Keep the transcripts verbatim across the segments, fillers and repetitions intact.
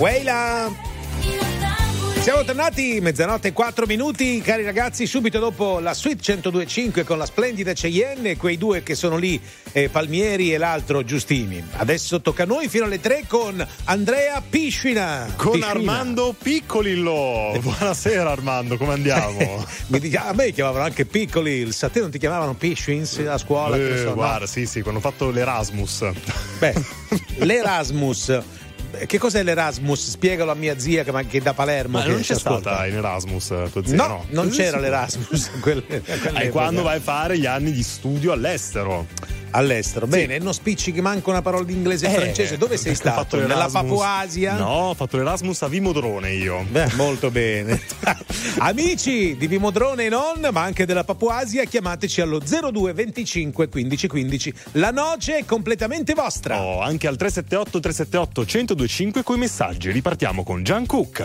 Weila! Siamo tornati, mezzanotte e quattro minuti, cari ragazzi, subito dopo la Suite centodue e cinque con la splendida Cheyenne, quei due che sono lì, eh, Palmieri e l'altro Giustini. Adesso tocca a noi fino alle tre con Andrea Piscina. Con Piscina. Armando Piccolillo. Buonasera Armando, come andiamo? Mi dice, a me chiamavano anche Piccolils, a te non ti chiamavano Piscins a scuola? Eh, so, guarda, no? sì, sì, quando ho fatto l'Erasmus. Beh, l'Erasmus. Che cos'è l'Erasmus? Spiegalo a mia zia che, che da Palermo. Ma che non c'è ascolta. stata in Erasmus tua zia? No, No, non Così c'era si l'Erasmus. Quelle, È quando vai a fare gli anni di studio all'estero. All'estero, bene, non spiccichi manco una parola di inglese e Eh, francese. Dove sei ho stato? fatto Nella l'Erasmus. Papuasia? No, ho fatto l'Erasmus a Vimodrone io. Beh, molto bene. Amici di Vimodrone e non, ma anche della Papuasia, chiamateci allo zero due venticinque quindici quindici. La noce è completamente vostra. Oh, anche al tre sette otto tre sette otto uno zero due cinque coi messaggi. Ripartiamo con Gian Cook.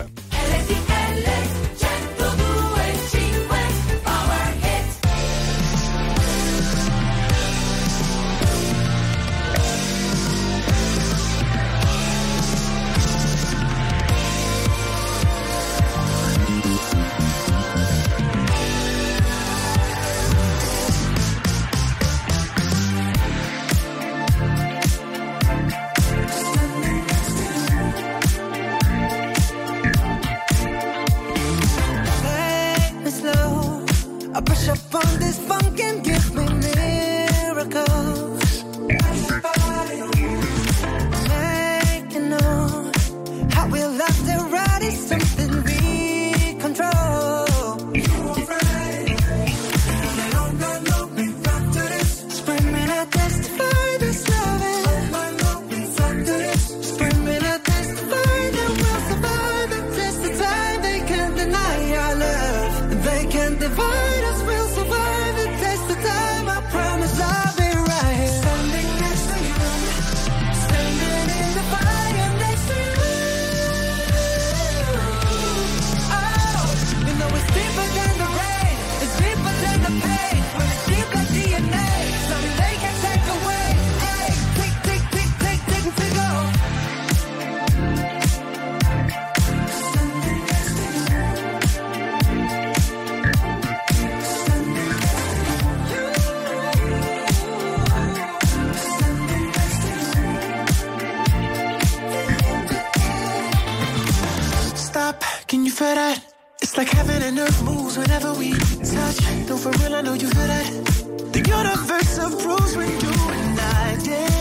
Can you feel that? It's like heaven and earth moves whenever we touch. No, for real, I know you feel that. The universe approves when you and I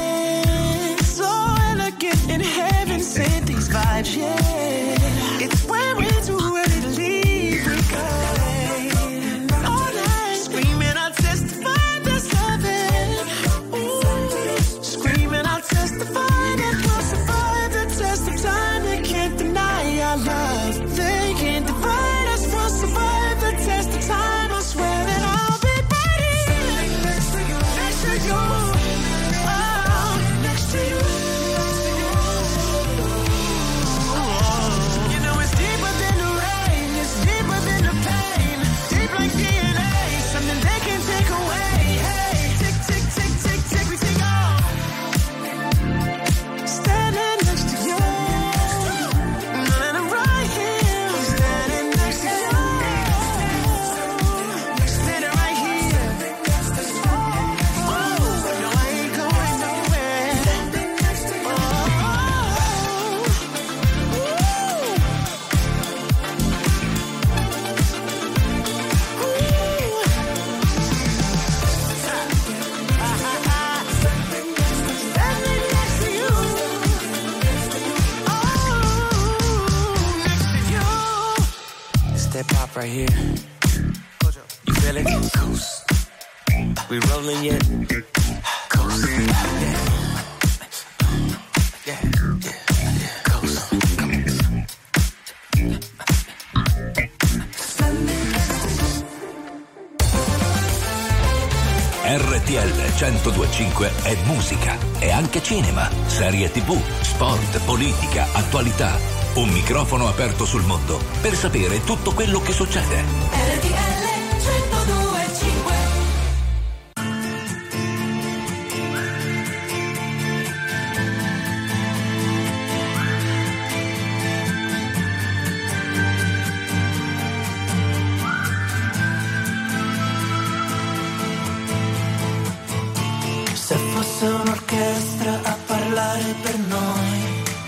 dance. So elegant in heaven, sent these vibes, yeah. It's when we're too ready to leave, we go. All night, screaming, I'll testify that's loving. Ooh, screaming, I'll testify that we'll survive the test of time. They can't deny our love. They can't divide us, we'll survive the test of time. I swear that I'll be right here next to you, next to you, oh, next to you. You know it's deeper than the rain, it's deeper than the pain, deep like D N A, something they can't take away. Hey, tick, tick, tick, tick, tick, we take off. Standing next to you. That pop right here. You feel it? Coast. We rolling yet? Coast. Yeah. Yeah. Yeah. Coast. R T L centodue e cinque è musica, è anche cinema, serie tivù, sport, politica, attualità. Un microfono aperto sul mondo per sapere tutto quello che succede. R T L centodue e cinque. un'orchestra a parlare per noi.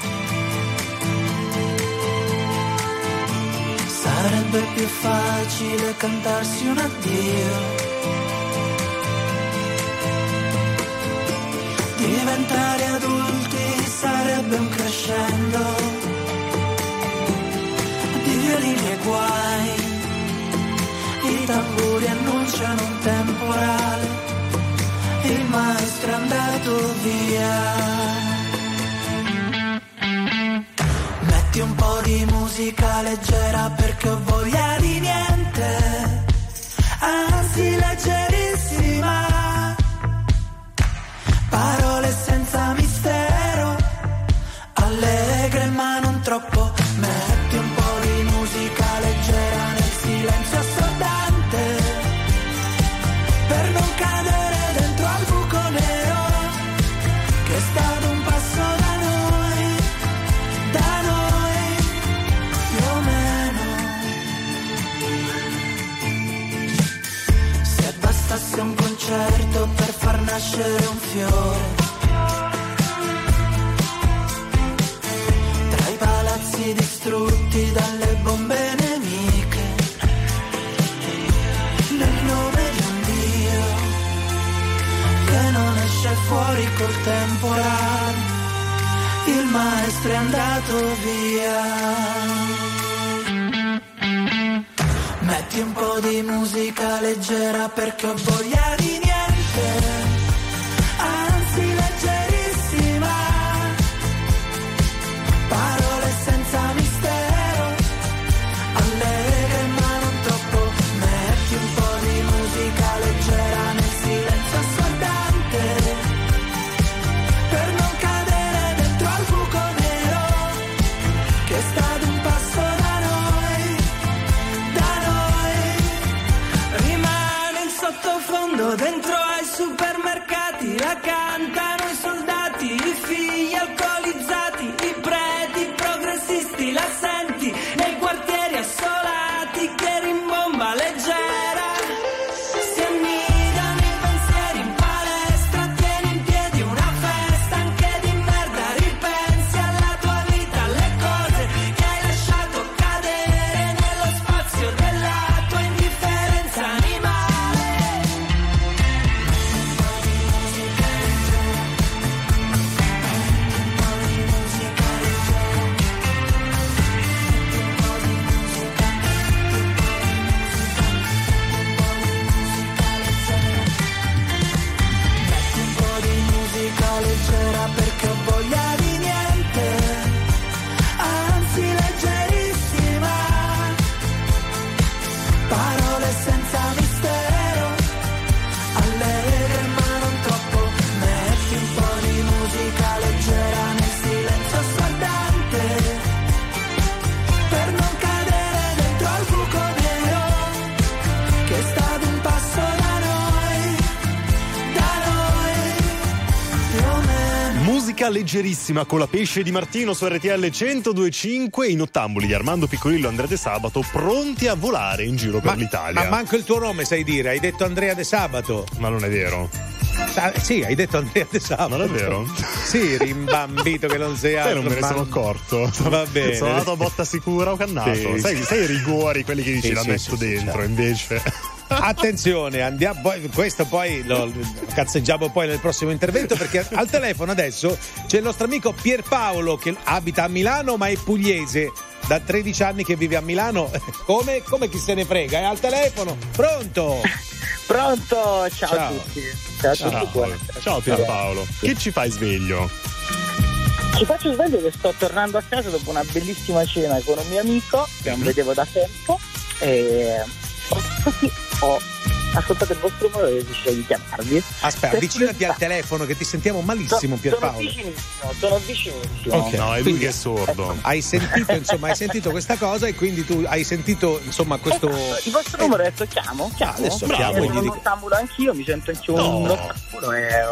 Sarebbe più facile cantarsi un addio. Diventare adulti sarebbe un crescendo di violini e guai. I tamburi annunciano un temporale, il maestro è andato via. Metti un po' di musica leggera perché ho voglia di niente, anzi leggerissima. Parole senza mistero, allegre ma non troppo. Metti un po' di musica leggera nel silenzio assordante, per non cadere dentro al buco nero, che è stato un passo da noi, da noi, più o meno. Se bastasse un concerto per far nascere un fiore, tra i palazzi distrutti dalle bombe nemiche, nel nome di un Dio che non esce fuori col temporale, il maestro è andato via. Metti un po' di musica leggera perché ho voglia di niente, anzi leggerissima. Parole senza mistero, allegre ma non troppo. Metti un po' di musica leggera nel silenzio assordante, per non cadere dentro al buco nero, che è stato un passo da noi, da noi. Rimane il sottofondo dentro ai supermercati, la cantano i soldati, i figli alcolizzati, i preti progressisti, la senti nei quartieri assolati che rimbomba leggera. Si annidano i pensieri in palestra, tieni in piedi una festa anche di merda, ripensi alla tua vita, alle cose che hai lasciato cadere nello spazio della tua indifferenza animale. Metti un po' di musica leggera perché ho voglia di niente, anzi leggerissima. Parole senza mistero, allegre ma non troppo. Metti un po' di musica leggera nel silenzio assordante, per non cadere dentro al buco nero, che è stato un passo da noi, da noi, più o meno. Musica leggerissima con la Pesce di Martino su R T L centodue e cinque, i nottambuli di Armando Piccolillo e Andrea De Sabato pronti a volare in giro per Ma, l'Italia. ma manco il tuo nome sai dire, hai detto Andrea De Sabato. Ma non è vero? Ah, sì, hai detto Andrea De Sabato. Non è vero? Sì, rimbambito che non sei Sai, altro. non me ne ma- sono accorto. Va bene. Sono andato a botta sicura, ho cannato. Sì. Sai, sai i rigori, quelli che dici Sì, la sì, metto sì, sì, dentro, certo. invece. Attenzione, andiamo poi, questo poi lo, lo cazzeggiamo poi nel prossimo intervento, perché al telefono adesso c'è il nostro amico Pierpaolo che abita a Milano ma è pugliese, da tredici anni che vive a Milano. Come? Come chi se ne frega? È al telefono. Pronto? Pronto, ciao, Ciao. a tutti. Ciao a tutti. Ciao, buonasera. ciao Pierpaolo. Che ci fai sveglio? Ci faccio sveglio che sto tornando a casa dopo una bellissima cena con un mio amico che non vedevo da tempo e così ho ascoltato il vostro numero e ho deciso di chiamarvi. Aspetta, Per avvicinati al curiosità. telefono che ti sentiamo malissimo, Sono Pierpaolo. vicinissimo, sono vicinissimo. Ok. No, è lui Quindi- che è sordo. Hai sentito, insomma, hai sentito questa cosa e quindi tu hai sentito, insomma, questo. Esatto, il vostro numero, ho detto chiamo, chiamo. adesso Perché chiamo e gli sono dico- nottambulo anch'io, mi sento anche un No. nottambulo e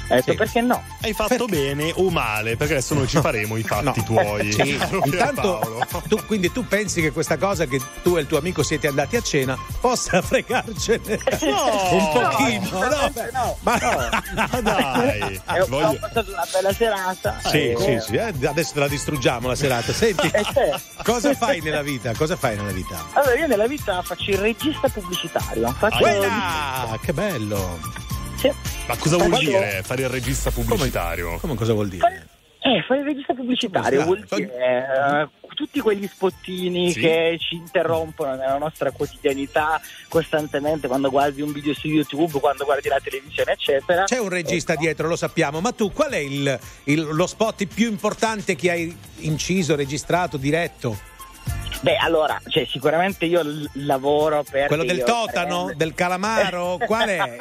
Ho detto Sì. perché no? Hai fatto bene o male, perché adesso noi ci faremo i fatti No. tuoi. Sì. Intanto Paolo. tu, quindi tu pensi che questa cosa che tu e il tuo amico siete andati a cena possa fregarcene No, un pochino? no, No, no, no, ma Ma dai, E ho voglio- ho passato una bella serata. Sì, e- sì, sì, eh, adesso te la distruggiamo la serata. Senti, Eh, certo. cosa fai nella vita? Cosa fai nella vita? Allora, io nella vita faccio il regista pubblicitario. Faccio Quella! Che bello! sì. Ma cosa vuol Quando- dire fare il regista pubblicitario? Come cosa vuol dire? Fare- Eh, fare il regista pubblicitario Come vuol sta? dire eh, tutti quegli spottini Sì. che ci interrompono nella nostra quotidianità costantemente, quando guardi un video su YouTube, quando guardi la televisione, eccetera. C'è un regista Ecco. dietro, lo sappiamo, ma tu qual è il, il- lo spot più importante che hai inciso, registrato, diretto? Beh, allora, cioè, sicuramente io l- lavoro per Quello del io totano, prendo- del calamaro, qual è?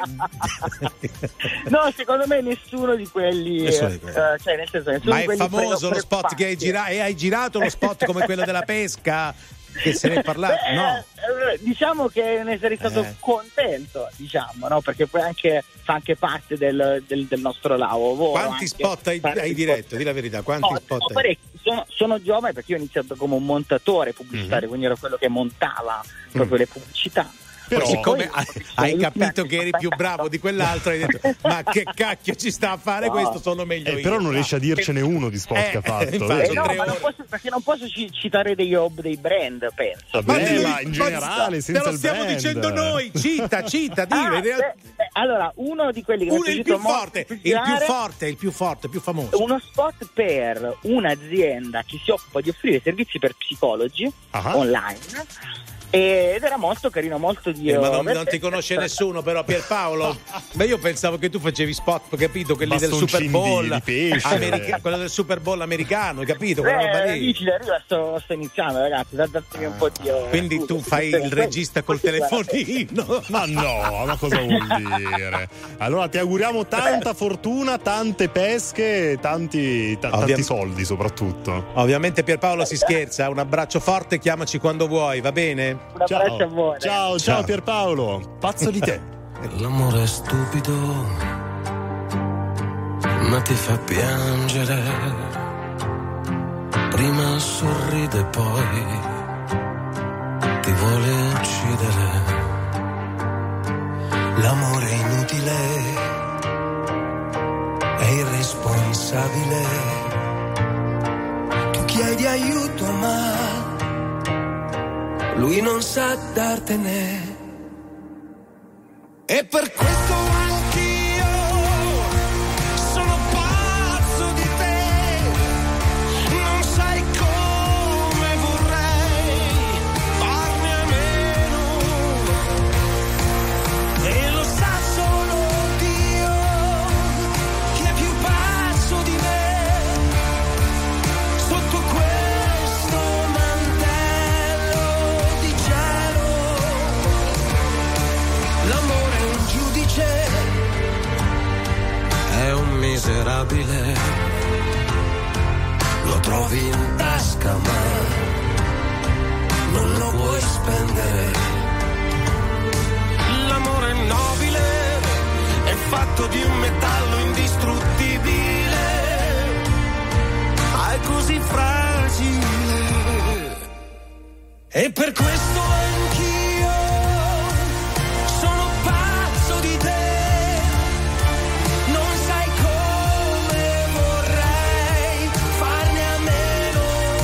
No, secondo me nessuno di quelli, Nessuno di quelli. eh, cioè nel senso, nessuno Ma di è quelli famoso pre- lo spot che hai preoccupanti. girato? E hai girato lo spot come quello della pesca? Che se ne è parlato? Beh, No. eh, diciamo che ne sarei stato Eh. contento, diciamo, no? Perché poi anche fa anche parte del, del, del nostro lavoro. Quanti anche spot hai, fare hai spot. diretto? Di la verità, quanti No, spot no, hai? parecchi. Sono, sono giovane perché io ho iniziato come un montatore pubblicitario, Mhm. quindi ero quello che montava proprio le pubblicità. Però- E Siccome poi- hai, hai sono capito tutti che eri più bravo di quell'altro, hai detto: ma che cacchio ci sta a fare No. questo? Sono meglio Eh, io. però non riesci a dircene uno di spot Eh, che ha fatto. infatti, vedi? Eh no, tre ma non ore. posso, perché non posso ci- citare dei, ob- dei brand, penso. Vabbè, tu- ma in generale, te senza lo il stiamo brand. dicendo noi, cita, cita, dillo. Ah, in realtà- beh, beh, allora, uno di quelli che mi uno è è il piaciuto più molto forte, il più girare, forte, il più forte, il più famoso. uno spot per un'azienda che si occupa di offrire servizi per psicologi Ah. online. Ed era molto carino, molto di Eh, ma non, non ti conosce nessuno, però Pierpaolo. Beh, io pensavo che tu facevi spot, capito? Quelli del Super Bastoncini Bowl di- di pesce. america- quello del Super Bowl americano, hai capito? Quella roba Eh, lì. dici, arriva, sto, sto iniziando, ragazzi, da- datemi un po' di... eh, Quindi tu fai il regista col telefonino. Ma no, ma cosa vuol dire? Allora ti auguriamo tanta fortuna, tante pesche, tanti, ta- Ovviam- tanti soldi soprattutto. Ovviamente Pierpaolo si scherza, un abbraccio forte, chiamaci quando vuoi, va bene? Un abbraccio a voi. Ciao, ciao, Ciao. Pierpaolo, pazzo di te. L'amore è stupido, ma ti fa piangere. Prima sorride, poi ti vuole uccidere. L'amore è inutile, è irresponsabile. Tu chiedi aiuto, ma lui non sa dartene. E per questo anch'io sono pazzo di te. Non sai come vorrei farne a meno. E lo sa solo Dio che è più pazzo di me. Sotto questo mantello di cielo l'amore è un giudice, è un miserabile, lo trovi in tasca ma non lo puoi spendere. L'amore è nobile, è fatto di un metallo indistruttibile, ma è così fragile. E per questo anch'io sono pazzo di te. Non sai come vorrei farne a meno.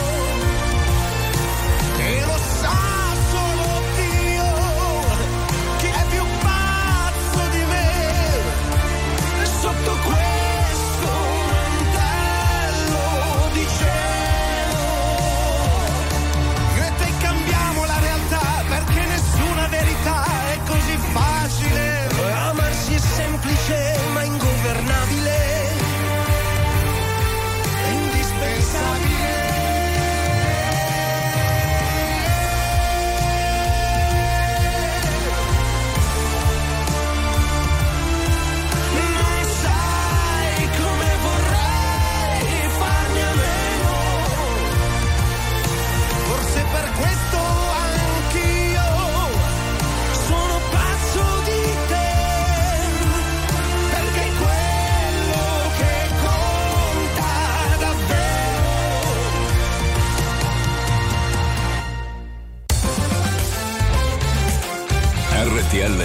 E lo sa solo Dio che è più pazzo di me. Sotto questo mantello di cielo io e te cambiamo la realtà per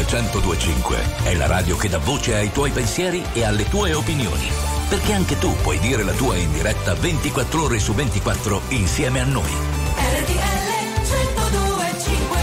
centodue e cinque è la radio che dà voce ai tuoi pensieri e alle tue opinioni. Perché anche tu puoi dire la tua in diretta ventiquattro ore su ventiquattro insieme a noi. R T L centodue e cinque.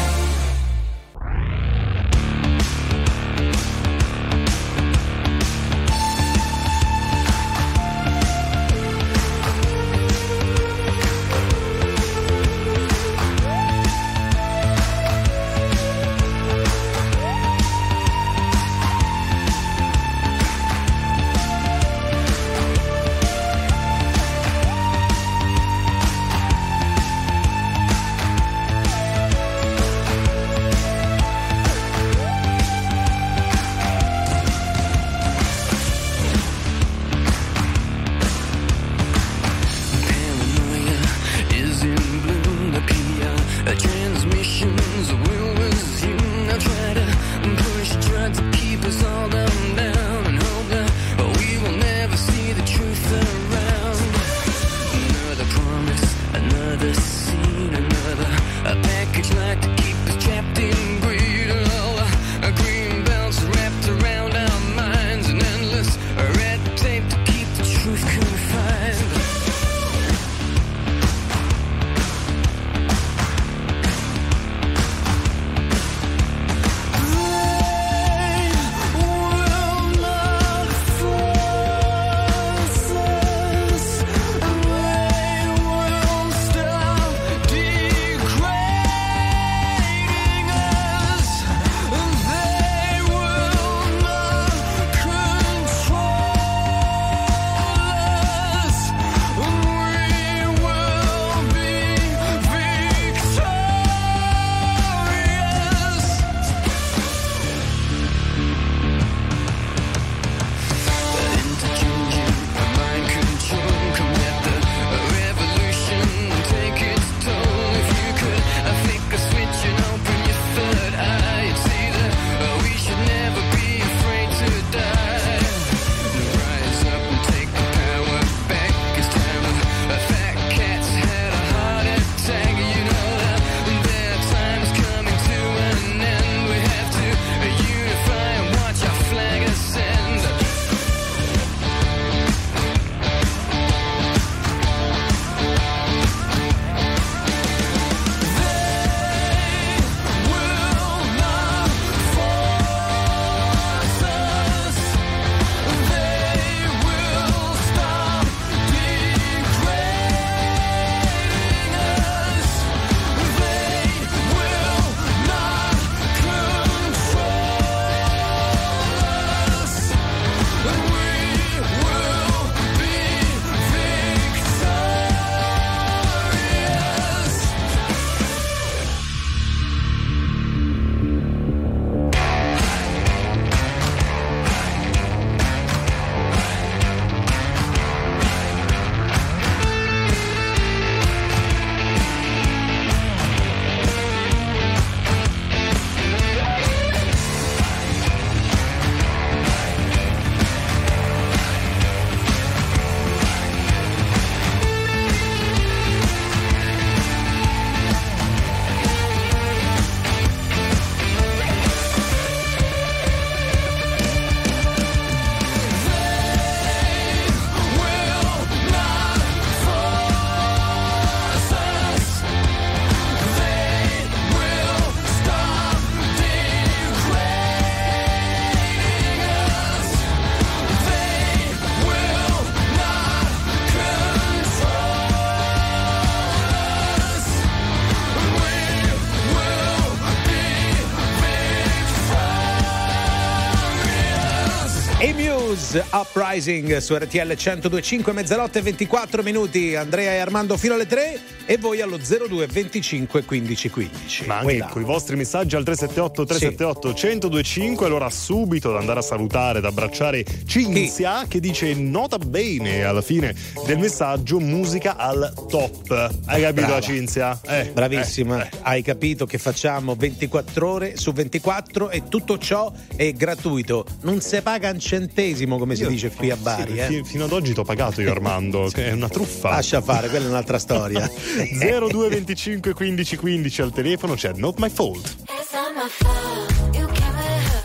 Uprising su R T L centodue e cinque, mezzanotte e ventiquattro minuti. Andrea e Armando fino alle tre e voi allo zero due venticinque quindici quindici. Ma anche con i vostri messaggi al tre sette otto tre sette otto uno zero due cinque. Allora subito da andare a salutare, ad abbracciare Cinzia sì. che dice nota bene alla fine del messaggio musica al top. Hai capito la Cinzia? Eh, Bravissima, eh, eh. Hai capito che facciamo ventiquattro ore su ventiquattro e tutto ciò è gratuito. Non si paga un centesimo come si io, dice qui a Bari. Sì, eh. Fino ad oggi t'ho pagato io Armando, è una truffa. Lascia fare, quella è un'altra storia. zero due venticinque quindici quindici al telefono c'è Not My Fault. It's not my fault, you can't let her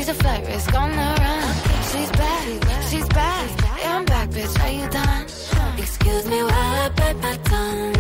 She's a flight risk on the run. She's back, she's back. Yeah, I'm back, bitch. Are you done? Excuse me while I bite my tongue.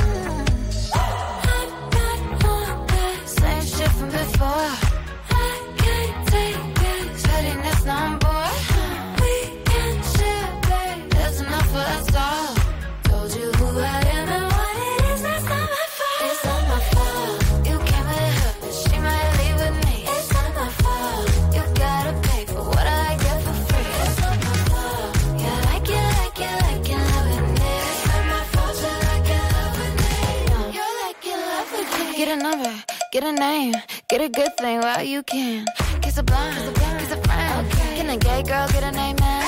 I got more bad, same shit from before. I can't take it, shutting this number. We can share, babe. There's enough for us all. Told you who I am and what it is. That's not my fault. It's not my fault. You came with her, but she might leave with me. It's not my fault. You gotta pay for what I get for free. It's not my fault. You like it, like it, like it, loving it. It's not my fault. You like it, loving it. You like it, loving it. Get a number, get a name, get a good thing while you can. Kiss a blind, kiss a friend. Can a gay girl get a name, man?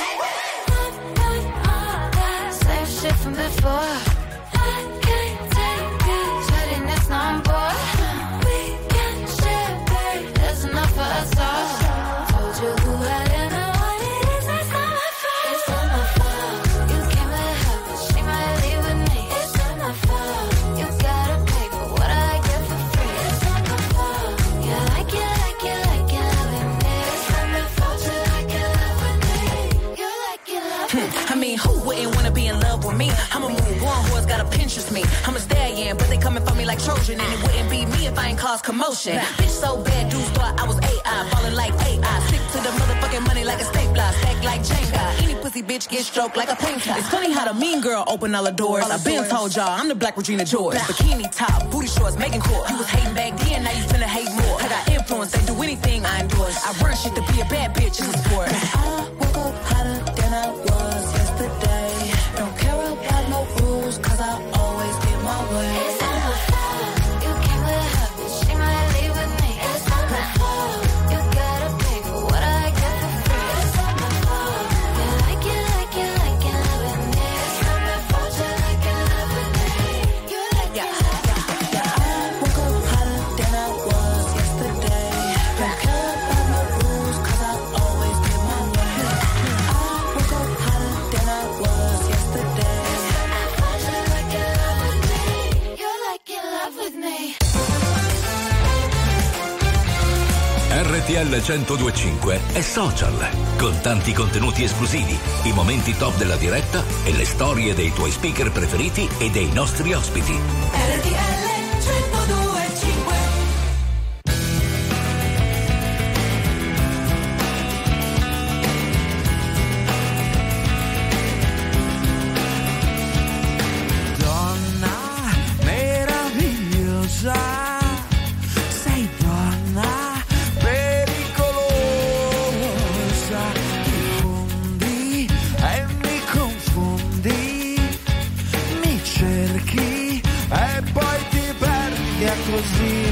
Same shit from before. I can't take it, shutting this number. We can share, babe. There's enough for us all. Told you who I am and what it is. That's not my fault. It's not my fault. You came with her, but she might leave with me. It's not my fault. You gotta pay for what I get for free. It's not my fault. You like it, like it, like it, loving it. It's not my fault. You like it, loving it. You like it, loving it. I mean, who wouldn't wanna be in love with me? I'm a move on, who's gotta Pinterest me. I'm a stallion, but they coming for me like Trojan. And it wouldn't be me if I ain't cause commotion. Bitch so bad, dudes thought I was A I. Falling like A I. Stick to the motherfucking money like a stapler. Stack like Jenga. Any pussy bitch get stroked like a painter. It's funny how the mean girl open all the doors. I've been told y'all, I'm the black Regina George. Bikini top, booty shorts, making court. You was hating back then, now you finna hate more. I got influence, they do anything I endorse. I run shit to be a bad bitch in the sport. I woke up hotter than I was yesterday. Don't care about no rules, cause I always get my way. It's not my fault. You came with her, but she might leave with me. It's not my fault. You gotta pay for what I get for free. It's not my fault. You like it, like it, like it, loving it. It's not my fault. You like it, loving it. You like Yeah, it, yeah, yeah. I woke up hotter than I was yesterday. Don't care about no rules, cause I always get my way. I woke up hotter than I was yesterday. R T L centodue e cinque è social, con tanti contenuti esclusivi, i momenti top della diretta e le storie dei tuoi speaker preferiti e dei nostri ospiti. R T L centodue e cinque. Donna meravigliosa, sei donna pericolosa, ti fondi e mi confondi, mi cerchi e poi ti perdi a così.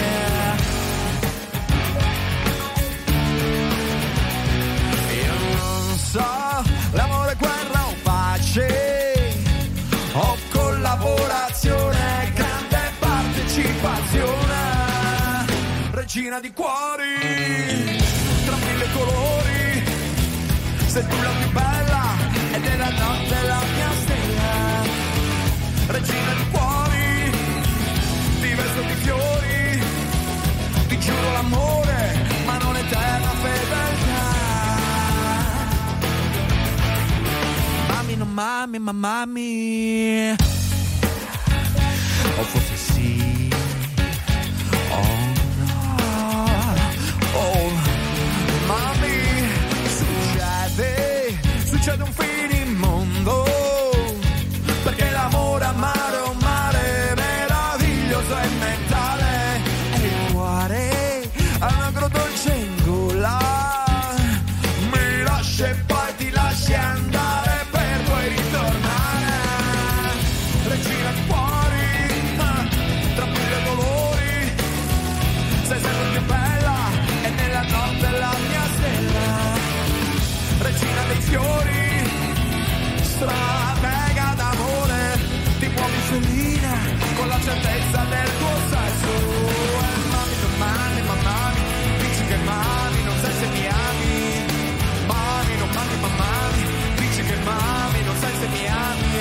Io non so, l'amore, guerra o pace, o collaborazione, grande partecipazione, regina di cuori, tra mille colori, sei tu la più bella ed è la notte la mia stella, regina di cuori, ti vesto di fiori, ti giuro l'amore, ma non eterna fedeltà. Mami, non mami, ma mami, o forse sì, oh no, oh mami, succede, succede un finimondo, perché l'amore a mare è un mare meraviglioso e mentale, e il cuore è un agro dolce in gola, mi lascia e poi ti lasci andare per poi ritornare, regina di cuori, tra mille dolori, sei sempre più bella e nella notte la mia stella, regina dei fiori, stratega d'amore, ti muovi felina con la certezza del tuo sesso. E mami, non mami, ma mami, dici che mami, non sai se mi ami. Mami, non mami, ma mami, dici che mami, non sai se mi ami.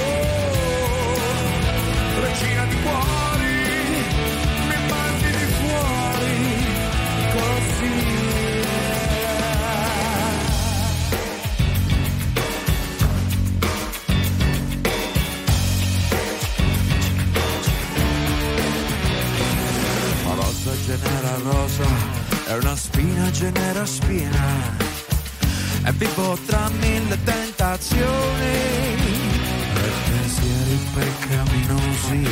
Oh, regina di cuori, mi mandi di fuori così. genera spina e vivo tra mille tentazioni e pensieri peccaminosi,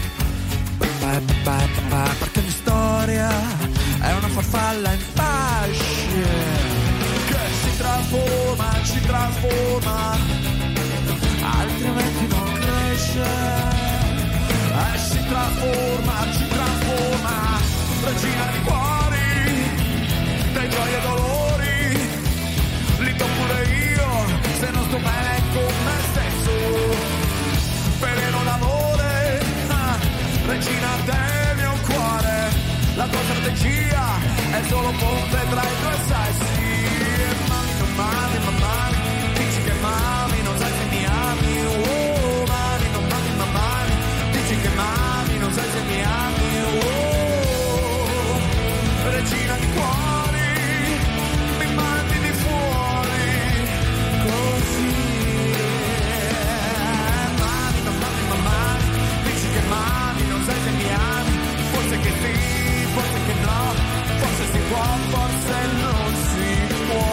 perché la storia è una farfalla in fasce che si trasforma, ci trasforma, altrimenti non cresce, e si trasforma, ci trasforma, regina di cuori, dei gioie e dolori, li do pure io, se non sto bene con me stesso, veleno d'amore, ah, regina del mio cuore, la tua strategia è solo ponte tra i due sessi, e mami, non mami, ma mami, dici che mami, non sai se mi ami, oh, mami, non mami, ma mami, dici che mami, non sai se mi ami, oh, regina di cuori, mi mandi di fuori, così, mami, non mami, ma mami, dici che mami, non sai se mi ami, forse che sì, forse che no, forse si può, forse non si può,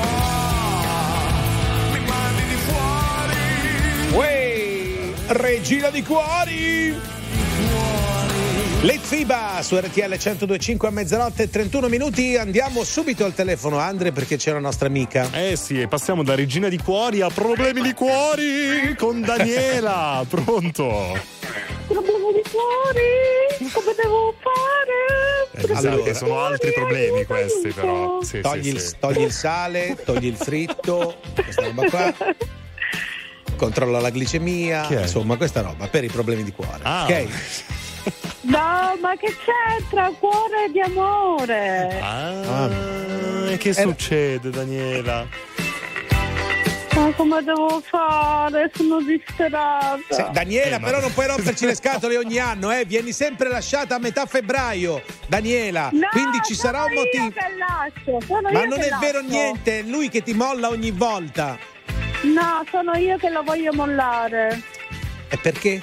mi mandi di fuori, Uè, regina di cuori. Letfiba su R T L centodue e cinque a mezzanotte e trentuno minuti. Andiamo subito al telefono, Andre, perché c'è la nostra amica. Eh sì, e passiamo da regina di cuori a problemi di cuori con Daniela. Pronto? Problemi di cuori, come devo fare? Eh, allora, che sono altri problemi questi, però. Sì, togli, sì, il, sì. togli il sale, togli il fritto, questa roba qua. Controlla la glicemia, insomma, questa roba per i problemi di cuore. Ah. Ok? No, ma che c'entra? Cuore di amore. Ah, e che succede, Daniela? Ma come devo fare? Sono disperata. Sì, Daniela, Eh, ma- però non puoi romperci le scatole ogni anno, eh? Vieni sempre lasciata a metà febbraio, Daniela. No, quindi ci sono sarà un io motivo. che lascio, sono Ma io non che è vero lascio. niente, è lui che ti molla ogni volta. No, sono io che lo voglio mollare. E perché?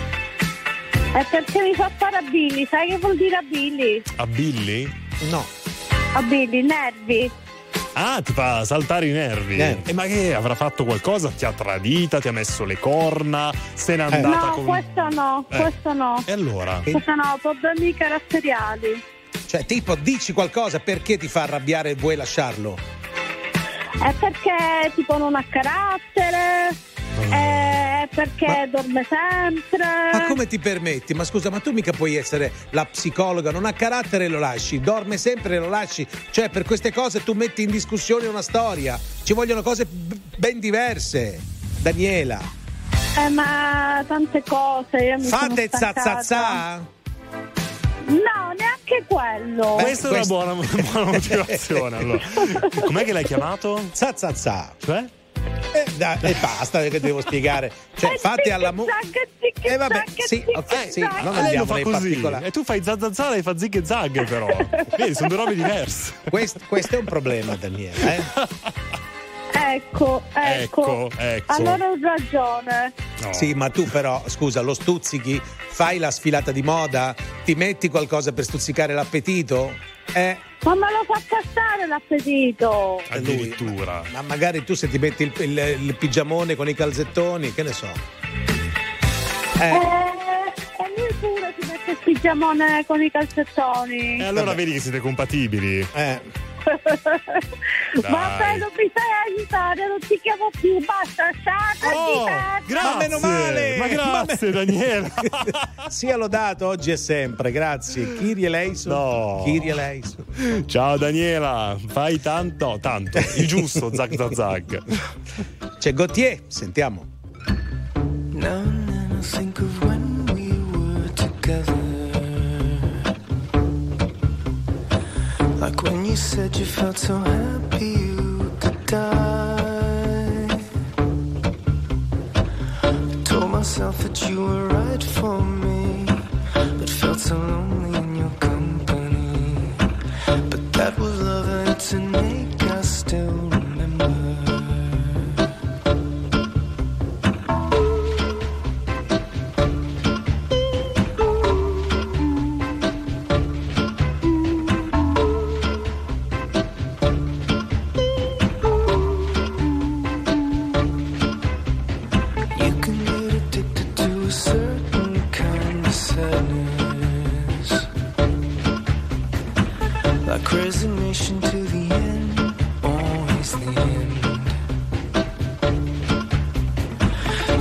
È perché mi fa fare a Billy. Sai che vuol dire a Billy? A Billy? No. A Billy, nervi. Ah, ti fa saltare i nervi. Eh. E ma che avrà fatto qualcosa? Ti ha tradita, ti ha messo le corna, se n'è andata No, con... questo no, Eh. questo no. E allora? Questo no, problemi caratteriali. Cioè, tipo, dici qualcosa perché ti fa arrabbiare e vuoi lasciarlo? È perché tipo non ha carattere, è perché Ma- dorme sempre. Ma come ti permetti? Ma scusa, ma tu mica puoi essere la psicologa, non ha carattere e lo lasci, dorme sempre e lo lasci. Cioè, per queste cose tu metti in discussione una storia. Ci vogliono cose b- ben diverse. Daniela. Eh, ma tante cose, io mi Fate sono za stancata. za za? No, neanche quello. Beh, Questa questo- è una buona, buona motivazione. Allora. Com'è che l'hai chiamato? Za za za. Cioè? Eh, da- e basta che devo spiegare. Cioè, Eh, fate tic, all'amore. zac, tic, Eh vabbè, zac, sì, tic, ok, sì, zac. non Ma lei lo andiamo fa nei così. particolari. E tu fai zazzaza, lei fa zig e zag, però. Vedi, sono due robe diverse. Questo, questo è un problema, Daniela. Eh? Ecco, ecco, Ecco, ecco. allora ho ragione. No. Sì, ma tu però, scusa, lo stuzzichi, fai la sfilata di moda, ti metti qualcosa per stuzzicare l'appetito? Eh, Ma me lo fa passare l'appetito. Addirittura. ma magari tu se ti metti il, il- il pigiamone con i calzettoni, che ne so. Eh, Eh, e lui pure si mette il pigiamone con i calzettoni. E allora Vabbè. vedi che siete compatibili. eh. Vabbè, non mi sai aiutare, non ti chiamo più, basta, sciacca, Oh, grazie. Ma meno male. Ma grazie, Ma me- Daniela. Sia lodato oggi e sempre, grazie. Kyrie eleison. No. Kyrie eleison. Ciao Daniela, fai tanto, tanto, il giusto, zag zag zag. C'è Gautier, sentiamo. Now and then I think of when we were together. Like when you said you felt so happy you could die. I told myself that you were right for me, but felt so lonely in your company. But that was love and to make us still remember.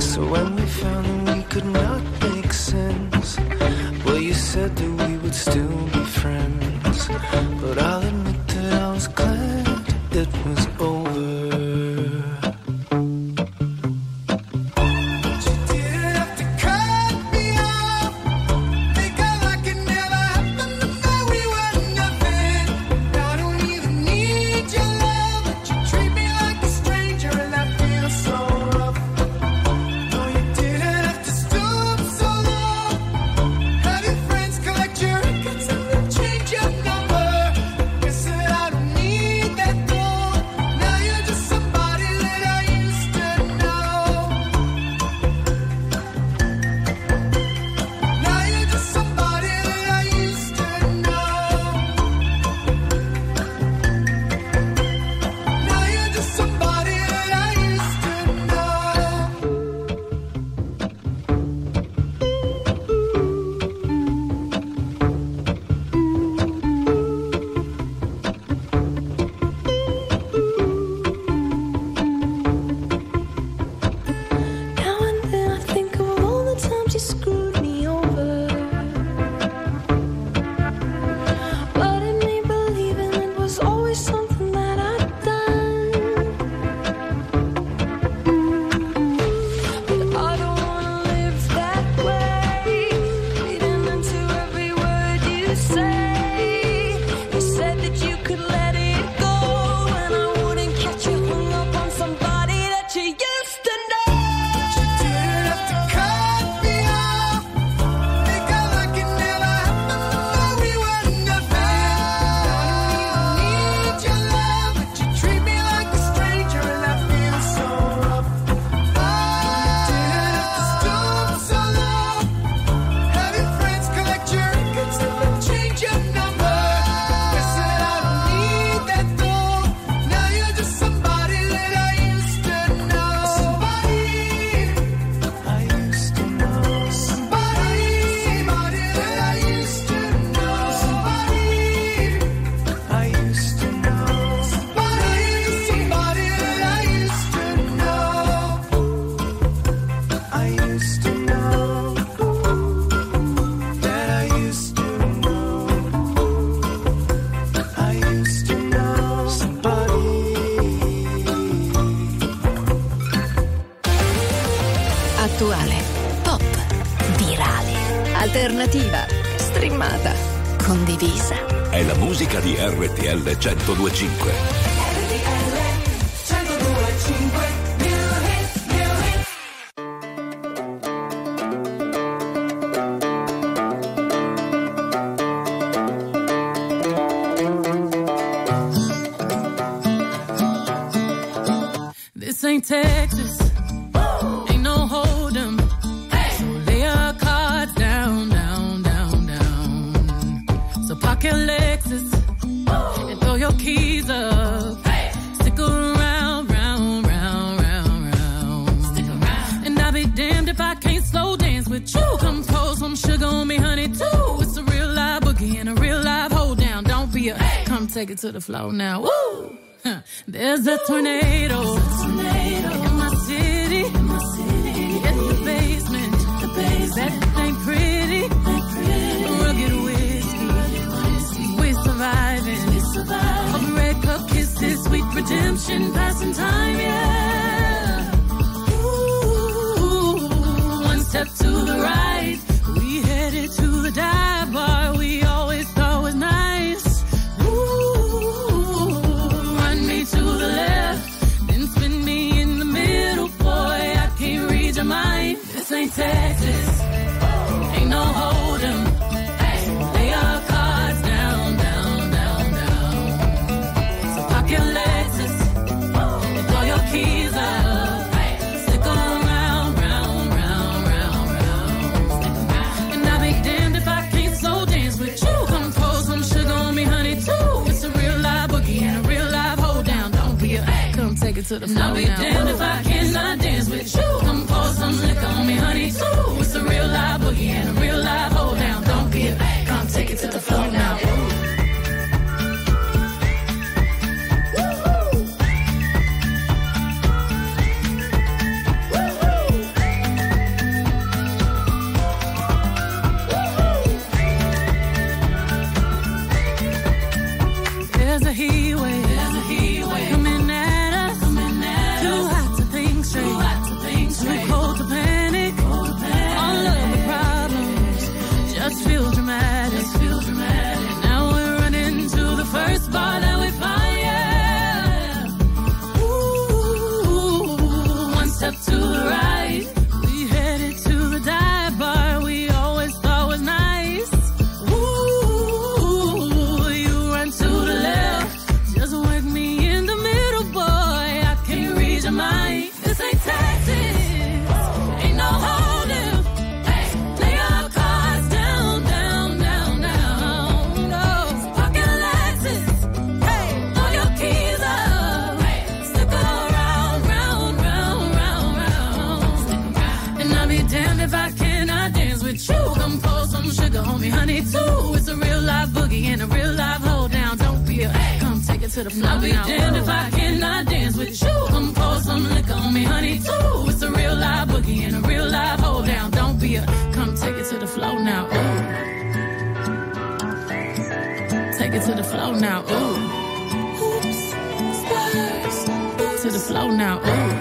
So when we found that we could not make sense, well, you said that we would still be friends. But I'll admit that I was glad it was over. Alternativa, streamata, condivisa. È la musica di R T L centodue e cinque. R T L centodue e cinque. This ain't Texas. Ain't no hold'em. So lay your cards down, down, down, down. So park your Lexus and throw your keys up. Stick around, round, round, round, round. Stick around. And I'll be damned if I can't slow dance with you. Come pour some sugar on me, honey, too. It's a real live boogie and a real live hold down. Don't be a come take it to the floor now. Woo! There's a tornado, tornado in my city. In my city. It's the basement. The basement. That ain't pretty. Ain't pretty. Rugged whiskey. Rugged whiskey. We're surviving. We're surviving. Of red cup kisses, sweet redemption, passing time, yeah. Ooh, one step to the right. We headed to the dive bar we always thought was nice. To the left, then spin me in the middle, boy, I can't read your mind. This ain't Texas, ain't no hold'em. Hey, lay your cards down, down, down, down. So park your Lexus and throw your keys up. Hey, stick around, round, round, round, round. And I'll be damned if I can't slow dance with you. Come pour some sugar on me, honey, too. It's a real live boogie and a real live hold down. Don't be a come take it to the floor. I'll be damned if I cannot dance with you. Come pour some liquor on me, honey, too. It's a real live boogie and a real live hold down. Don't be a come take it to the floor now. me, honey, too. It's a real live boogie and a real live hold down. Don't be a, come take it to the floor. I'll be damned if I cannot dance with you. Come pour some liquor on me, honey, too. It's a real live boogie and a real live hold down. Don't be a, come take it to the floor now. Ooh. Take it to the floor now. Ooh. Oops, spurs. To the floor now. Ooh.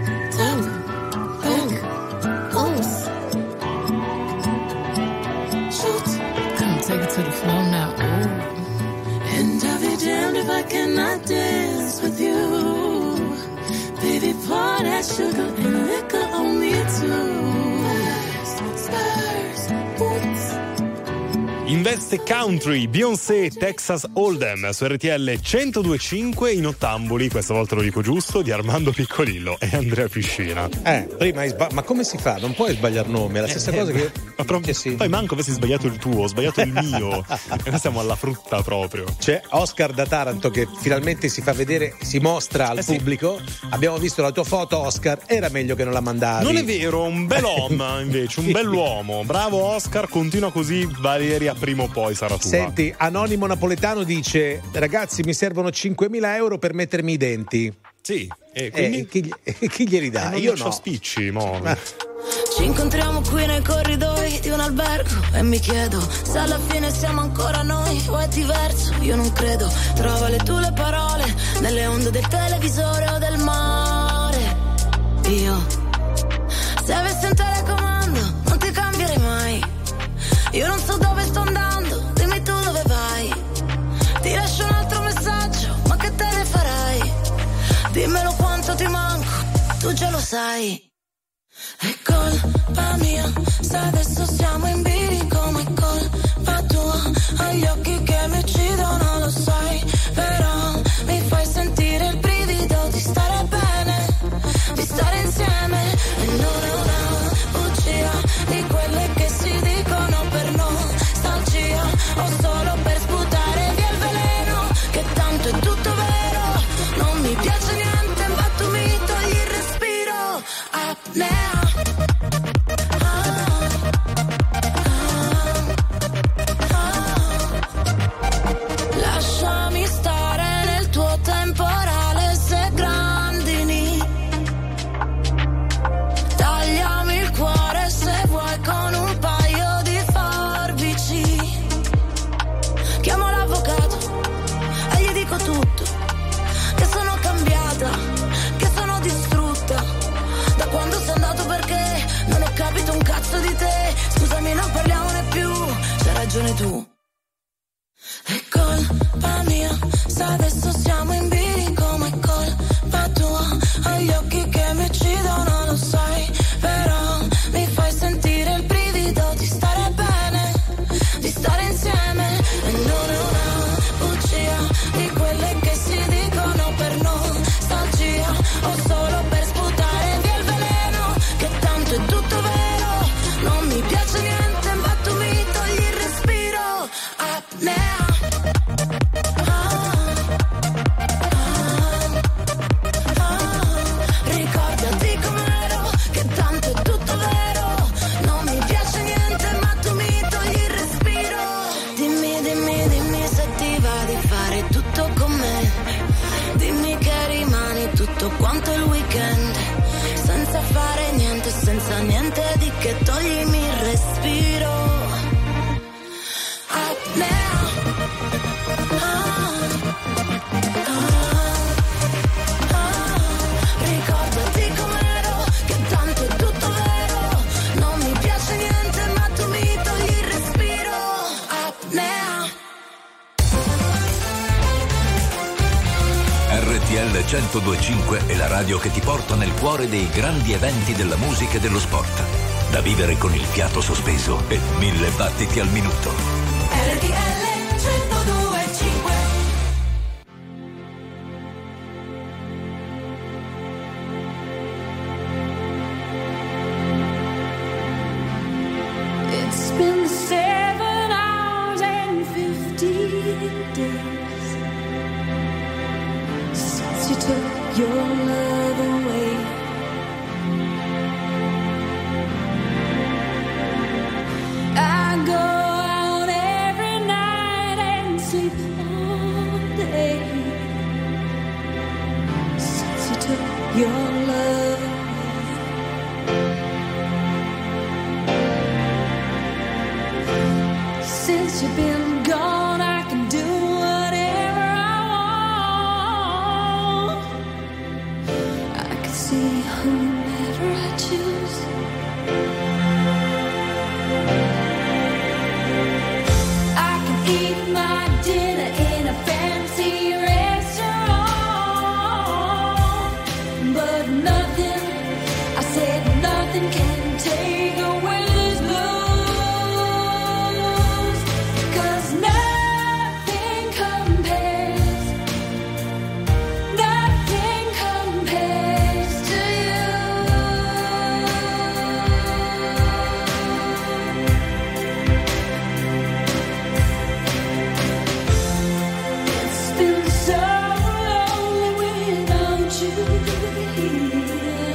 Take it to the floor now, ooh. And I'll be damned if I cannot dance with you. Baby, pour that sugar and liquor on me too. Spurs, boots. Investe Country, Beyoncé, Texas Hold'em su R T L centodue e cinque in ottamboli, questa volta lo dico giusto, di Armando Piccolillo e Andrea Piscina. Eh, prima hai sba- ma come si fa? Non puoi sbagliare nome, è la stessa eh, cosa che... Ma proprio, sì. Poi manco avessi sbagliato il tuo, ho sbagliato il mio. E noi siamo alla frutta proprio. C'è Oscar da Taranto che finalmente si fa vedere, si mostra al eh sì. pubblico. Abbiamo visto la tua foto, Oscar, era meglio che non la mandavi. Non è vero, un bell'uomo invece, un bell'uomo. Bravo Oscar, continua così, Valeria prima o poi sarà tua. Senti, Anonimo Napoletano dice: ragazzi, mi servono cinquemila euro per mettermi i denti. Sì, e quindi eh, chi, chi glieli dà? Eh, Io no. no. Spicci, mo. Ah. Ci incontriamo qui nei corridoi di un albergo e mi chiedo se alla fine siamo ancora noi o è diverso. Io non credo, trova le tue le parole nelle onde del televisore o del mare. Io, se avessi un telecomando, non ti cambierei mai. Io non so dove sto andando, dimmi tu dove vai. Ti lascio un altro messaggio, ma che te ne farai? Dimmelo quanto ti manco, tu già lo sai. È colpa mia, se adesso siamo in bilico, ma è colpa tua. Hai gli occhi che mi uccidono, lo sai. Però mi fai sentire il brivido di stare bene, di stare insieme. E non è una bugia di quelle che si dicono per nostalgia, o solo per sputare via il veleno, che tanto è tutto vero. Non mi piace niente, ma tu mi togli il respiro. Apnea. Lasciami stare nel tuo temporale, se grandini. Tagliami il cuore se vuoi con un paio di forbici. Chiamo l'avvocato e gli dico tutto, che sono cambiata, che sono distrutta da quando sei andato, perché non ho capito un cazzo di te. Scusami, non parliamone più, c'hai ragione tu. È colpa mia, se adesso siamo in bilico, ma è colpa tua. Hai gli occhi che mi uccidono, lo sai. Però mi fai sentire il brivido di stare bene, di stare insieme. E non è una bugia di quelle che si dicono per nostalgia, o solo per sputare via il veleno, che tanto è tutto vero. Non mi piace niente, ma tu mi togli il respiro. Apnea. Ricordati com'ero, che tanto è tutto vero. Non mi piace niente, ma tu mi togli il respiro. Dimmi, dimmi, dimmi se ti va di fare tutto con me. Dimmi che rimani tutto quanto il weekend, senza fare niente, senza niente di che toglimi il respiro. Apnea. Ricordati com'ero, che tanto è tutto vero. Non mi piace niente, ma tu mi togli il respiro. Apnea. R T L centodue e cinque è la radio che ti porta nel cuore dei grandi eventi della musica e dello sport. Da vivere con il fiato sospeso e mille battiti al minuto. R T L centodue e cinque. It's been seven hours and fifty days since you took your love away. I go out your love. Since you've been gone, I can do whatever I want. I can see whomever I choose. I can eat my dinner in a fancy restaurant, but nothing, I said nothing can take away these blues, 'cause nothing compares, nothing compares to you. It's been so lonely without you here,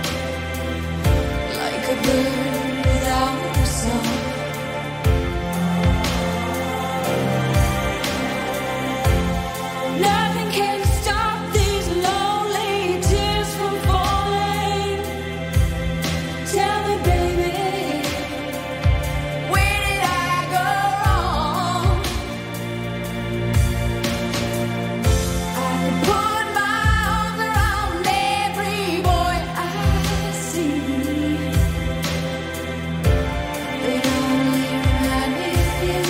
like a bird without a song. Nothing can stop these lonely tears from falling. Tell me, baby, where did I go wrong? I could put my arms around every boy I see. They only remind me of you.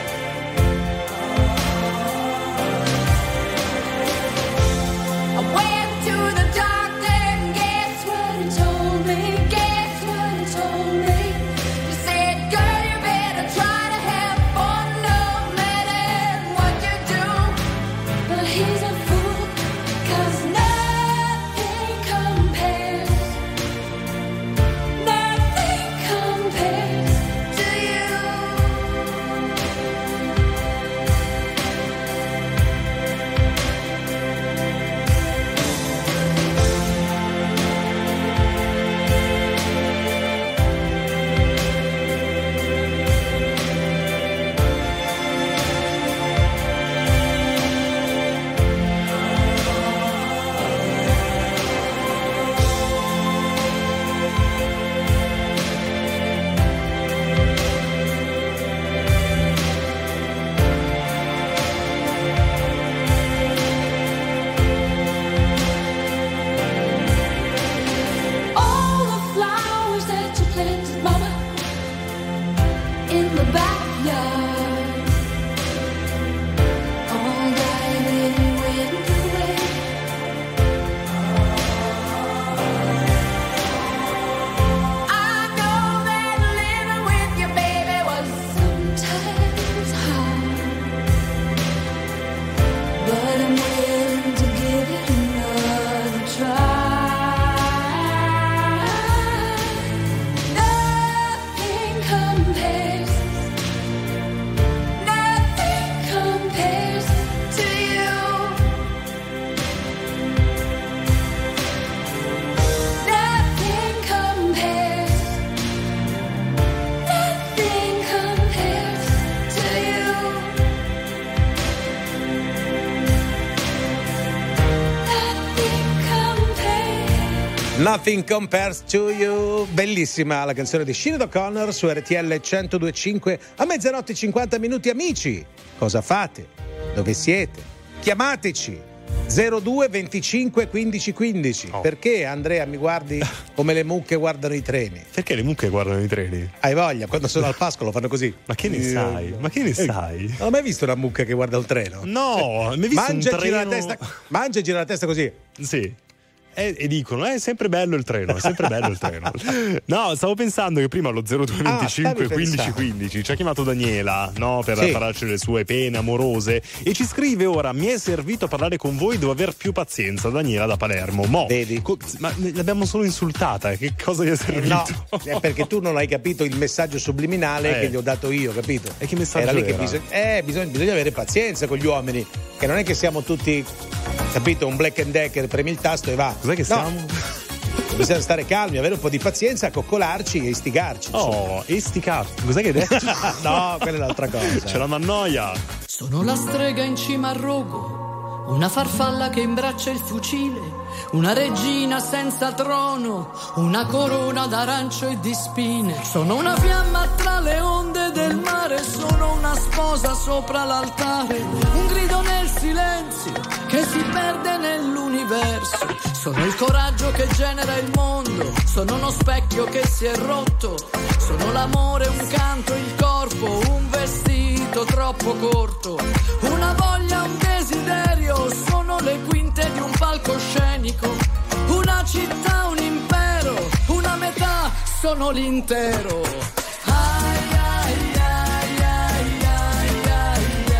I went to the doctor and guess what he told me? Guess what he told me? He said, girl, you better try to have fun no matter what you do. But he's a fool, 'cause nothing compares, nothing compares to you. All the flowers that you planted, mama, in the backyard, all died and went away. I know that living with your baby was sometimes hard, but I'm willing to give it another try. Nothing compares, nothing compares to you. Nothing compares, nothing compares to you. Nothing Nothing compares. Compares to You, bellissima la canzone di Sinead O'Connor su R T L centodue e cinque a mezzanotte e cinquanta minuti. Amici, cosa fate? Dove siete? Chiamateci zero due venticinque quindici quindici. Oh. Perché, Andrea, mi guardi come le mucche guardano i treni? Perché le mucche guardano i treni? Hai voglia, quando sono al pascolo fanno così. Ma che ne Eh, sai? Ma che ne eh, sai? Non ho mai visto una mucca che guarda il treno. No, mi hai visto Mangia un e gira la treno- testa, mangia e gira la testa così. Sì. E, e dicono, è sempre bello il treno, è sempre bello il treno. No, stavo pensando che prima allo zero due venticinque Ah, stavi quindici pensando. quindici ci ha chiamato Daniela, no, per Sì. parlarci delle sue pene amorose e ci scrive ora: mi è servito a parlare con voi, devo aver più pazienza. Daniela da Palermo. Mo, Vedi? co- ma l'abbiamo solo insultata, che cosa gli è servito? No, è perché tu non hai capito il messaggio subliminale Eh. che gli ho dato io, capito? E che messaggio Era lì che era? bisogna, eh, bisogna, bisogna avere pazienza con gli uomini, che non è che siamo tutti, capito, un Black and Decker, premi il tasto e va. Cos'è che No. siamo? Bisogna stare calmi, avere un po' di pazienza, coccolarci e istigarci. Oh, isticarci. Cos'è che hai detto? No, quella è l'altra cosa. Ce la mannoia. Sono la strega in cima al rogo, una farfalla che imbraccia il fucile, una regina senza trono, una corona d'arancio e di spine. Sono una fiamma tra le onde del mare, sono una sposa sopra l'altare, un grido nel silenzio che si perde nell'universo. Sono il coraggio che genera il mondo, sono uno specchio che si è rotto, sono l'amore, un canto, il corpo, un vestito troppo corto, una voglia, un desiderio, sono le quinte di un palcoscenico, una città, un impero, una metà, sono l'intero. Ai, ai, ai, ai, ai, ai,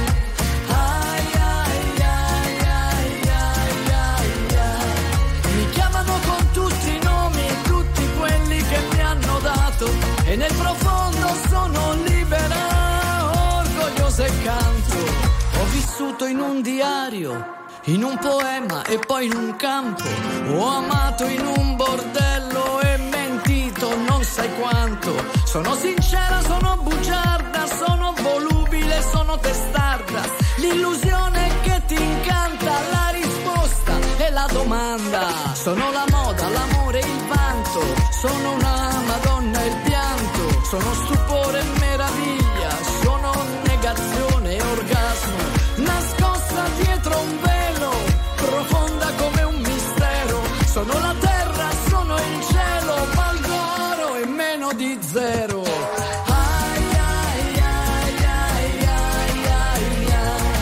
ai, ai, ai, ai, ai, ai, ai. Mi chiamano con tutti i nomi, tutti quelli che mi hanno dato, e nel profondo sono libera, orgogliosa e canto. Ho vissuto in un diario, in un poema e poi in un campo, ho amato in un bordello e mentito non sai quanto. Sono sincera, sono bugiarda, sono volubile, sono testarda, l'illusione che ti incanta, la risposta e la domanda. Sono la moda, l'amore, il vanto, sono una madonna e il pianto, sono stupore e meraviglia, sono negazione e orgasmo, nascosta dietro un velo, profonda come un mistero. Sono la terra, sono il cielo, valgo oro e meno di zero. Ai, ai, ai, ai, ai, ai,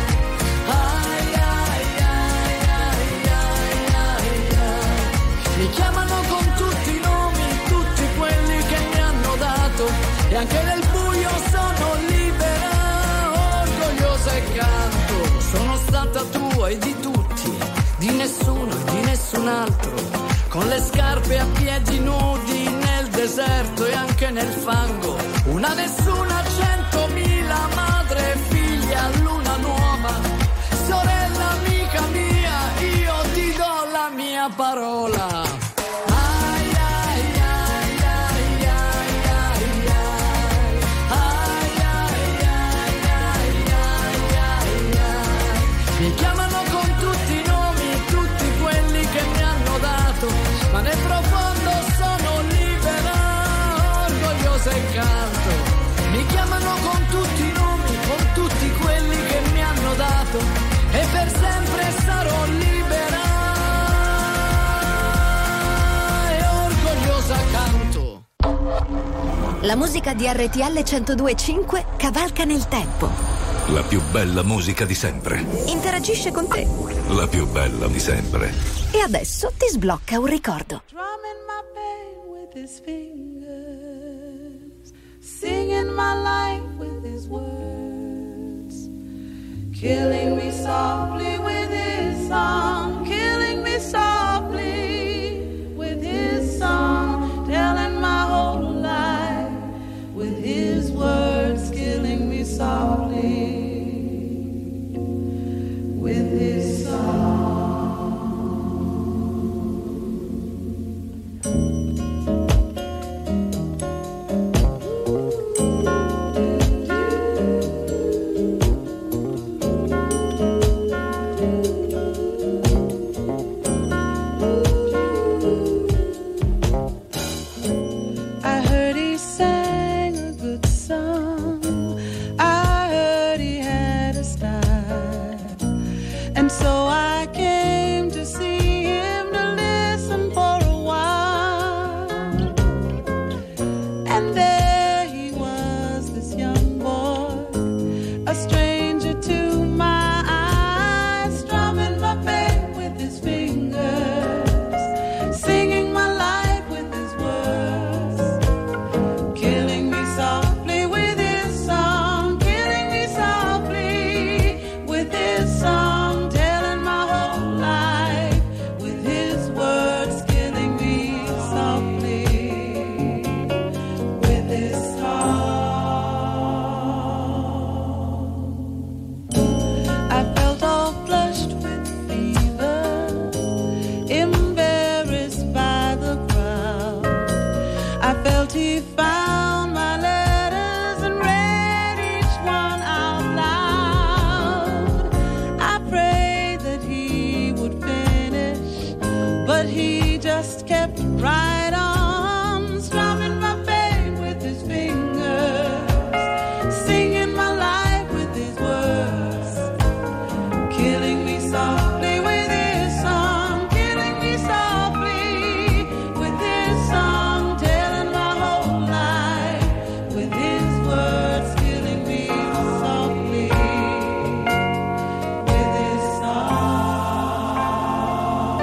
ai, ai, ai, ai, ai, ai. Mi chiamano con tutti i nomi, tutti quelli che mi hanno dato, e anche nel buio sono libera, orgogliosa e canto. Sono stata tua e di tutti, di nessuno e di nessun altro, con le scarpe a piedi nudi nel deserto e anche nel fango, una nessuna, centomila, madre e figlia, luna nuova, sorella amica mia, io ti do la mia parola. Mi chiamano con tutti i nomi, tutti quelli che mi hanno dato, ma nel profondo sono libera, orgogliosa e canto. Mi chiamano con tutti i nomi, con tutti quelli che mi hanno dato, e per sempre sarò libera e orgogliosa canto. La musica di R T L centodue e cinque cavalca nel tempo. La più bella musica di sempre. Interagisce con te. La più bella di sempre. E adesso ti sblocca un ricordo. Drumming my pain with his fingers, singing my life with his words, killing me softly with his song, killing me softly with his song, telling my whole life with his words, killing me softly with his song. I heard he sang a good song, I heard he had a style, and so I came to see him to listen for a while. And there he was, this young boy, a stranger to my eyes, strumming my pain with his fingers, singing my life with his words, killing me softly with his song, killing me softly with his song, telling my whole life with his words, killing me softly with his song. I felt all flushed with fever, embarrassed by the crowd. I felt he found my letters and read each one out loud. I prayed just kept right on strumming my pain with his fingers, singing my life with his words, killing me softly with his song, killing me softly with his song, telling my whole life with his words, killing me softly with his song.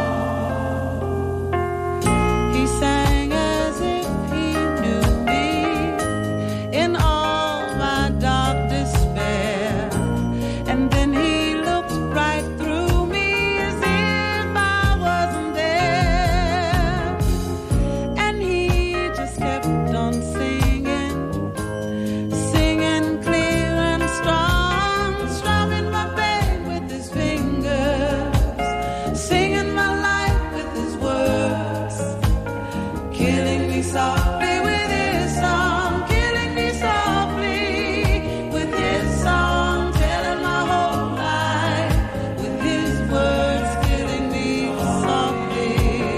He sang as if he knew me in all my dark despair, and then he looked right through me as if I wasn't there, and he just kept on singing, singing clear and strong, strumming my pain with his fingers, singing my life with his words, killing me softly with his song, killing me softly with his song, telling my whole life with his words, killing me softly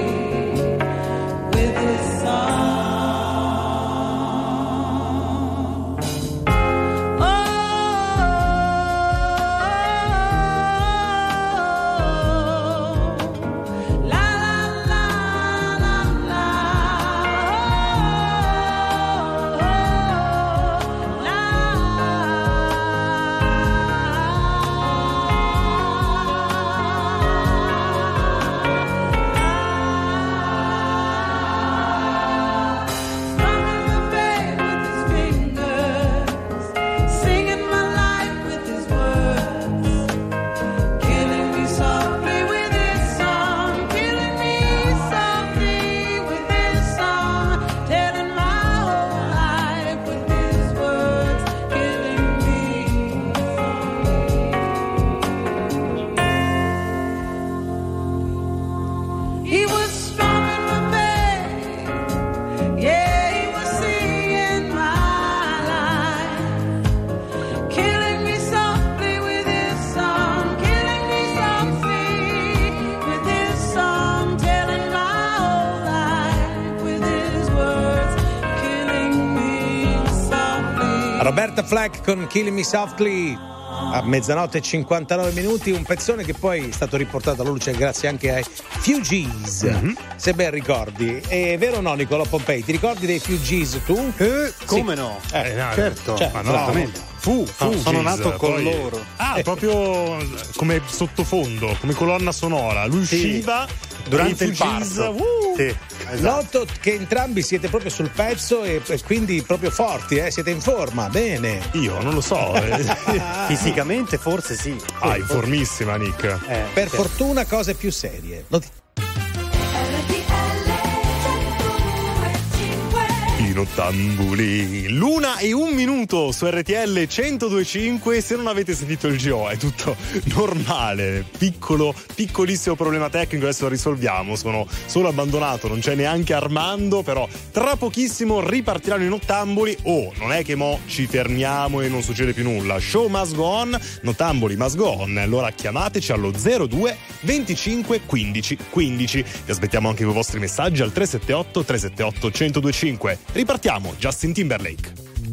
with his song. Oh, la la la la la, strumming my pain with his fingers, singing my life with his words, killing me softly with his song, killing me softly with his song, telling my whole life with his words, killing me softly. He was strumming my pain, yeah, he was singing my life, killing me softly with his song, killing me softly with his song, telling my whole life with his words, killing me softly. Roberta Flack con Killing Me Softly a mezzanotte e cinquantanove minuti, un pezzone che poi è stato riportato alla luce grazie anche ai Fugees, Mhm. se ben ricordi. È vero o no, Nicola Pompei? Ti ricordi dei Fugees tu? Eh, come Sì. no? Eh, no, certo, certo. Ma no, assolutamente. fu, fu No, sono Giz, nato con poi- loro. Ah, proprio come sottofondo, come colonna sonora. Lui Sì. usciva Durante e i il Fugees, parto. uh, Sì, esatto. Noto che entrambi siete proprio sul pezzo e, e quindi proprio forti, eh? Siete in forma, bene. Io non lo so. eh. Fisicamente forse sì. Ah, informissima, Nick. Eh, Per sì. fortuna cose più serie. Lo dico. I nottambuli. L'una e un minuto su R T L centodue e cinque. Se non avete sentito il G O è tutto normale. Piccolo, piccolissimo problema tecnico, adesso lo risolviamo. Sono solo abbandonato, non c'è neanche Armando. Però tra pochissimo ripartiranno i nottambuli. Oh, non è che mo ci fermiamo e non succede più nulla. Show must go on, nottambuli must go on. Allora chiamateci allo zero due venticinque quindici quindici. Vi aspettiamo anche con i vostri messaggi al tre sette otto tre sette otto centodue e cinque. Ripartiamo, Justin Timberlake.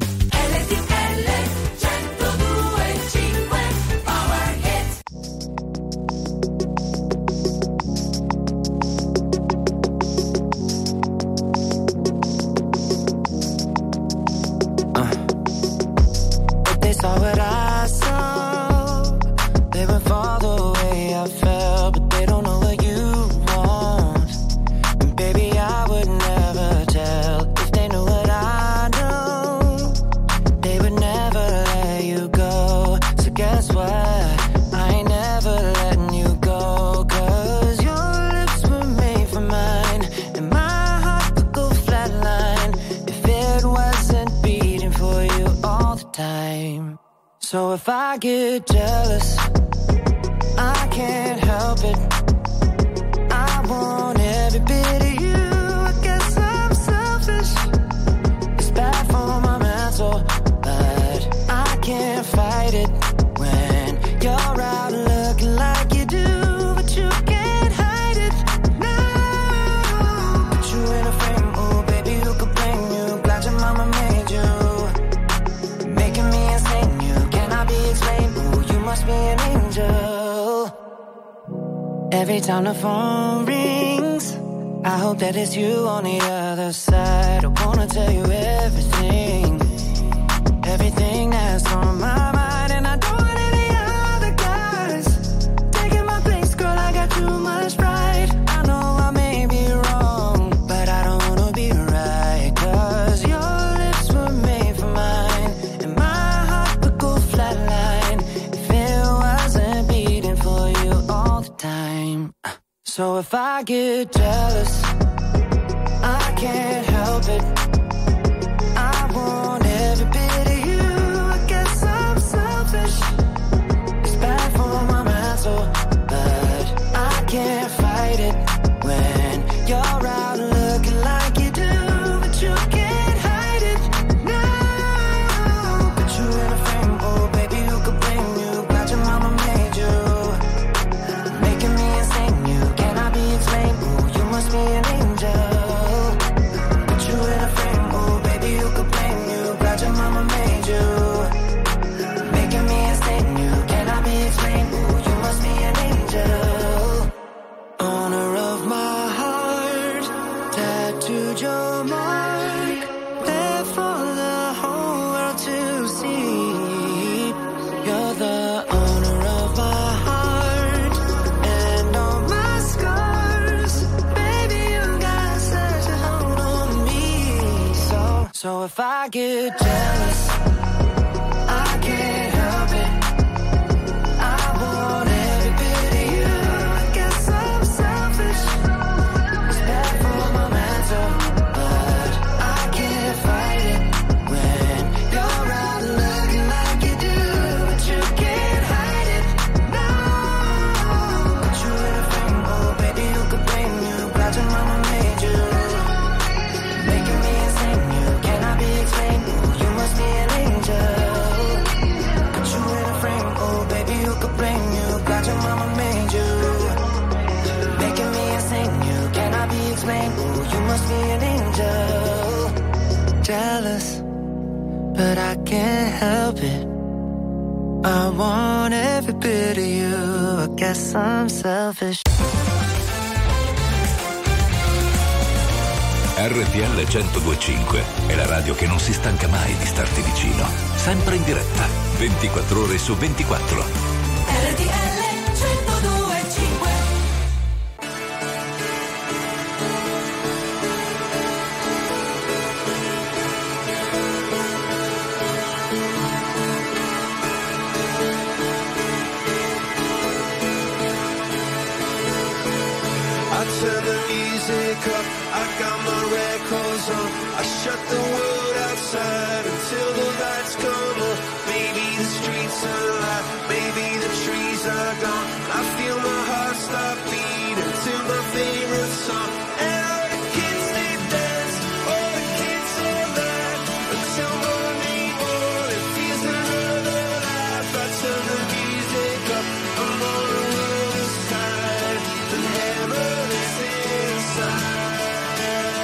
They saw what I saw. They would fall the way I felt, but they don't know what you want. And baby, I would never tell if they knew what I know. They would never let you go. So guess what? I ain't never letting you go. 'Cause your lips were made for mine, and my heart would go flatline if it wasn't beating for you all the time. So if I get jealous, I can't help it. I want every bit of you. I guess I'm selfish. It's bad for my mental, but I can't fight it when you're out looking like you do, but you can't hide it. No, Every time the phone rings, I hope that it's you on the other side. I wanna tell you everything, everything that's on my mind. And I don't want any other guys taking my place, girl, I got too much pride. I know I may be wrong, but I don't wanna be right. Cause your lips were made for mine, and my heart would go flatline if it wasn't beating for you all the time. So if I get jealous, I can't help it. I want every bit of you. I guess I'm selfish. It's bad for my mental, but I can't fight it when you're out looking like you do. But you can't hide it now. Put you in a frame, oh baby, who could blame you? Glad your mama made you, making me insane. You cannot be explained. Ooh, you must be an angel. Put you in a frame, oh baby, who could blame you? Glad your mama made you, making me insane. You cannot be explained. Ooh, you must be an angel. Owner of my heart, tattooed your mark, there for the whole world to see. You're the owner of my heart and all my scars. Baby, you got such a hold on me. So, so if I get jealous, I can't help it. I want every bit of you. I guess I'm selfish. It's bad for my mental, but I can't fight it when you're out looking like you do. But you can't hide it now. Put you in a frame, oh baby, who could blame you? Glad your mama made you, making me insane. You cannot be explained. Ooh, you must be an angel. Put you in a frame, oh baby, who could blame you? Glad your mama made you, making me insane. You cannot be explained. Ooh, you must be an angel. Jealous, but I can't help it. I want every bit of you. I guess I'm selfish. R T L centodue e cinque è la radio che non si stanca mai di starti vicino. Sempre in diretta, ventiquattro ore su ventiquattro. R T L centodue e cinque. I turn the music up, I got my records on. I shut the world outside until the lights come on. Maybe the streets are alive, maybe the trees are gone. I feel my heart stop beating to my favorite song. And all the kids they dance, all the kids all night until morning, morning feels another life. I turn the music up, I'm on the other side. The hammer is inside.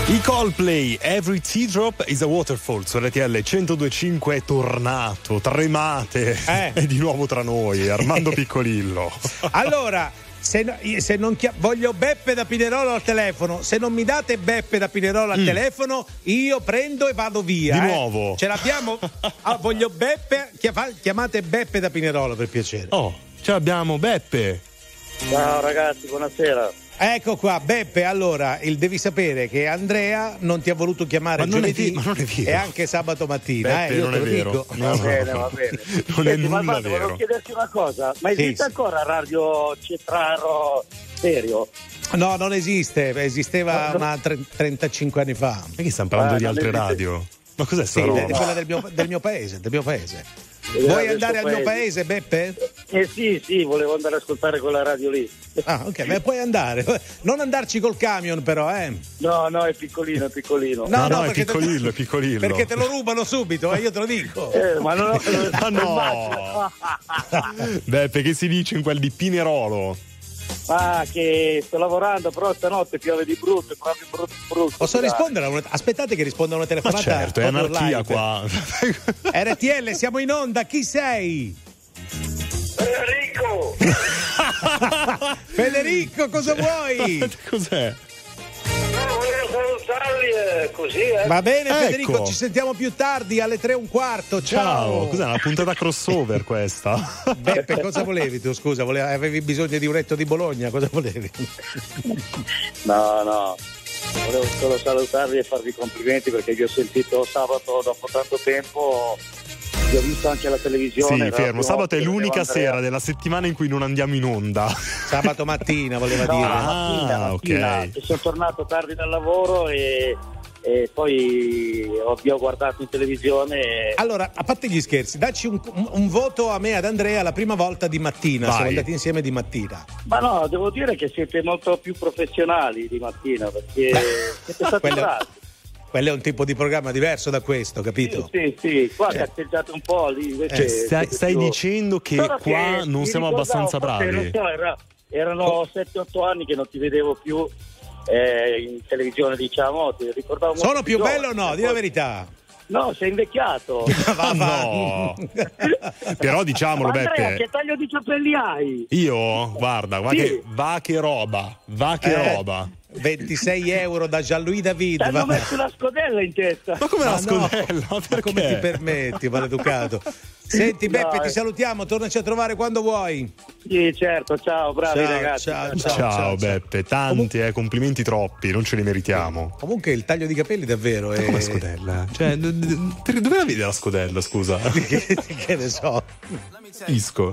I Coldplay, Every Teardrop is a Waterfall su R T L centodue e cinque è tornato, tremate, Eh. è di nuovo tra noi, Armando Piccolillo. Allora, se, no- se non chia- voglio Beppe da Pinerolo al telefono, se non mi date Beppe da Pinerolo al Mm. telefono, io prendo e vado via. Di eh. nuovo? Ce l'abbiamo? Ah, voglio Beppe, chia- chiamate Beppe da Pinerolo per piacere. Oh, ce l'abbiamo, Beppe. Ciao ragazzi, buonasera. Ecco qua, Beppe, allora, il devi sapere che Andrea non ti ha voluto chiamare Ma non è giovedì vi- ma non è vero. e anche sabato mattina. Beppe, eh, io non te è lo vero. dico. No, Va no, bene, no. va bene. Non è Senti, ma nulla guarda, volevo vero. chiederti una cosa, ma Sì, esiste sì. ancora Radio Cetraro Stereo? No, non esiste, esisteva una tre- trentacinque anni fa. Perché stiamo parlando Ah, di non altre esiste. radio? Ma cos'è sta Sì, roba? di quella del mio, del mio paese, del mio paese. Del Vuoi del andare al suo mio paese, Beppe? Eh sì, sì, volevo andare ad ascoltare quella radio lì. Ah, ok, ma puoi andare. Non andarci col camion, però, eh. No, no, è piccolino, è piccolino. No, no, è perché te- piccolillo, è piccolillo. Perché te lo rubano subito, eh, io te lo dico. Eh, ma non ho Ah no! Beppe, che si dice in quel di Pinerolo? Ah, che sto lavorando, però stanotte piove di brutto, è proprio brutto, brutto. Posso Dai. rispondere a una... Aspettate che risponda a una Ma telefonata. certo, è proprio anarchia live. qua. R T L, siamo in onda, chi sei? Federico! Federico, cosa vuoi? Cos'è? No, volevo salutarli eh, così, eh. Va bene, Ecco. Federico, ci sentiamo più tardi alle tre e un quarto. Ciao. Ciao, cos'è una puntata crossover questa? Beppe, cosa volevi tu? Scusa, volevi- avevi bisogno di un retto di Bologna? Cosa volevi? No, no. Volevo solo salutarvi e farvi complimenti perché vi ho sentito sabato dopo tanto tempo. Vi ho visto anche alla televisione. Sì, era fermo. la prima Sabato è volta che l'unica vedevo Andrea. sera della settimana in cui non andiamo in onda. Sabato mattina voleva No, dire. la mattina, Ah, mattina, ok. che sono tornato tardi dal lavoro e, e poi ho, vi ho guardato in televisione. E... Allora, a parte gli scherzi, dacci un, un- un voto a me e ad Andrea la prima volta di mattina. Vai. Siamo andati insieme di mattina. Ma no, devo dire che siete molto più professionali di mattina perché siete stati Quello- bravi. Quello è un tipo di programma diverso da questo, capito? Sì, sì, qua cazzeggiate un po' lì invece. Eh, Stai, siete stai più- dicendo che Solo qua non mi siamo ricordavo, abbastanza forse, bravi? non so, era- erano sette otto anni che non ti vedevo più eh, in televisione, diciamo. Ti ricordavo molto Sono più giovane. bello o no? Di la verità. No, sei invecchiato. Va, va. No. Però diciamolo, Ma Andrea, Beppe. che taglio di capelli hai? Io, guarda, va, Sì. che, va che roba, va che Eh, roba. ventisei euro da Jean-Louis David. Ti hanno va. messo una scodella in testa. Ma come Ma la no, scodella? ma Perché? come ti permetti, maleducato? Senti, Beppe, No, ti eh. salutiamo, tornaci a trovare quando vuoi. Sì, certo, ciao, bravi Ciao, ragazzi. ciao, Ciao, ciao, ciao. Beppe, tanti, eh, complimenti troppi, non ce li meritiamo. Comunque il taglio di capelli davvero è... Come la scodella? Cioè, d- d- per- dove la vedi la scodella, scusa? che ne so. Isco.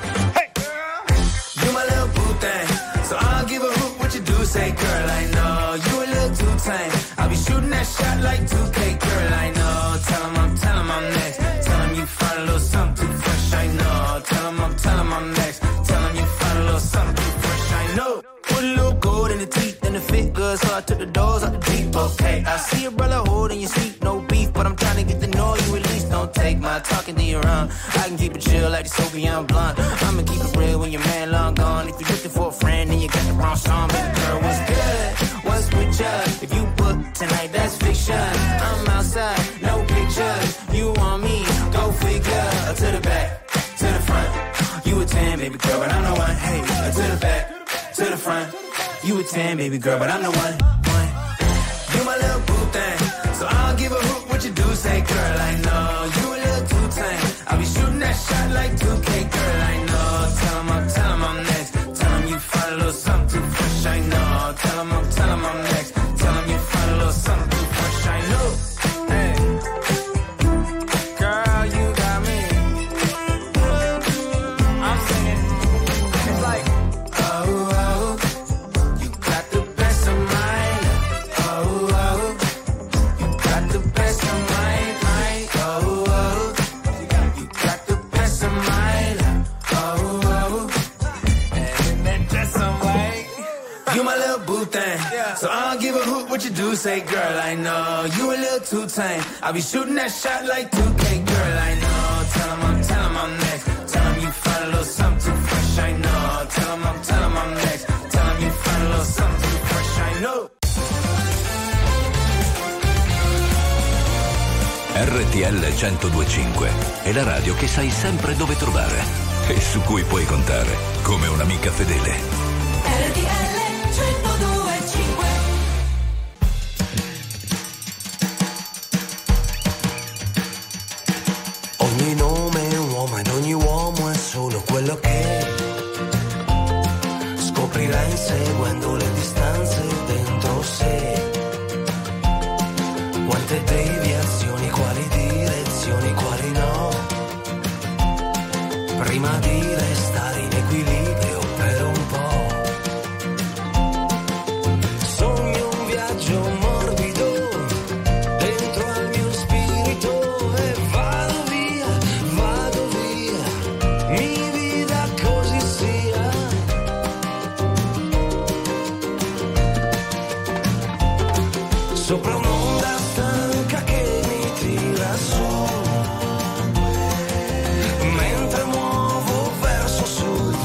You my little boo thing, so I'll give a hoot what you do. Say, girl, I know you a little too tame. I'll be shooting that shot like two K, girl, I know. Tell 'em I'm, tell 'em I'm next. Tell 'em you find a little something too fresh, I know. Tell 'em I'm, tell 'em I'm next. Tell 'em you find a little something too fresh, I know. Put a little gold in the teeth and it fit good, so I took the doors out the deep. Okay, I see a brother holding your seat, no beef, but I'm trying to get to know you at least. Don't take my talking to your own. I can keep it chill like the Soviet blunt. I'ma keep it real when your man long gone. If you're looking for a friend and you got the wrong song, baby girl, what's good? What's with you? If you book tonight, that's fiction. I'm outside, no pictures. You want me? Go figure. To the back, to the front. You a ten, baby girl, but I'm the one. Hey, to the back, to the front. You a ten, baby girl, but I'm the one. one. You my little boo thing, so I'll give a hoot what you do. Say, girl, I know you a little too tame. I'll be shooting that shot like two K, girl, I know. Tell 'em I'm, tell 'em I'm next. Tell 'em you find a little something too fresh, I know. Tell 'em I'm, tell 'em I'm next. Tell 'em you find a little something too fresh, I know. Hey, girl, you got me. I'm singing. It's like, oh, oh, you got the best of mine. Oh, oh, you got the best of mine. I, oh, oh, you got the best of mine. Oh, oh, and then that's some way. You my little boo thing, so I don't give a hoot what you do. Say, girl, I know you a little too tame. I'll be shooting that shot like two K, girl, I know. Tell 'em I'm, tell 'em I'm next. Tell 'em you find a little something too fresh, I know. Tell 'em I'm, tell 'em I'm next. Tell 'em you find a little something too fresh, I know. R T L centodue e cinque è la radio che sai sempre dove trovare e su cui puoi contare come un'amica fedele. R T L centodue e cinque. Ogni nome è un uomo ed ogni uomo è solo quello che è. Scoprirà inseguendo le distanze dentro sé. Quante deviazioni, quali direzioni, quali no. Prima di restare in equilibrio per un po'. Sogno un viaggio morbido dentro al mio spirito e vado via, vado via, mi vida così sia. Sopra un'onda stanca che mi tira su, mentre muovo verso sud.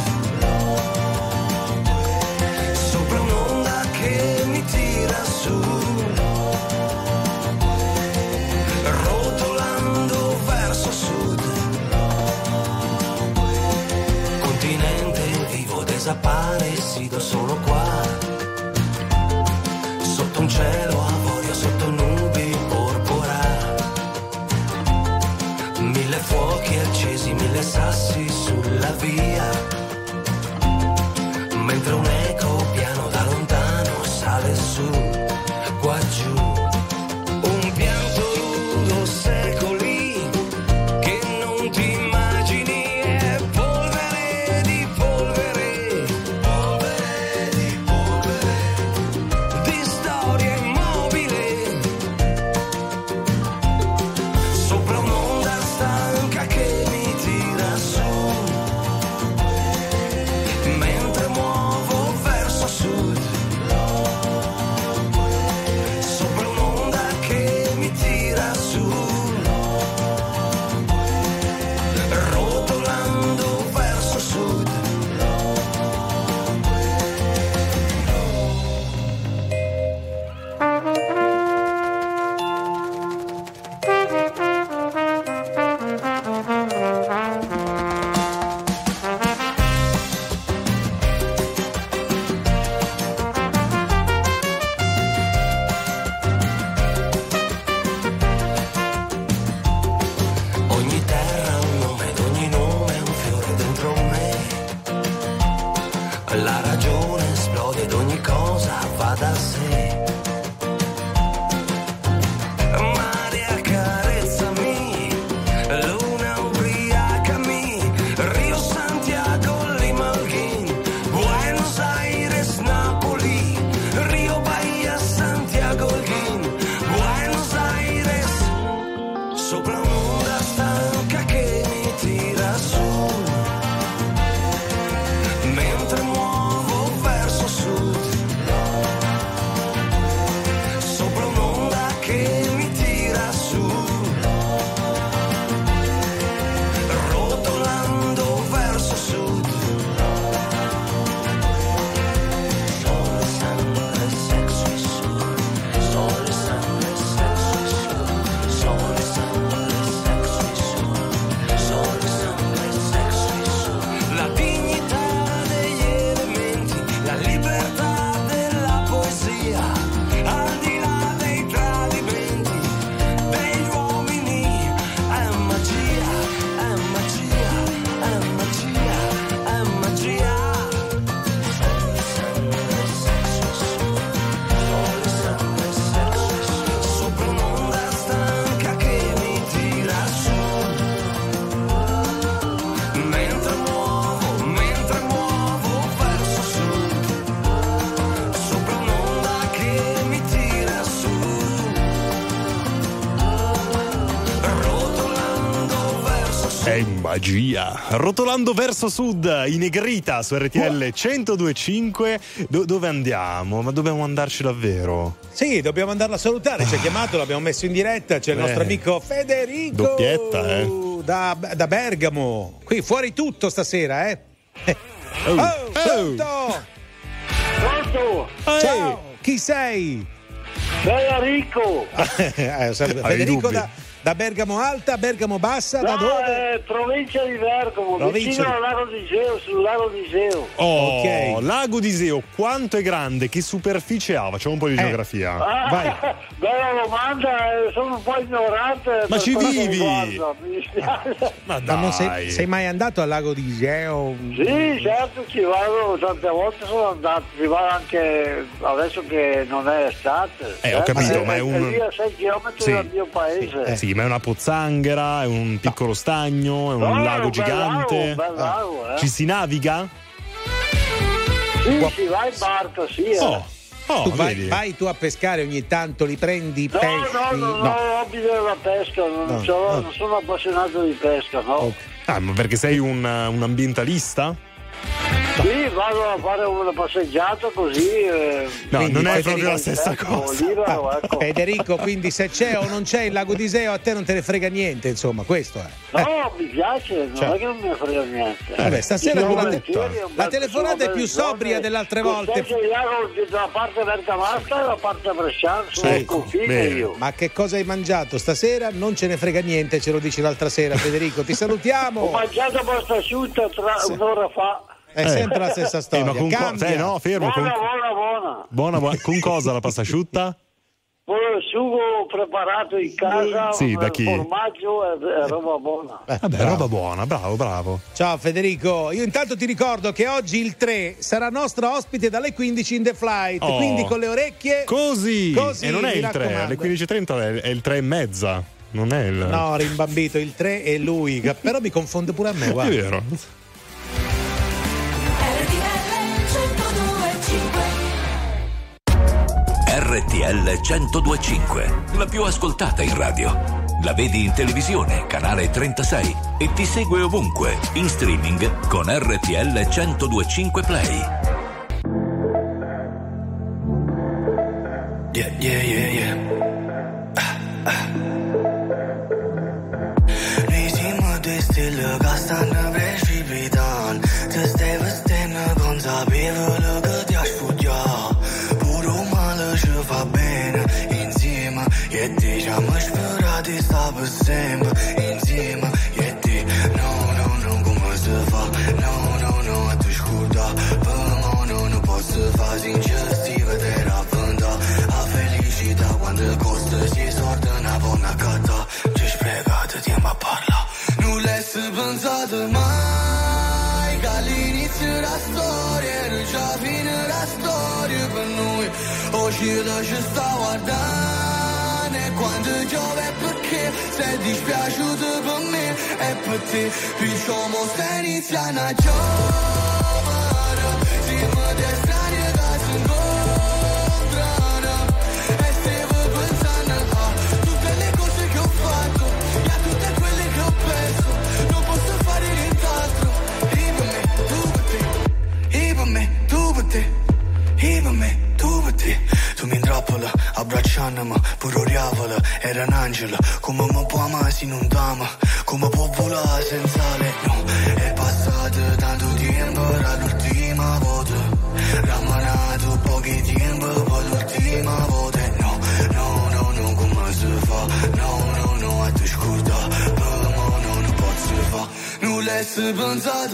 Sopra un'onda che mi tira su, rotolando verso sud. Continente vivo, desaparecido, sono qua. Sotto un cielo avorio, sotto nubi porpora. Mille fuochi accesi, mille sassi sulla via. Mentre un eco piano da lontano sale su, qua giù. Un pianto lungo secoli che non ti immagini, è polvere di polvere, polvere di polvere, di storia immobile. Sopra un'onda stanca che mi tira su, mentre muovo verso sud. Sopra un'onda che mi tira su, rotolando verso sud. Ogni terra ha un nome ed ogni nome è un fiore dentro me. La ragione esplode ed ogni cosa va da sé. Mare accarezzami, luna ubriacami, Rio Santiago, Lima Holguín, Buenos Aires, Napoli, Rio Bahia, Santiago Holguín, Buenos Aires. Sopra un'onda stanca che mi tira su, mentre muovo verso sud. Sopra un'onda che mi tira su, rotolando verso sud. Sole, sangue, sexo e sud. Sole, sangue, sexo e sud. Sole, sangue, sexo e sud. Sole, sangue, sexo e sud. La dignità degli elementi, la libertà della poesia, al di là dei tradimenti degli uomini. È magia, è magia, è magia, è magia. Sole, sangue, sexo e sud. Sole, sangue, sexo e sud. Sopra un'onda stanca che mi tira su, mentre muovo, mentre muovo verso sud. Sopra un'onda che mi tira su, rotolando verso sud. È magia. Rotolando verso sud, in negrita su R T L centodue e cinque. Do- dove andiamo? Ma dobbiamo andarci davvero? Sì, dobbiamo andarlo a salutare. Ci ha chiamato, l'abbiamo messo in diretta. C'è il Eh. nostro amico Federico. Doppietta, eh. Da, da Bergamo. Qui fuori tutto stasera, eh. Oh. Oh, pronto? Pronto? Ciao, chi sei? Sei Enrico. Eh, salve- Hai Federico dubbi? da, Da Bergamo Alta, Bergamo Bassa, da No, dove? è provincia di Bergamo, Provincia vicino di- al lago di Iseo, sul lago di Iseo. Oh, Ok. Lago di Iseo, quanto è grande? Che superficie ha? Facciamo un po' di Eh. geografia. Ah, bella domanda, eh, sono un po' ignorante. Ma per ci quello che vivi? riguarda, mi dispiace. Ma Ma dai. non sei, sei mai andato al lago di Iseo? Sì, certo, ci vado, tante volte sono andato, ci vado anche adesso che non è estate. Eh, ho certo, capito, ma è è un- lì a sei chilometri Sì. dal mio paese. Eh, sì, ma è una pozzanghera, è un piccolo stagno, è un No, lago un bel gigante. lago, un bel lago, eh. Ci si naviga? Sì, si va in barca, sì. eh. Oh, oh, tu vai, vedi? vai tu a pescare ogni tanto, li prendi No, pesci? no, no, no, ho hobby della pesca, non, No, sono, no. non sono appassionato di pesca, no. Ah, ma perché sei un, un ambientalista? Sì, vado a fare una passeggiata così. eh, No, Quindi non è poi proprio la devi- stessa ecco, cosa. libero, ecco. Federico, quindi se c'è o non c'è il lago di Iseo, a te non te ne frega niente, insomma, questo è. No, mi piace, non Cioè. è che non mi frega niente. Vabbè, stasera Io durante- volentieri, un la bel- telefonata sono è più belle sobria zone, delle altre con volte. stesso il lago dalla parte bergamasca e la parte bresciana, sono il confine io. Ma che cosa hai mangiato stasera? Non ce ne frega niente, ce lo dici l'altra sera, Federico. Ti Ho salutiamo. mangiato pasta asciutta tra un'ora fa. È Eh. sempre la stessa storia. Eh, ma con co- Cambia. eh, no, fermo. Buona, Con, buona, buona. buona, buona. Con cosa la pasta asciutta? Con il sugo preparato in casa, Sì, da il chi? formaggio e, e roba buona. Eh, Vabbè, bravo. roba buona, bravo, bravo. Ciao Federico, io intanto ti ricordo che oggi il tre sarà nostra ospite dalle quindici in The Flight, Oh. quindi con le orecchie Così! Così, e non è mi il tre, raccomando. alle quindici e trenta è, è il tre e mezza. Non è il. No, rimbambito, il tre è lui, che- però mi confonde pure a me, È guarda. vero. R T L centodue e cinque, la più ascoltata in radio. La vedi in televisione, canale trentasei, e ti segue ovunque, in streaming con R T L centodue e cinque Play. Yeah, yeah, yeah, yeah. Rejimul de stil ca stană precipitant. Te stai vestendo consapevolă că te-aș fugia. Pur umană și fa bene insieme. E deja mă spera de sta per sempre insieme. E te, no, no, no, come se fa? No, no, no, tu scorda. Per mo no, non posso fa sinceristica te raffronta. A felicità quando costa si sorda una buona cata. Ci spiegato tempo a parla. Non l'hai pensato mai che all'inizio la storia era già fine la storia per noi. Oggi la ci sta guardando e quando piove è perché sei dispiaciuto per me e per te. Diciamo stai iniziando a giovere, siamo dei strani che si incontrano e stavo pensando a tutte le cose che ho fatto e a tutte quelle che ho perso. Non posso fare nient'altro. E per me, tu per te. E per me, tu per te. E per me, tu per te. Tu mi intrappola, abbracciandomi, pure oriavola. Era un angelo, come mi può amare se non t'ama. Come può volare senza lei, no. È passato tanto tempo, era l'ultima volta. Rammanato pochi tempo, poi l'ultima volta. No, no, no, no, come si fa? No, no, no, a te scorda. Per mo no, non posso fa. Non l'hai pensato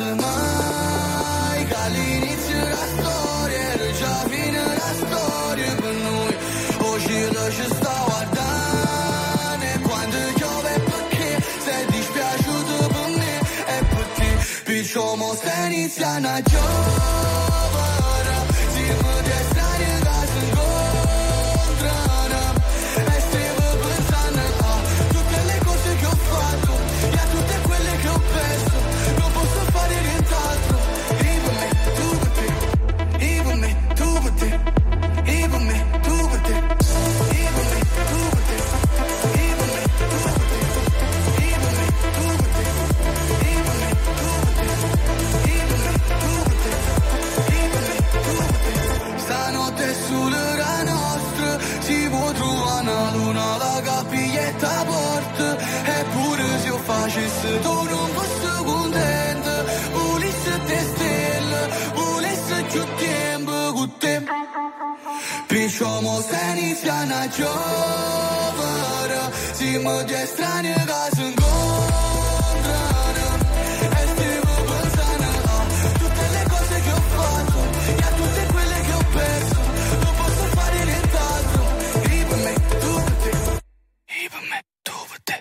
mai che all'inizio la storia era già fine la storia per noi. Oggi la ci sta guardando e quando piove è perché sei dispiaciuto per me e per te. Perciò mo stai iniziando a giovere, siamo dei strani che si incontrano e stavo pensando a tutte le cose che ho fatto e a tutte quelle che ho perso. Non posso fare nient'altro. E per me, tu per te. E per me, tu per te. E per me, tu per te. E per me, tu per te. E per me, tu per te. E per me, tu per te. E per me, tu per te. E per me, tu per te. E per me, tu per te. Stanotte è sull'ora nostra, si può trovare una luna, la capiglietta a porta. Eppure se io facessi tu non fossi contento. Volessi te stelle, volessi più tempo con te. Perciò mo stai iniziando a giovere, siamo già estranei che si incontrano e stiamo pensando a tutte le cose che ho fatto e a tutte quelle che ho perso. Non posso fare nient'altro. Io per me, tu per te. Io per me, tu per te.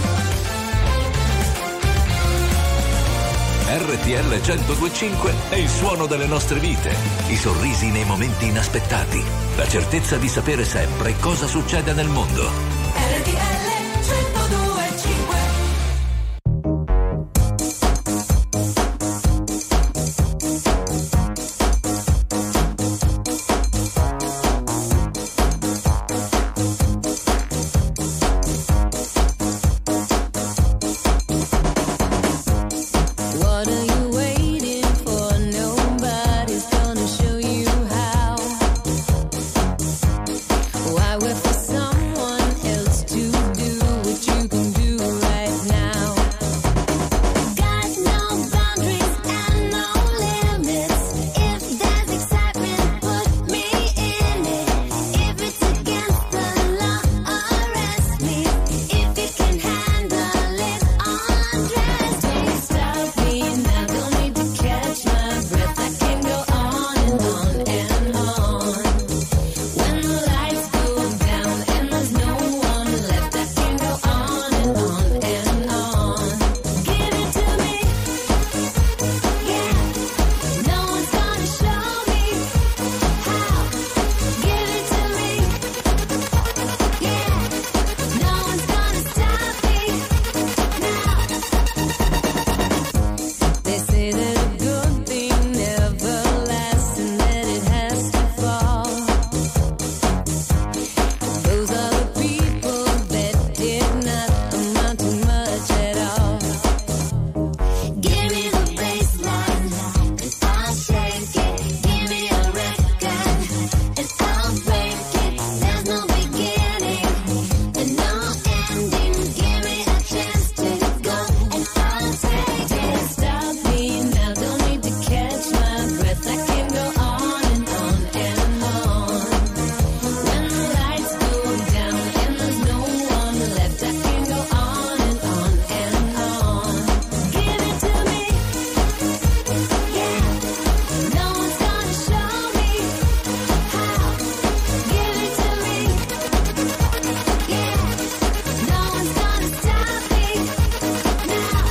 R T L centodue e cinque è il suono delle nostre vite, i sorrisi nei momenti inaspettati, la certezza di sapere sempre cosa succede nel mondo. R T L centodue e cinque. What are you waiting for? Nobody's gonna show you how. Why wait for someone else to do what you can do right now? Got no boundaries and no limits. If there's excitement, put me in it. If it's against the law, arrest me. If you can handle it, undress me. Stop me now, don't need to catch my breath. I can go on and on and on. When the lights go down and there's no one left, I can go on and on and on. Give it to me, yeah. No one's gonna show me how. Give it to me, yeah. No one's gonna stop me now. They say that a good thing never lasts and that it has to fall. Those are the people that did not amount to much at all. Give me the baseline, and I'll shake it. Give me a record, and I'll break it. There's no beginning and no ending. Give me a chance to go, and I'll take it. Stop me now, don't need to catch my breath. I can go on and on and on. When the lights go down and there's no one left, I can go on and on and on. Give it to me, yeah. No one's gonna show me how. Give it to me, yeah. No one's gonna stop me now.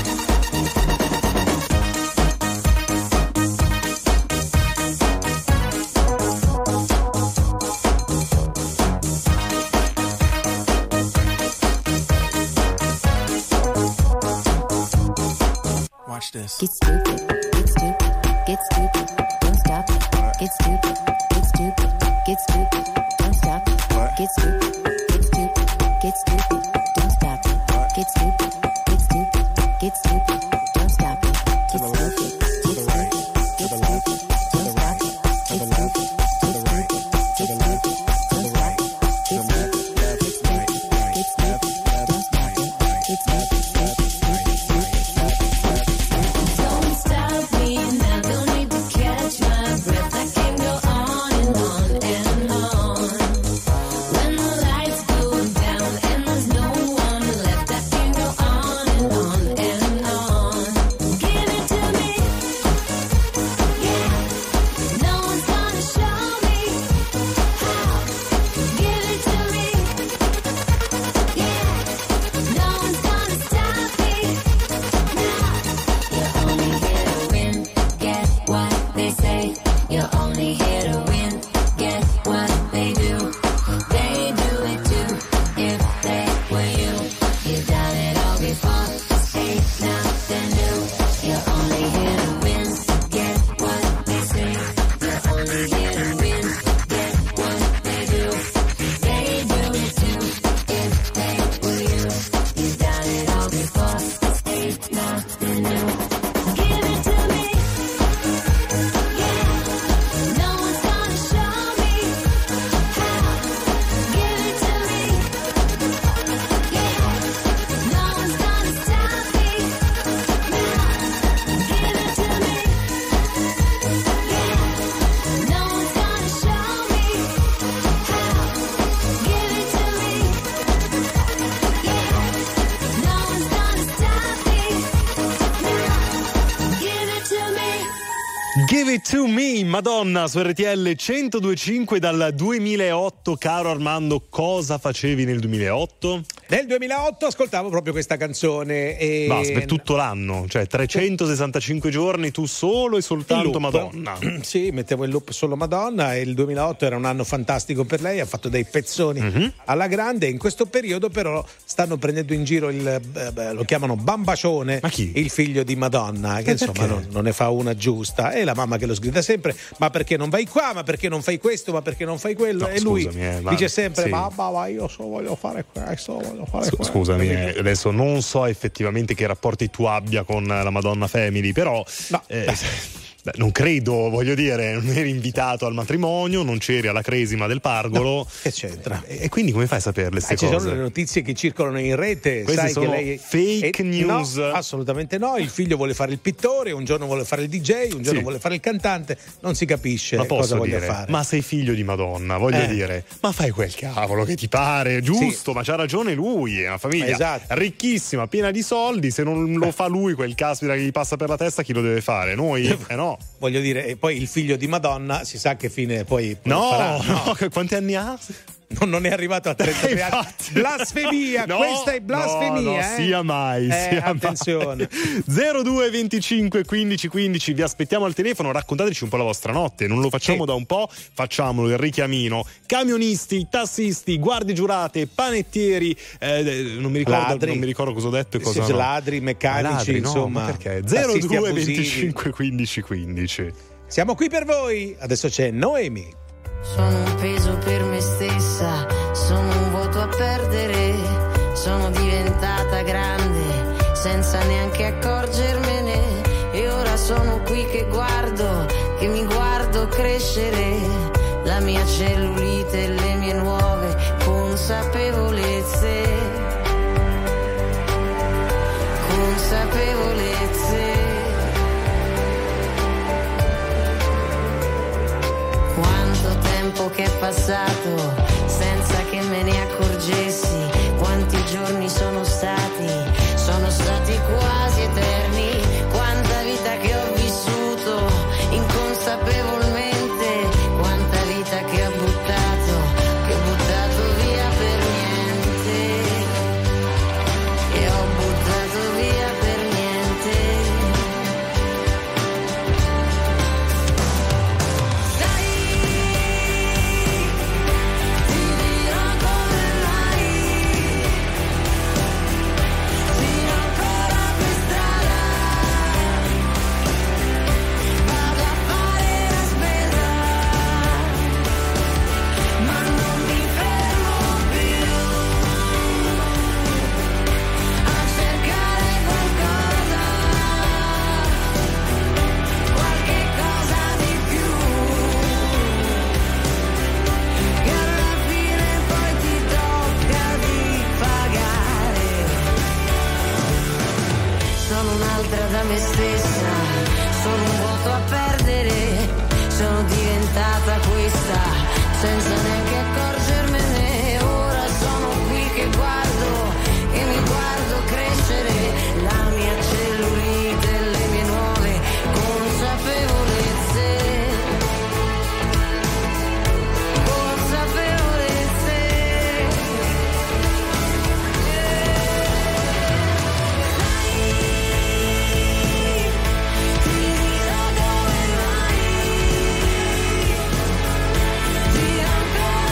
Watch this. Get stupid, get stupid, get stupid, don't stop it. Get stupid, get stupid, get stupid, don't stop it. Get stupid, get stupid, get stupid, don't stop it. Get stupid, get stupid, get stupid, don't stop it. Get stupid, get stupid, get stupid, don't stop it. Get stupid, get stupid, get stupid, don't stop it. Get stupid, get stupid, get stupid, don't stop it. Get stupid, stupid, stupid, stupid, stupid. Don't stop me now, don't need to catch my breath. I can go on and on and on. When the lights go down and Give It To Me, Madonna, su R T L centodue e cinque dal duemilaotto. Caro Armando, cosa facevi nel duemilaotto? Nel duemilaotto ascoltavo proprio questa canzone e... Basta, per tutto l'anno, cioè trecentosessantacinque giorni tu solo e soltanto Madonna. Sì, mettevo in loop solo Madonna e il duemilaotto era un anno fantastico per lei, ha fatto dei pezzoni Mm-hmm. alla grande. In questo periodo però stanno prendendo in giro il, eh, lo chiamano Bambacione, il figlio di Madonna, che Ma insomma perché? non, non ne fa una giusta, e la mamma che lo sgrida sempre: ma perché non vai qua, ma perché non fai questo, ma perché non fai quello? No, e lui scusami, eh, ma- dice sempre: sì. mamma, ma io so, voglio fare questo, voglio fare S- questo. Scusami, eh, adesso non so effettivamente che rapporti tu abbia con la Madonna Family, però eh, beh, non credo, voglio dire, non eri invitato al matrimonio, non c'eri alla cresima del Pargolo. Che c'entra? E, e quindi come fai a saperle queste Eh, ci cose? sono le notizie che circolano in rete. Queste sai sono che lei fake e- news. No, assolutamente no. Il figlio vuole fare il pittore, un giorno vuole fare il D J, un giorno Sì. vuole fare il cantante. Non si capisce Ma cosa posso voglia dire, fare. ma sei figlio di Madonna, voglio Eh. dire, ma fai quel cavolo che ti pare, giusto, ma c'ha ragione lui, è una famiglia Esatto. ricchissima, piena di soldi, se non lo fa lui quel caspita che gli passa per la testa, chi lo deve fare? Noi? Eh no. Voglio dire, e poi il figlio di Madonna si sa che fine poi, poi No, farà. no, che- quanti anni ha? Non, non è arrivato a trentatré anni. Blasfemia, No, questa è blasfemia. no, no, eh. sia mai, Eh, sia attenzione. mai. zero due venticinque quindici quindici, vi aspettiamo al telefono, raccontateci un po' la vostra notte, non lo facciamo Sì. da un po', facciamolo il richiamino. Camionisti, tassisti, guardie giurate, panettieri, eh, non mi ricordo, Ladri. non mi ricordo cosa ho detto e cosa Sì, no. ladri, meccanici, Ladri, no, insomma, ma perché? tassisti zero due abusivi. venticinque quindici quindici. Siamo qui per voi. Adesso c'è Noemi. Sono un peso per me stessa, sono un voto a perdere, sono diventata grande senza neanche accorgermene e ora sono qui che guardo, che mi guardo crescere, la mia cellulite e le mie nuove consapevolezze, consapevolezze. Quanto tempo che è passato senza che me ne accorgessi, quanti giorni sono stati, sono stati quasi eterni, quanta vita che ho vissuto inconsapevolmente, quanta vita che ho buttato, che ho buttato via per niente, e ho buttato via per niente. Sono un'altra da me stessa, sono un vuoto a perdere, sono diventata questa senza neanche accorgermene, ora sono qui che guardo, che mi guardo crescere, la mia cellulite e le mie nuove consapevolezze, consapevolezze. Gira ancora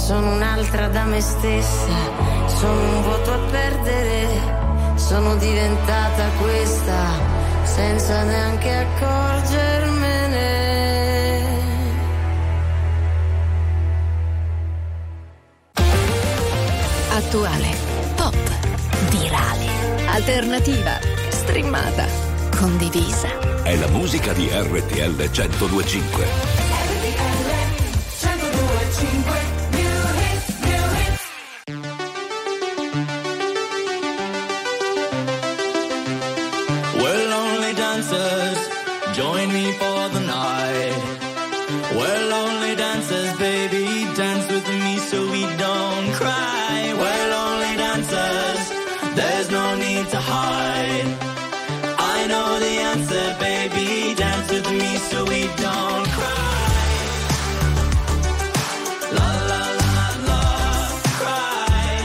sono un'altra da me stessa, sono un vuoto a perdere, sono diventata questa senza neanche accorgermene. Attuale, pop, virale, alternativa, streamata, condivisa. È la musica di R T L centodue e cinque. Well, only dancers, join me for the night. Well, only dancers, baby, dance with me so we don't cry. Well, only dancers, there's no need to hide. I know the answer, baby, dance with me so we don't cry. La la la la, cry.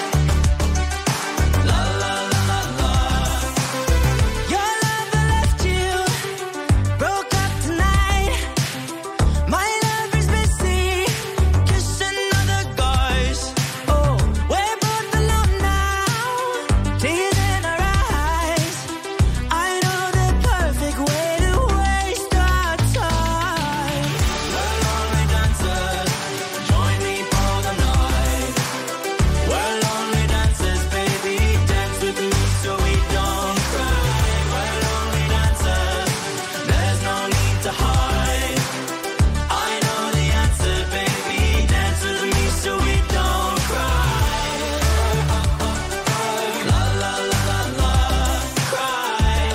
La la la la. Your love left you, broke up tonight. My love is busy, kissing other guys. Oh, we're both alone now, tears in our eyes. I know the perfect way to waste our time. Well, only dancers, join me for the night. Well, only dancers, baby, dance with me so we don't cry. Well, only dancers, there's no need to hide. I know the answer, baby, dance with me so we don't cry. La la la la la, cry.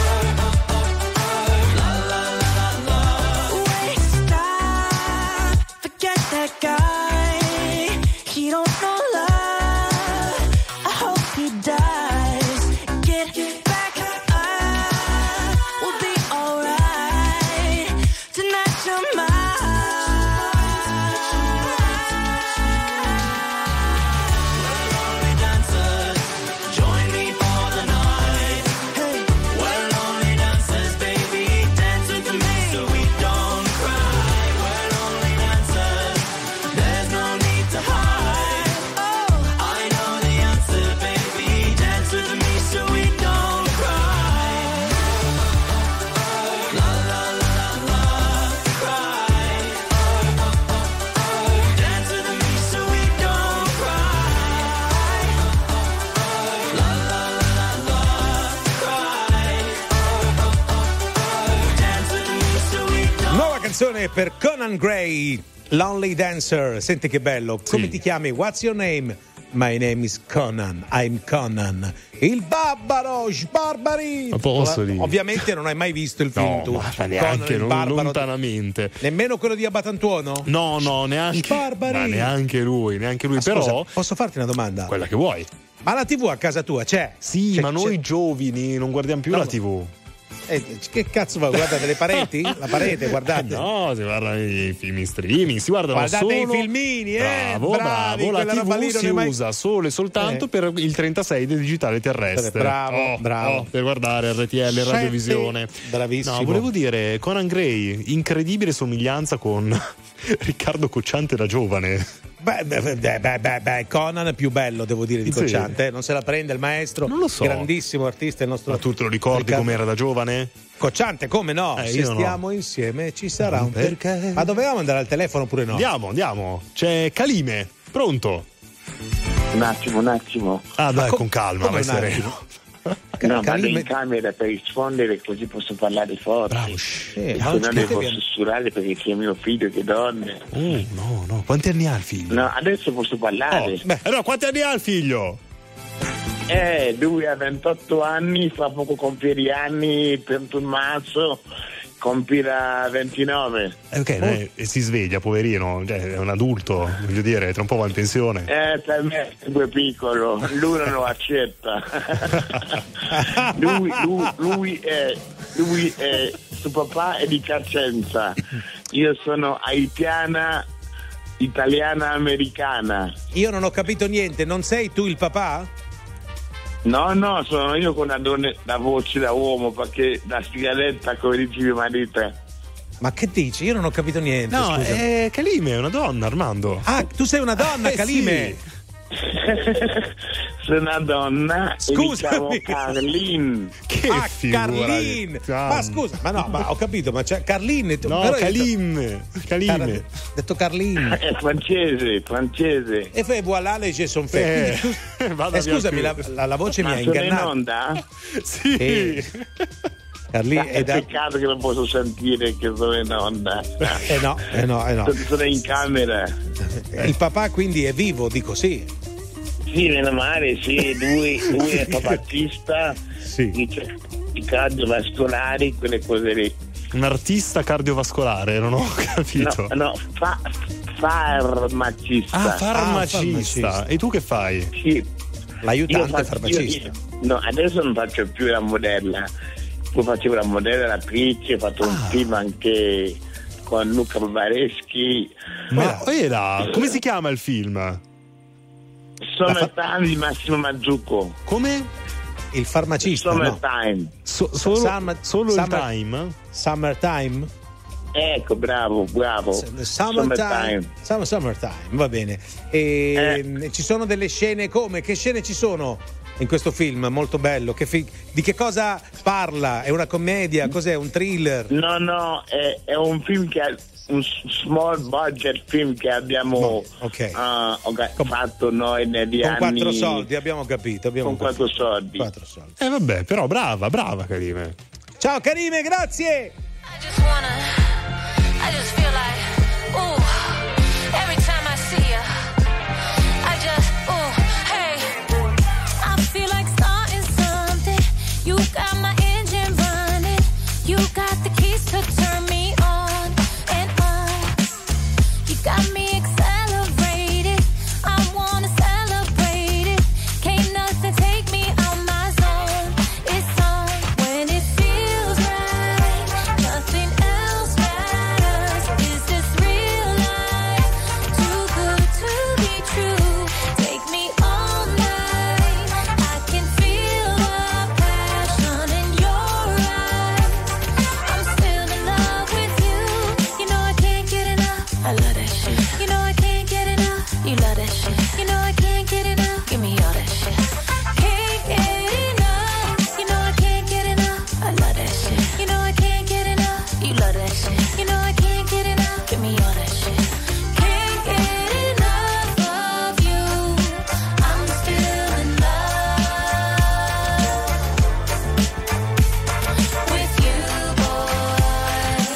La la la la la. Waste time, forget that guy. He don't know love. I hope he dies. Get back up, we'll be alright. Tonight you're mine. Well, only dancers, join me for the night. Hey, well, only dancers, baby, dance with me so we don't cry. Well, only dancers, there's no need to hide. Oh, I know the answer, baby, dance with me so we don't cry. La la la la la, cry. Dance with me so we don't cry. La la la la la, cry. Dance with me so we don't. Nuova canzone per Conan Gray, Lonely Dancer. Senti che bello. Come ti chiami? What's your name? My name is Conan. I'm Conan. Il Barbaro, Sbarbari. Ma posso dire? Ovviamente non hai mai visto il film No, tu. ma Conan neanche il non- Barbaro. lontanamente. Nemmeno quello di Abatantuono? No, no, neanche. Sbarbari. Ma neanche lui, neanche lui. Ma Però, scusa, posso farti una domanda? quella che vuoi. Ma la tivù a casa tua c'è? Sì, C'è- ma noi c'è- giovani non guardiamo più No, la no. tivù. Eh, che cazzo va? Guardate le pareti? La parete, guardate. No, si guarda i film in streaming, si guardano Guardate solo... i filmini, eh, Bravo, bravi, bravo, la quella roba lì tivù non si è mai- usa solo e soltanto Eh. per il trentasei del digitale terrestre. Bravo, Oh, bravo. oh, per guardare R T L, Senti, radiovisione. bravissimo. No, volevo dire, Conan Gray, incredibile somiglianza con Riccardo Cocciante da giovane. Beh, beh, beh, beh, beh, beh, Conan è più bello, devo dire, di Sì. Cocciante. eh. Non se la prende il maestro. Non lo so. Grandissimo artista il nostro. Ma tu te lo ricordi Riccardo. com'era da giovane? Cocciante, come no? Eh, Se io no. stiamo insieme ci sarà un Perché? perché. Ma dovevamo andare al telefono oppure no? Andiamo, andiamo. C'è Calime, pronto? Un attimo, un attimo. Ah, dai, com- con calma, come vai un attimo? sereno. No, vado Calime- in camera per rispondere così posso parlare forte. Bravo, shh. Eh, Se ma no non ci devo devi- sussurrare perché c'è mio figlio che donne. Oh, no, no. Quanti anni ha il figlio? No, adesso posso parlare. Oh, beh, allora quanti anni ha il figlio? Eh, lui ha ventotto anni, fra poco compie gli anni, trentuno marzo, compirà ventinove. Eh, ok, eh, e si sveglia, poverino, cioè, è un adulto, voglio dire, tra un po' va in pensione. Eh, per me è sempre piccolo, lui non lo accetta. lui, lui, lui è, lui è, suo papà è di Carcenza, io sono haitiana, italiana, americana. Io non ho capito niente, non sei tu il papà? No, no, sono io con la, donna, la voce da uomo perché la sigaretta, come dice mio marito, Ma che dici? Io non ho capito niente. No, scusa. è Calime, è una donna, Armando. Ah, tu sei una donna, Eh, Calime. sì. Sono una donna. Scusami. E mi chiamo Carlin. Che ah, figura Carlin. di- Ma scusa, ma no, ma ho capito, ma c'è Carlin. tu- No, però hai Calim. detto- Calime. Car- detto Carlin. È francese, francese. E fai voilà le je son fait. Eh, Quindi tu- vada eh, scusami, via la, qui. la- la voce Ma mi ha sono in ingannato. onda? Sì. Eh, Carlin È è da... peccato che non posso sentire che sono in onda. Eh no, eh no, eh no. Sono in camera. Il papà quindi è vivo, dico sì. Sì, meno male, sì, lui, lui è papacista, Sì. dice i cardiovascolari, quelle cose lì. Un artista cardiovascolare, non ho capito. No, no, fa, farmacista. Ah, farmacista. farmacista. E tu che fai? Sì. L'aiutante Io faccio- farmacista. io- no, adesso non faccio più la modella. Poi facevo la modella, l'attrice, ho fatto Ah. un film anche con Luca Barbareschi. Ma era, come si chiama il film? Summertime di Massimo Mazzucco. Come? Il farmacista, no? Summertime. So- solo Summer- solo Summer- il time? Summertime? Ecco, bravo, bravo. Summertime. Summer, summertime, va bene. E Eh. ci sono delle scene come? Che scene ci sono in questo film? Molto bello. Che fi- di che cosa parla? È una commedia? Cos'è? Un thriller? No, no, è, è un film che ha un s- small budget film che abbiamo No, ok. ah, orga- fatto noi negli Con anni. quattro soldi, abbiamo capito. Abbiamo Con capito. quattro soldi. Quattro soldi. Eh vabbè, però brava, brava Calime. Ciao Karime, grazie! I just wanna, I just feel like, ooh, every time I see ya, I just, ooh, hey, I feel like starting something. You got my engine running. You got the keys to turn me on and on. You got me accelerated. I wanna celebrate it. Can't nothing take me out my zone. It's on when it feels right. Nothing else matters. Is this real life? Too good to be true. Take me all night. I can feel the passion in your eyes. I'm still in love with you. You know I can't get enough. I love that shit. You know I can't get enough. You love that shit. You know I can't get enough. Give me all that shit. Can't get enough. You know I can't get enough. I love that shit. You know I can't get enough. You love that shit. You know I can't get enough. Give me all that shit. Can't get enough of you. I'm still in love with you, boy.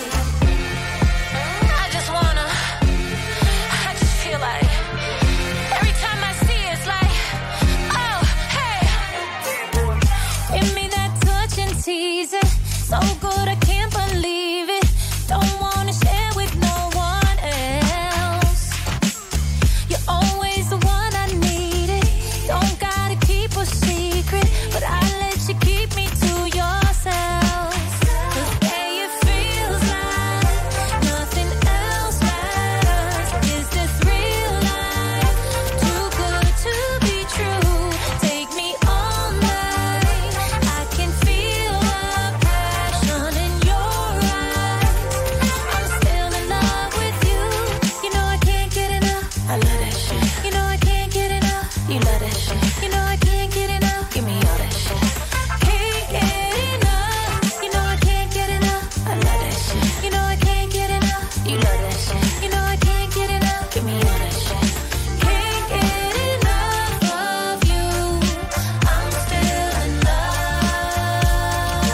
I just wanna, I just feel like every time I see it, it's like, oh, hey. Give me that touch and tease it. So good, I can't believe it. Don't wanna share with no one else. You're always the one I needed. Don't gotta keep a secret, but I let you keep me to yourself. 'Cause yeah, it feels like nothing else matters. Is this real life? Too good to be true. Take me all night. I can feel the passion in your eyes. I'm still in love with you. You know I can't get enough. I love that shit. You know I can't get enough. You love that shit. You know I can't get enough. Give me all that shit. Can't get enough. You know I can't get enough. I love that shit. You know I can't get enough. You love that shit. You know I can't get enough. Give me all that shit. Can't get enough of you. I'm still in love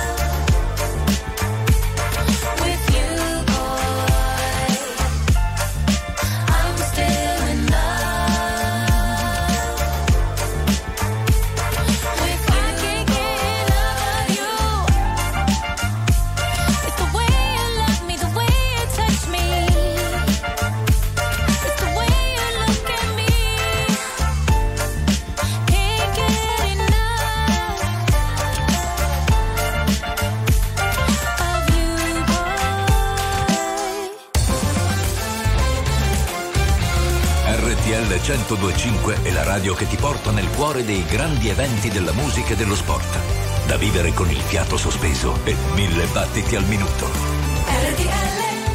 with you, boy. I'm still in love with you. I can't get enough of you. It's the way you love me, the way you touch me. It's the way you look at me. Can't get enough of you, boy. R T L centodue e cinque è la radio che ti porta nel cuore dei grandi eventi della musica e dello sport. Da vivere con il fiato sospeso e mille battiti al minuto. R T L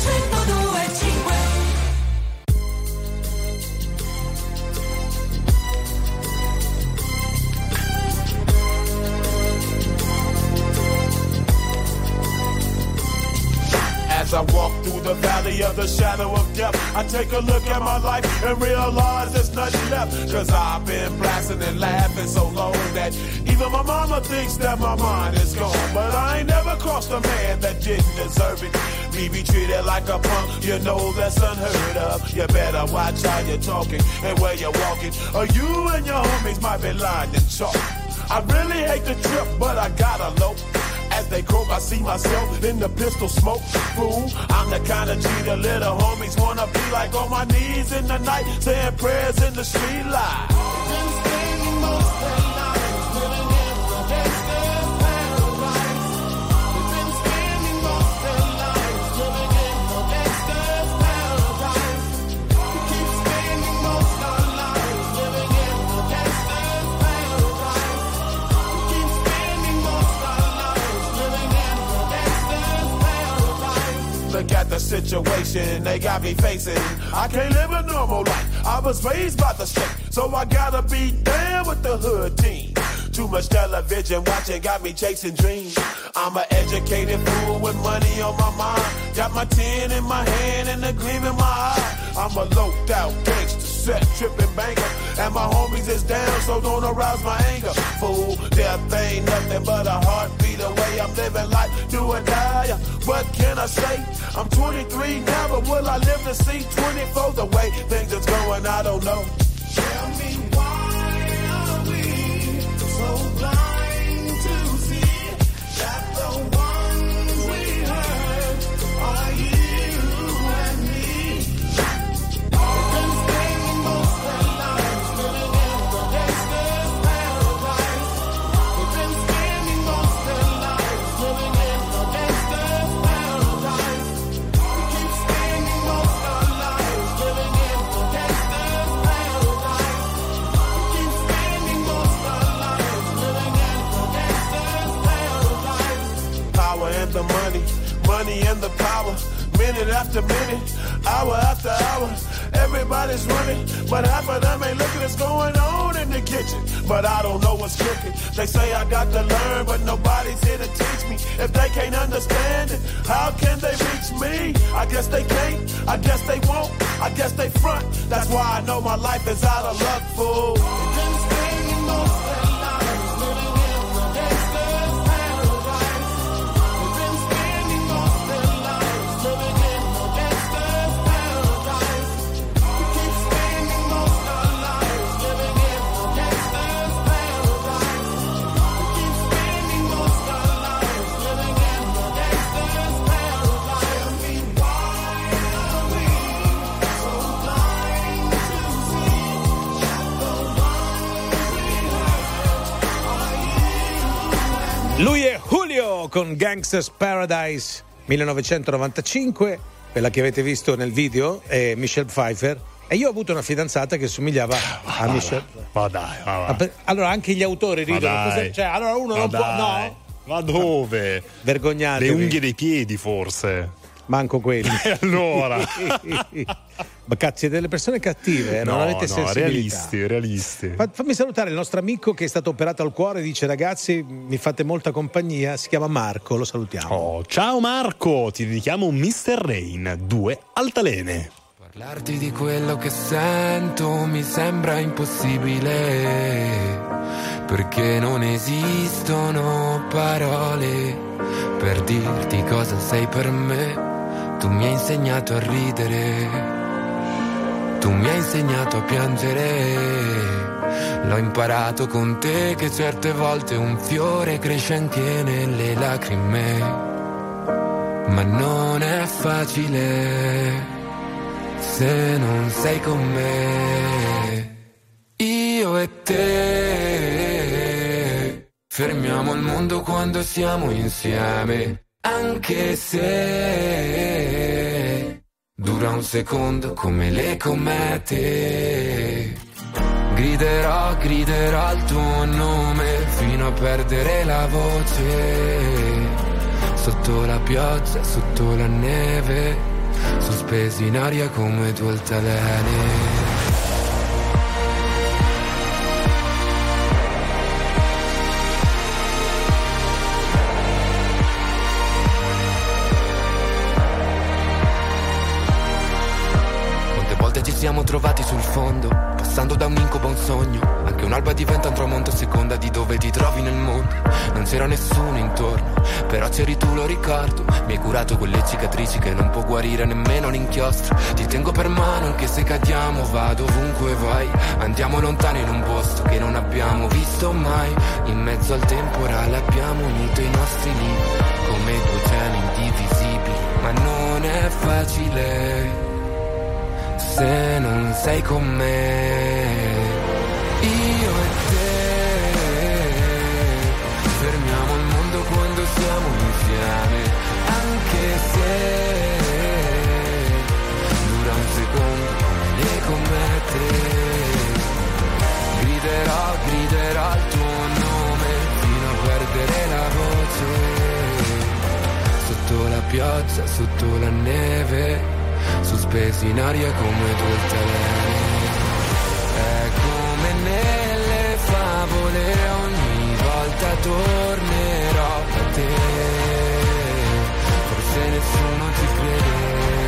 valley of the shadow of death, I take a look at my life and realize there's nothing left. Cause I've been blasting and laughing so long that even my mama thinks that my mind is gone. But I ain't never crossed a man that didn't deserve it. Me be treated like a punk, you know that's unheard of. You better watch how you're talking and where you're walking, or you and your homies might be lying and chalk. I really hate the trip, but I gotta low. As they croak, I see myself in the pistol smoke. Fool, I'm the kind of G the little homies wanna be like, on my knees in the night, saying prayers in the street light. Been spending most of their lives living in the gangster's paradise. We've been spending most of their lives living in the gangster's paradise. We keep spending most of our lives living in the gangster's paradise. We keep spending most of our lives living in the gangster's paradise. Look at the situation they got me facing. I can't live a normal life. I was raised by the state, so I gotta be down with the hood team. Too much television watching got me chasing dreams. I'm an educated fool with money on my mind. Got my tin in my hand and a gleam in my eye. I'm a loped out gangster, set tripping banker, and my homies is down, so don't arouse my anger. Fool, death ain't nothing but a heartbeat away. I'm living life, do or die. What can I say? I'm twenty-three now, but will I live to see twenty-four? The way things is going, I don't know. Tell me why are we so blind to see that the ones we hurt are you and me? We've been spending most of our lives living in the gangster's paradise. We've been spending most of our lives living in the gangster's paradise. We keep spending most of our lives living in the gangster's paradise. We keep spending most of our lives living in the gangster's paradise. Power and the money, money and the power. Minute after minute, hour after hour, everybody's running, but half of them ain't looking what's going on in the kitchen. But I don't know what's cooking. They say I got to learn, but nobody's here to teach me. If they can't understand it, how can they reach me? I guess they can't, I guess they won't, I guess they front. That's why I know my life is out of luck, fool. We've been spending most of our lives living in the gangster's paradise. We've been spending most of our lives living in the gangster's paradise. We keep spending most of our lives living in the gangster's paradise. We keep spending most of our lives living in the gangster's paradise. Tell me why are we so blind to see that the ones we hurt are you and me? Lui è Julio con Gangster's Paradise millenovecentonovantacinque, quella che avete visto nel video è Michelle Pfeiffer, e io ho avuto una fidanzata che somigliava a Michelle. Ma dai, ma va. Ah, per- Allora anche gli autori Ma ridono. dai. Cosa- Cioè, allora uno Ma non può. dai. No. Ma dove? Vergognatevi. Le unghie dei piedi, forse. Manco quelli. E allora? Ma cazzi, delle persone cattive, eh, non No, avete no, sensibilità. realisti, realisti. Fa- fammi salutare il nostro amico che è stato operato al cuore, dice: ragazzi, mi fate molta compagnia, si chiama Marco, lo salutiamo. Oh, ciao Marco, ti dedichiamo mister Rain, due altalene. Parlarti di quello che sento mi sembra impossibile, perché non esistono parole per dirti cosa sei per me. Tu mi hai insegnato a ridere, tu mi hai insegnato a piangere. L'ho imparato con te che certe volte un fiore cresce anche nelle lacrime, ma non è facile se non sei con me. Io e te fermiamo il mondo quando siamo insieme, anche se dura un secondo come le comete. Griderò, griderò il tuo nome fino a perdere la voce, sotto la pioggia, sotto la neve, sospesi in aria come due altalene. già ci siamo trovati sul fondo, passando da un incubo a un sogno. Anche un'alba diventa un tramonto a seconda di dove ti trovi nel mondo. Non c'era nessuno intorno, però c'eri tu, lo ricordo. Mi hai curato quelle cicatrici che non può guarire nemmeno l'inchiostro. Ti tengo per mano anche se cadiamo, vado ovunque vai. Andiamo lontano in un posto che non abbiamo visto mai. In mezzo al temporale abbiamo unito i nostri libri come due geni indivisibili. Ma non è facile se non sei con me. Io e te fermiamo il mondo quando siamo insieme, anche se dura un secondo come le comete. Griderò, griderò il tuo nome fino a perdere la voce. Sotto la pioggia, sotto la neve, sospesi in aria come due altalene. È come nelle favole, ogni volta tornerò da te. Forse nessuno ti crede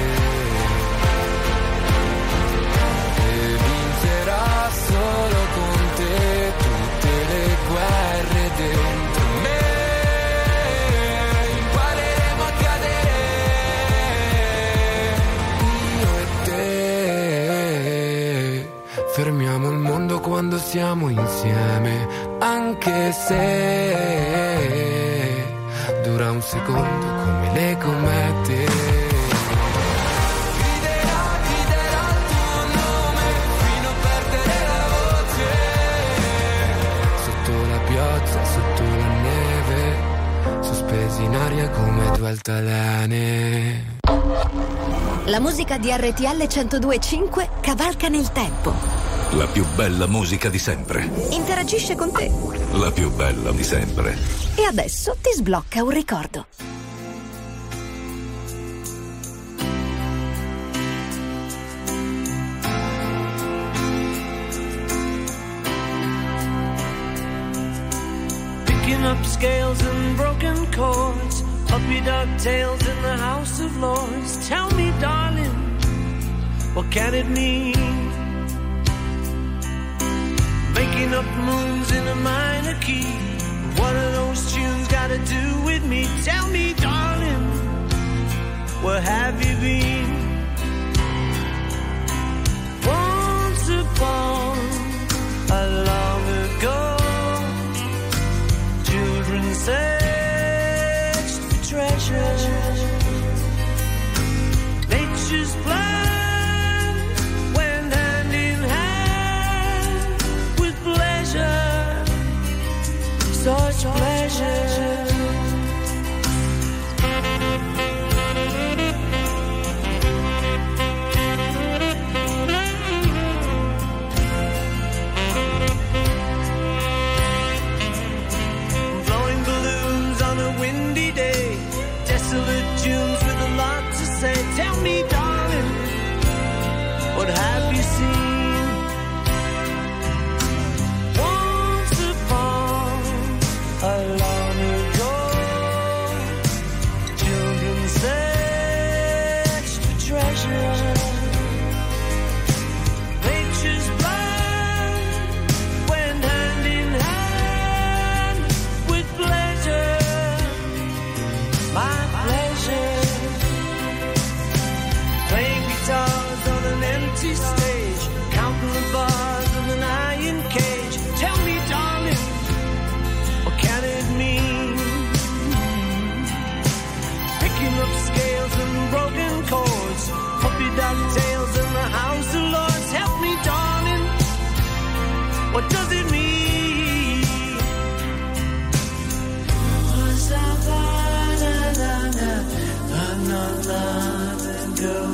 e vincerò solo con te tutte le guerre dentro me. Impareremo a cadere, io e te. Fermiamo il mondo quando siamo insieme, anche se dura un secondo come le comete. Sotto la neve, sospesi in aria come due altalene. La musica di R T L centodue e cinque cavalca nel tempo. La più bella musica di sempre. Interagisce con te. La più bella di sempre. E adesso ti sblocca un ricordo. Up scales and broken chords, puppy dog tails in the House of Lords. Tell me, darling, what can it mean? Making up moons in a minor key. What are those tunes got to do with me? Tell me, darling, where have you been? Once upon a long ago, children searched for treasure. Nature's plan went hand in hand with pleasure, such pleasure. Tunes with a lot to say. Tell me, darling, what have you seen? Once upon a long ago, children searched for treasure. Nature's plan went hand in hand with pleasure. My playing guitars on an empty stage, counting the bars of an iron cage. Tell me, darling, what can it mean? Picking up scales and broken chords, puppy dog tails in the House of Lords. Help me, darling, what does it mean? Na, na, go.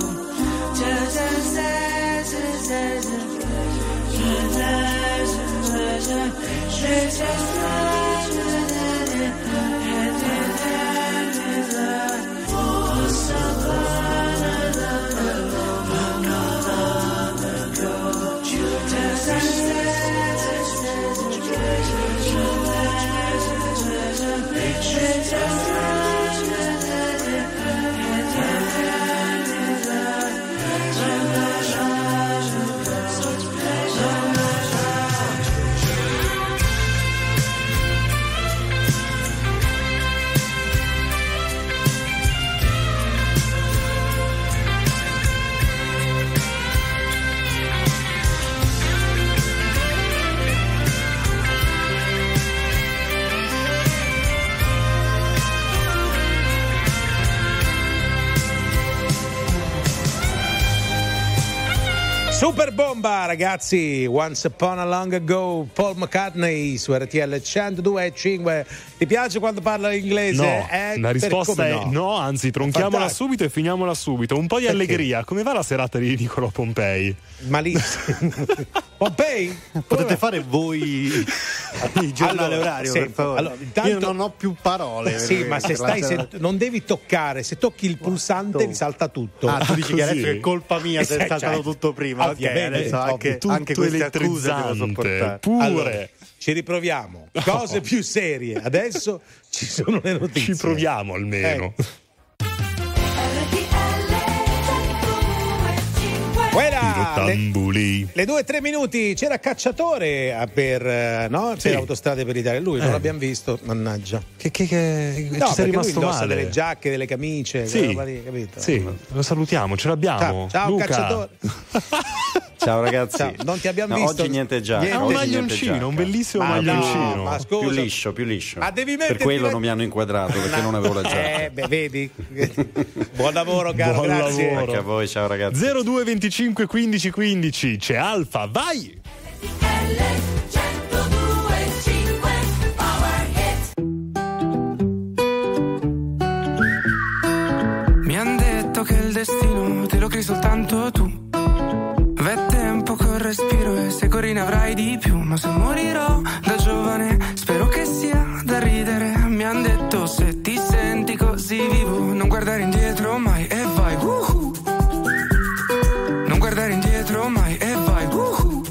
Super bomba, ragazzi. Once upon a long ago, Paul McCartney su R T L centodue e cinque. Ti piace quando parla inglese? No, eh, la risposta per- è come no. anzi tronchiamola Fantastico. subito e finiamola subito. Un po' di Perché? allegria. Come va la serata di Niccolò Pompei? Malissimo. Pompei? Potete fare voi il giornale Allora, orario, sì, per favore. allora, intanto- Io non ho più parole. Sì, per- ma se per la stai, se, serata. non devi toccare, se tocchi il pulsante risalta tutto. Ah, tu dici che Così. adesso è colpa mia se è Eh, saltato cioè, tutto prima. Ok, ovviamente, adesso anche, tutto anche queste accuse devo sopportare. pure. Allora, ci riproviamo. Cose più serie. Adesso ci sono le notizie. Ci proviamo almeno. Eh. Quella, le, Tambuli. le due o tre minuti c'era Cacciatore eh, per, eh, no? Sì. per Autostrade per l'Italia. Lui non Eh. l'abbiamo visto, mannaggia. Che, che, che No, ci sei perché lui rimasto indossa male. delle giacche, delle camicie, Sì. quella roba lì, capito? Sì, lo salutiamo, ce l'abbiamo. Ciao, ciao Luca. Cacciatore. Ciao ragazzi. Ciao, non ti abbiamo No, visto. oggi niente giacca. Niente. Ha un oggi niente maglioncino, giacca. un bellissimo Ma maglioncino. no, ma scusa. Più liscio, più liscio. Ma devi per metterti quello le- non mi hanno inquadrato perché non avevo la giacca. Eh, beh, vedi? Buon lavoro, caro, Buon grazie. lavoro. Anche a voi, ciao ragazzi. zero due venticinque quindici quindici, c'è Alfa, vai! Mi han detto che il destino te lo crei soltanto tu. V'è tempo col respiro e se corri ne avrai di più. Ma se morirò da giovane spero che sia da ridere. Mi han detto se ti senti così vivo non guardare indietro mai e vai uhu. Non guardare indietro mai e vai uhu.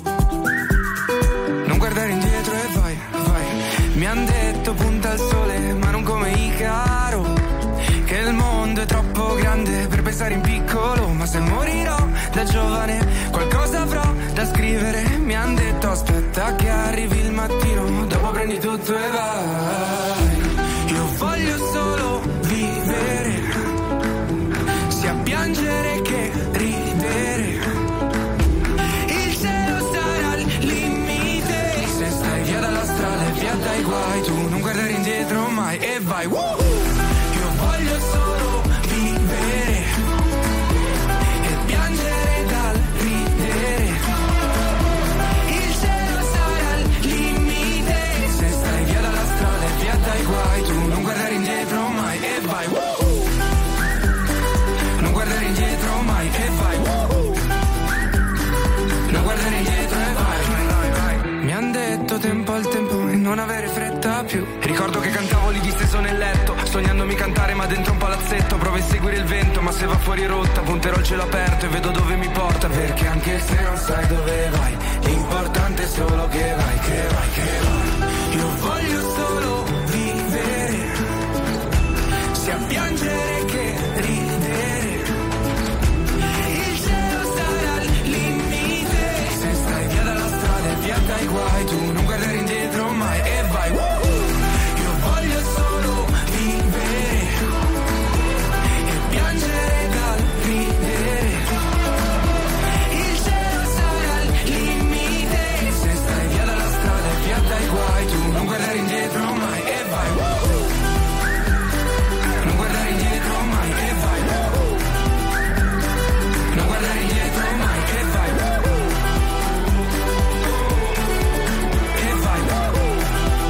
Non guardare indietro e vai, vai. Mi han detto punta al sole ma non come Icaro, che il mondo è troppo grande per pensare in piccolo. Ma se morirò da giovane qualcosa avrò da scrivere. Mi han detto aspetta che arrivi il mattino, dopo prendi tutto e vai. Io voglio solo vivere, sia piangere che ridere. Il cielo sarà il limite, se stai via dalla strada e via dai guai, tu non guardare indietro mai e vai. Woohoo! Io voglio solo vivere e piangere dal ridere. Il cielo sarà il limite, se stai via dalla strada e via dai guai, tu non guardare indietro mai e vai. Woohoo! Non guardare indietro mai e vai. Woohoo! Non guardare indietro e vai. Mi han detto tempo al tempo e non avere fretta più. Ricordo che cantavo lì disteso nel letto, sognandomi cantare ma dentro un palazzetto. Provo a seguire il vento ma se va fuori rotta punterò il cielo aperto e vedo dove mi porta. Perché anche se non sai dove vai, l'importante è solo che vai, che vai, che vai. Io voglio solo vivere, sia piangere che ridere. Il cielo sarà il limite, se stai via dalla strada e via dai guai, tu non guardare indietro mai e vai. Woohoo! Io voglio solo vivere e piangere dal ridere. Il cielo sarà il limite, se stai via dalla strada e via dai guai, tu non guardare indietro mai e vai. Woohoo! Non guardare indietro mai e vai. Woohoo! Non guardare indietro mai e vai. Woohoo! E vai. Woohoo!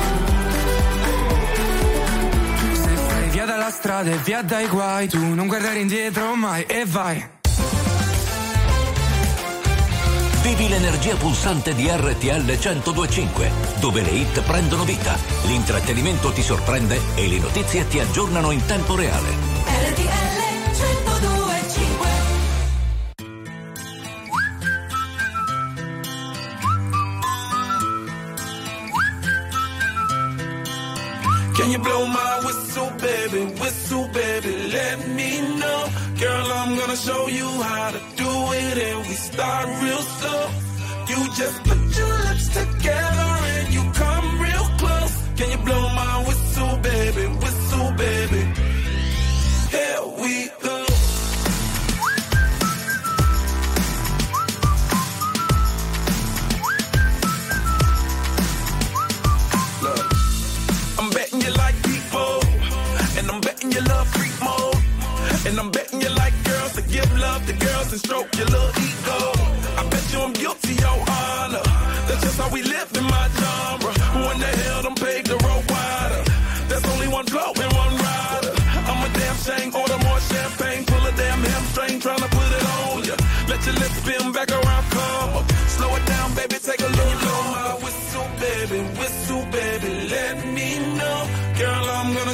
Se stai via dalla strada e via dai guai, tu non guardare indietro mai e vai. Vivi l'energia pulsante di R T L centodue e cinque, dove le hit prendono vita, l'intrattenimento ti sorprende e le notizie ti aggiornano in tempo reale. R T L centodue e cinque. Can you blow my whistle, baby? Whistle, baby, let me know. Girl, I'm gonna show you how to do it, and we start real slow. You just put your lips together and you come real close. Can you blow my whistle, baby? Whistle, baby. Here we go. Look, I'm betting you like people, and I'm betting you love freak mode, and I'm betting you like girls to give love to girls and stroke your little ego. I bet you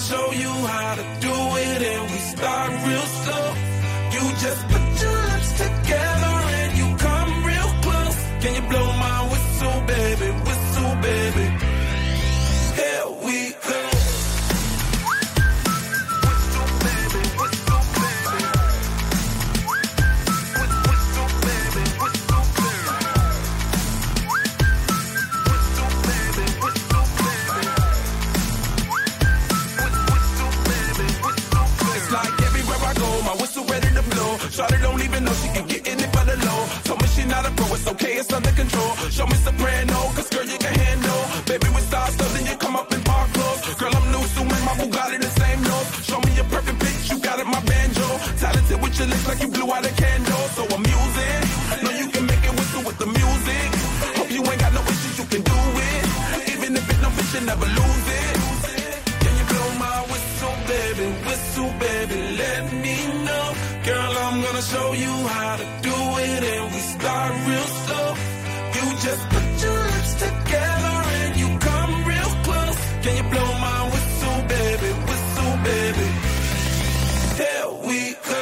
show you how to do it, and we start real slow. You just put your lips together and you come real close. Can you blow my whistle, baby, whistle, baby? Here we go. Shawty don't even know she can get in it for the low. Told me she not a pro, it's okay, it's under control. Show me soprano, cause girl you can handle. Baby with stars, so then you come up in park clothes. Girl I'm new, so in my Bugatti the same nose. Show me a perfect pitch, you got it, my banjo. Talented with your lips like you blew out a candle. So I'm using, know you can make it whistle with the music. Hope you ain't got no issues, you can do it. Even if it's no bitch, you never lose it. Can you blow my whistle, baby, whistle, baby, let me know. Girl, I'm gonna show you how to do it, and we start real slow. You just put your lips together and you come real close. Can you blow my whistle, baby, whistle, baby? Here we go.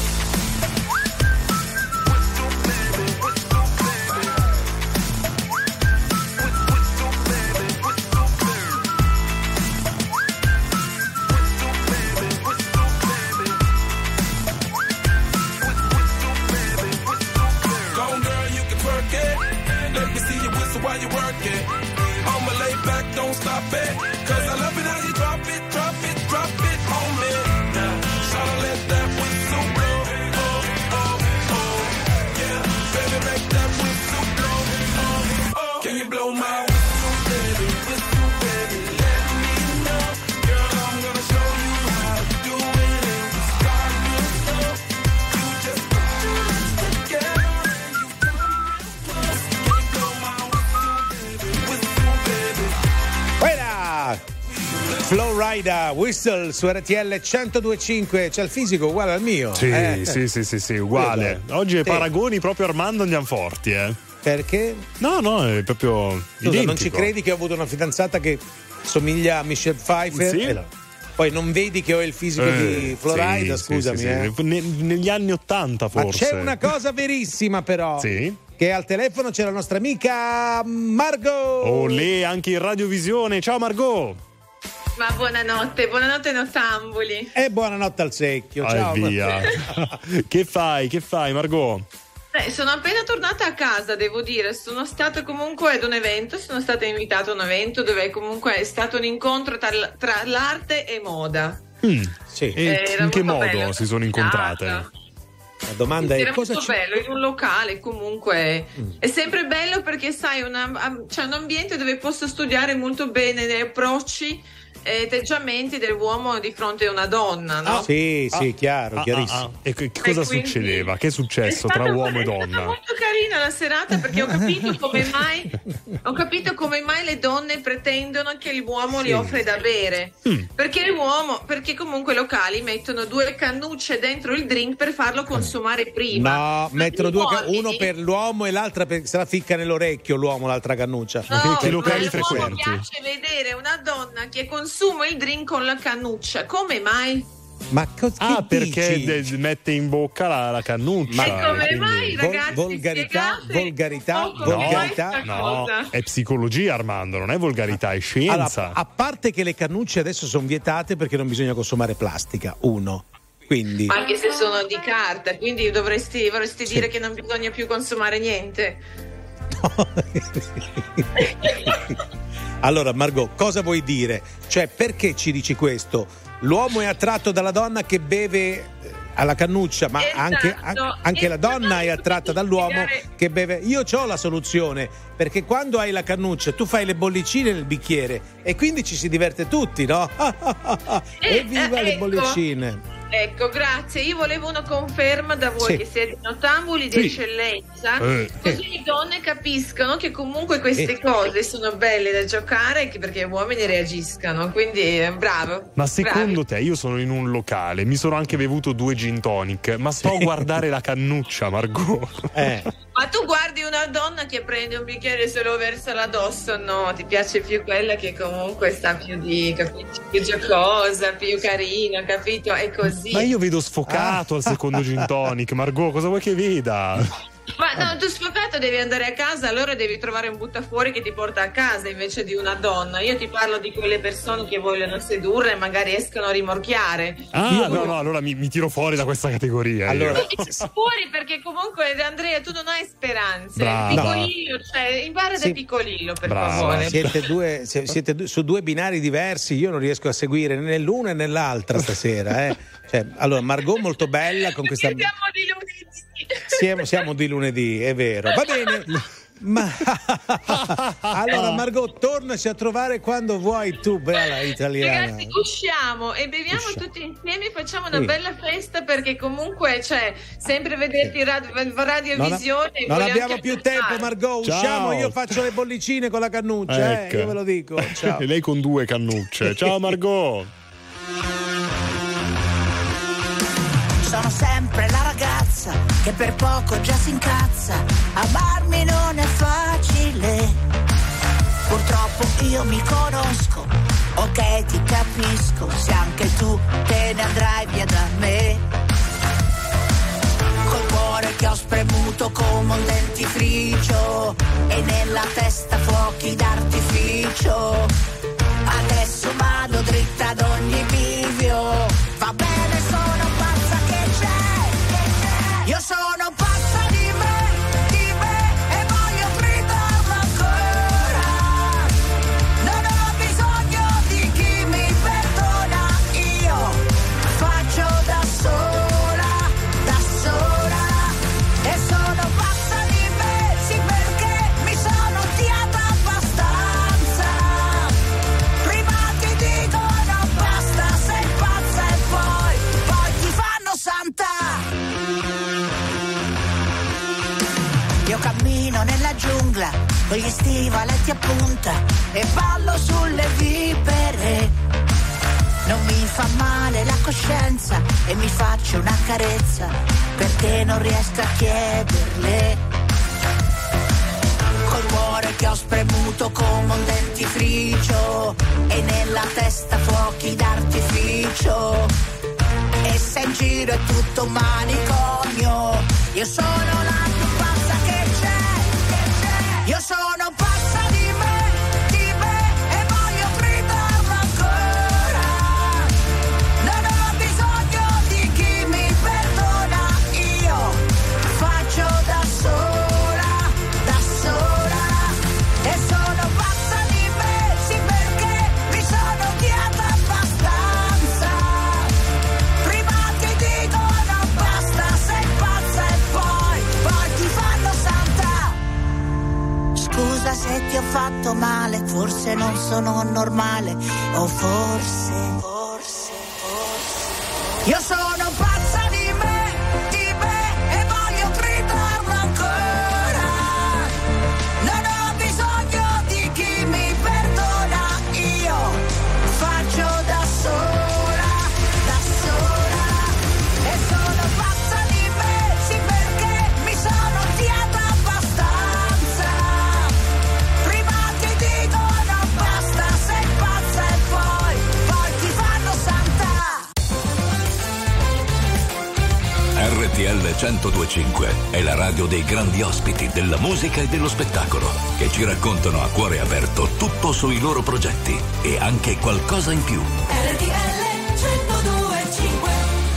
While you work it, I'ma lay back, don't stop it. Cause I love it how you drop it, drop it, drop it on me. Now, try to let that whistle blow. Oh, oh, oh. Yeah, baby, make that whistle blow. Oh, oh. Can you blow my whistle, baby? Whistle, baby, let me know. Girl, I'm gonna show you how to do it, and we start real slow. You just put your lips together and you come real close. Can you blow my Flow Rider, Whistle su R T L centodue e cinque. C'è il fisico uguale al mio. Sì, eh. sì, sì, sì, sì, uguale. Oggi ai Sì. paragoni proprio Armando andiamo forti, eh. Perché? No, no, è proprio Scusa, identico. non ci credi che ho avuto una fidanzata che somiglia a Michelle Pfeiffer? Sì. E la- Poi non vedi che ho il fisico Eh, di Flow sì, Rider? sì, Scusami, sì, eh. sì. Ne- negli anni ottanta Ma forse. c'è una cosa verissima però. Sì. Che al telefono c'è la nostra amica Margot. Olè, anche in radiovisione. Ciao Margot. Ma buonanotte, buonanotte nottambuli. E buonanotte al secchio. Ah, Ciao. e via. Che fai? Che fai, Margot? Beh, sono appena tornata a casa, devo dire. Sono stata comunque ad un evento, sono stata invitata a un evento dove comunque è stato un incontro tra, tra l'arte e moda. Mm, sì. E Era in che molto modo bello. si sono incontrate? La domanda Era molto bello, in un locale comunque. Mm. È sempre bello perché sai, una, c'è un ambiente dove posso studiare molto bene gli approcci e atteggiamenti dell'uomo di fronte a una donna, no? Sì, sì, chiaro, Ah, chiarissimo. ah, ah. E che che cosa E quindi- succedeva? Che è successo È tra stata- uomo e È stata donna? molto carina la serata perché ho capito come mai ho capito come mai le donne pretendono che l'uomo Sì. li offre da bere. Mm. Perché l'uomo, perché comunque i locali mettono due cannucce dentro il drink per farlo consumare prima. No, Ma mettono gli due, ca- uomini- uno per l'uomo e l'altra per, se la ficca nell'orecchio l'uomo, l'altra cannuccia. No, che locali ma all'uomo frequenti? piace vedere una donna che consuma il drink con la cannuccia. Come mai? Ma cosa Ah, perché de- mette in bocca la, la cannuccia. E come quindi- mai, ragazzi? volgarità, spiegate volgarità, un po' come volgarità. mai sta No, cosa? è psicologia, Armando, non è volgarità, è scienza. Allora, a parte che le cannucce adesso sono vietate perché non bisogna consumare plastica, uno. Quindi Anche se sono di carta, quindi dovresti, vorresti dire che non bisogna più consumare niente. allora Margot, cosa vuoi dire? Cioè, perché ci dici questo? L'uomo è attratto dalla donna che beve eh, alla cannuccia, ma Esatto, anche, an- anche la donna è attratta dall'uomo che beve. Io ho la soluzione, perché quando hai la cannuccia tu fai le bollicine nel bicchiere e quindi ci si diverte tutti, no? Eh, Evviva eh, le ecco. bollicine! Ecco, grazie. Io volevo una conferma da voi Sì. che siete nottambuli di Sì. eccellenza, Eh. così le donne capiscono che comunque queste Eh. cose sono belle da giocare e che perché gli uomini reagiscano. Quindi eh, bravo. Ma secondo bravi. te, io sono in un locale, mi sono anche bevuto due gin tonic, ma sto a guardare la cannuccia, Margot. Eh. Ma tu guardi una donna che prende un bicchiere e se lo versa addosso, no? Ti piace più quella che comunque sta più di, capito? Più giocosa, più carina, capito? È così. Ma io vedo sfocato Ah. al secondo gin tonic, Margot, cosa vuoi che veda? Ma no, tu sfocato devi andare a casa, allora devi trovare un buttafuori che ti porta a casa invece di una donna. Io ti parlo di quelle persone che vogliono sedurre e magari escono a rimorchiare. Ah, no, no, allora mi, mi tiro fuori da questa categoria. Allora- io. Fuori perché comunque Andrea tu non hai speranze. Brava. Piccolillo, cioè impara Sì. da piccolillo per Brava. favore. Siete, due, se- siete du- su due binari diversi, io non riesco a seguire né l'una né l'altra stasera. Eh. Cioè, allora, Margot molto bella con questa. Siamo di lunedì. Siamo, siamo di lunedì, è vero. Va bene. Ma allora, Margot, tornaci a trovare quando vuoi tu, bella italiana. Ragazzi, usciamo e beviamo Usciamo. tutti insieme, facciamo una Sì. bella festa perché comunque cioè sempre vederti in radio, Non, radiovisione. e non voglio abbiamo anche più ascoltare. tempo, Margot. Ciao. Usciamo, io faccio le bollicine con la cannuccia, Ecco. eh, io ve lo dico. Ciao. E lei con due cannucce. Ciao Margot. Sono sempre la ragazza che per poco già si incazza. Amarmi non è facile. Purtroppo io mi conosco. Ok, ti capisco. Se anche tu te ne andrai via da me. Col cuore che ho spremuto come un dentifricio. E nella testa fuochi d'artificio. Adesso vado dritta ad ogni bivio. Va bene, sono pazza che c'è. Io sono pazza di me, di me e voglio gridarlo ancora. Non ho bisogno di chi mi perdona. Io faccio da sola, da sola. E sono pazza di me, sì, perché mi sono odiata abbastanza. Prima ti dicono basta, sei pazza e poi, poi ti fanno santa. Io cammino nella giungla con gli stivaletti a punta e ballo sulle vipere. Non mi fa male la coscienza e mi faccio una carezza perché non riesco a chiederle. Col cuore che ho spremuto come un dentifricio e nella testa fuochi d'artificio. E se in giro è tutto un manicomio, io sono la più pazza che c'è. Io sono pazza di me, di me e voglio gridarlo ancora. Non ho bisogno di chi mi perdona. Io faccio da sola, da sola. E sono pazza di me, sì, perché mi sono odiata abbastanza. Prima ti dicono basta, sei pazza e poi, poi ti fanno santa. Scusa se ti ho fatto male, forse non sono normale, o forse, forse, forse. Io sono pazza di me, di me e voglio gridarlo ancora. Non ho bisogno di chi mi perdona. Io faccio da sola, da sola. E sono pazza di me, sì, perché mi sono odiata abbastanza. Prima ti dicono basta, sei pazza e poi, poi ti fanno santa. R T L centodue e cinque è la radio dei grandi ospiti della musica e dello spettacolo che ci raccontano a cuore aperto tutto sui loro progetti e anche qualcosa in più. R T L centodue e cinque.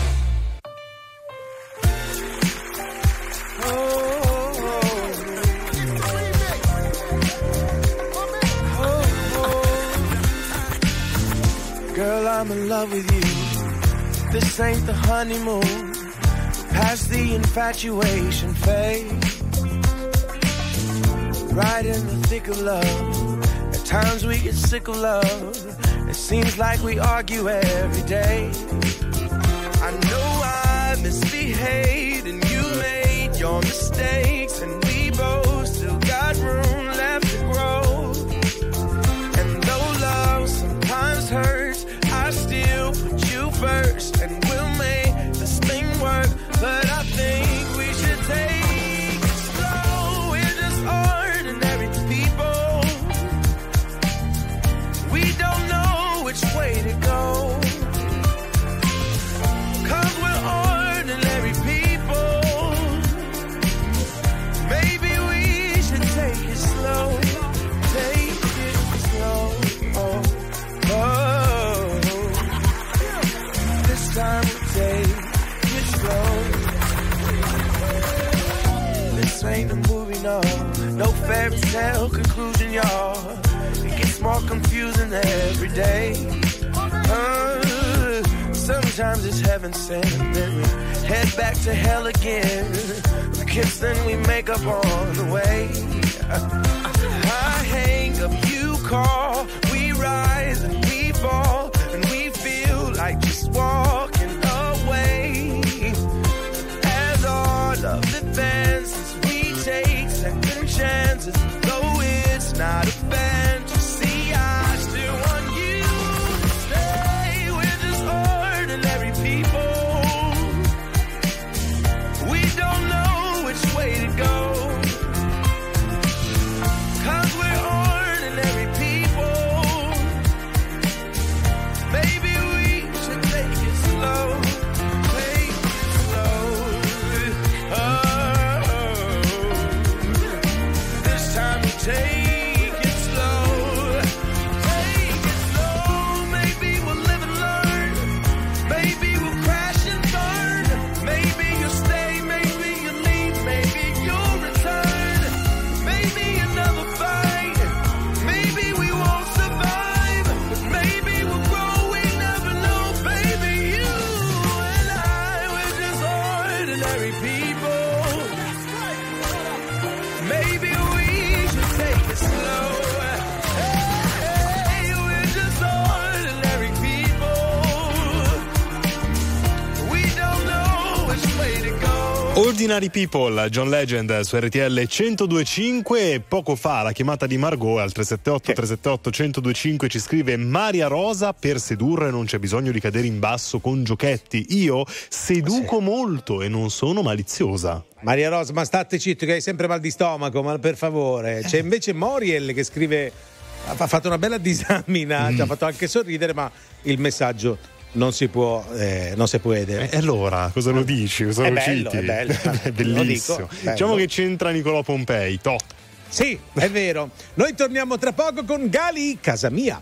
Girl, I'm in love with you. This ain't the honeymoon. Past the infatuation phase. Right in the thick of love. At times we get sick of love. It seems like we argue every day. I know I misbehaved and you made your mistakes, and we both still got room left to grow. And though love sometimes hurts, I still put you first, and we'll make this thing work. But I think we should take it slow. We're just ordinary people. We don't know which way to go, 'cause we're ordinary people. Maybe we should take it slow. Take it slow. Oh, oh. This time we take it slow. This ain't a movie, no. No fairy tale conclusion, y'all. It gets more confusing every day. Uh, sometimes it's heaven sent, then we head back to hell again. We kiss, then we make up on the way. I hang up, you call, we rise and we fall, and we feel like just walking away. As all of the advances, we take second chances, though it's not a fantasy. I still want you to stay. We're just ordinary people. We don't know which way to go, 'cause we're ordinary people. Maybe we should take it slow. Take it slow. Oh, this time we take it slow. Take it slow. Maybe we'll live and learn. Maybe we'll crash and burn. Maybe you'll stay, maybe you'll leave, maybe you'll return. Maybe you'll never fight. Maybe we won't survive. But maybe we'll grow, we never know. Baby, you and I, we're just ordinary people. Maybe we should take it slow. Hey, we're just ordinary people. We don't know which way to go. Ordinary People, John Legend su R T L centodue e cinque. Poco fa la chiamata di Margot al tre sette otto tre sette otto centodue e cinque ci scrive: Maria Rosa, per sedurre non c'è bisogno di cadere in basso con giochetti. Io seduco molto e non sono maliziosa. Maria Rosa, ma state zitto che hai sempre mal di stomaco, ma per favore. C'è invece Moriel che scrive, ha fatto una bella disamina, Mm. ci ha fatto anche sorridere, ma il messaggio non si può, eh, non si può vedere. E allora, cosa lo dici? Cosa È lo bello, citi? è bello. È bellissimo. Lo dico, bello. Diciamo che c'entra Nicolò Pompei. To. Sì, è vero. Noi torniamo tra poco con Gali, casa mia.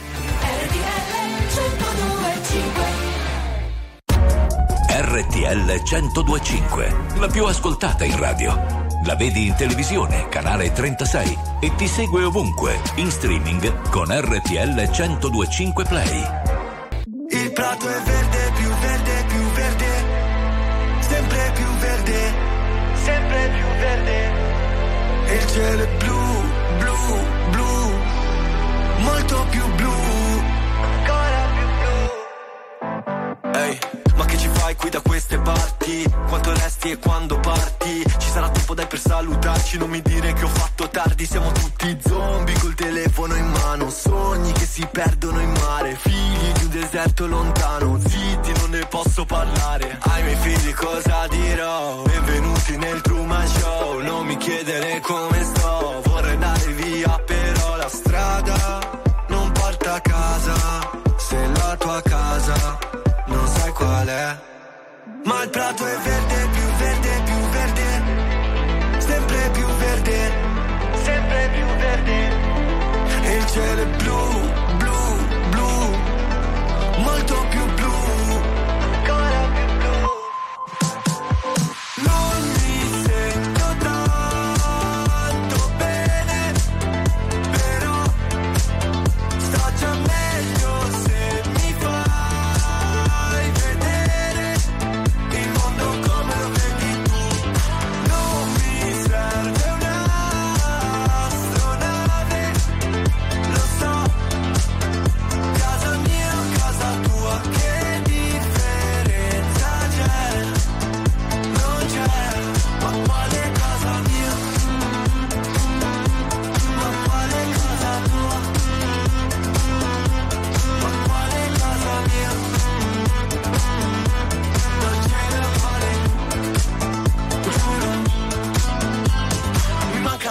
R T L centodue e cinque, la più ascoltata in radio. La vedi in televisione, canale trentasei, e ti segue ovunque, in streaming con R T L centodue e cinque Play. Il prato è verde, più verde, più verde, sempre più verde, sempre più verde. E il cielo è blu, blu, blu, molto più blu, ancora più blu. Ehi, ma che ci fai qui da queste parti? Quanto resti e quando parti? Ci sarà tempo dai per salutarci, non mi dire che ho fatto tardi. Siamo tutti zombie col telefono in mano, sogni che si perdono in mare, figli di un deserto lontano, zitti non ne posso parlare. Ai miei figli cosa dirò? Benvenuti nel Truman Show, non mi chiedere come sto, vorrei andare via però la strada non porta a casa. Se la tua casa non sai qual è, ma il prato è verde, più verde, più verde, sempre più verde, sempre più verde. E il cielo è blu, blu, blu, molto più blu, ancora più blu. Non mi sento tanto bene, però sto già meglio se mi fai vedere il mondo come lo vedi tu.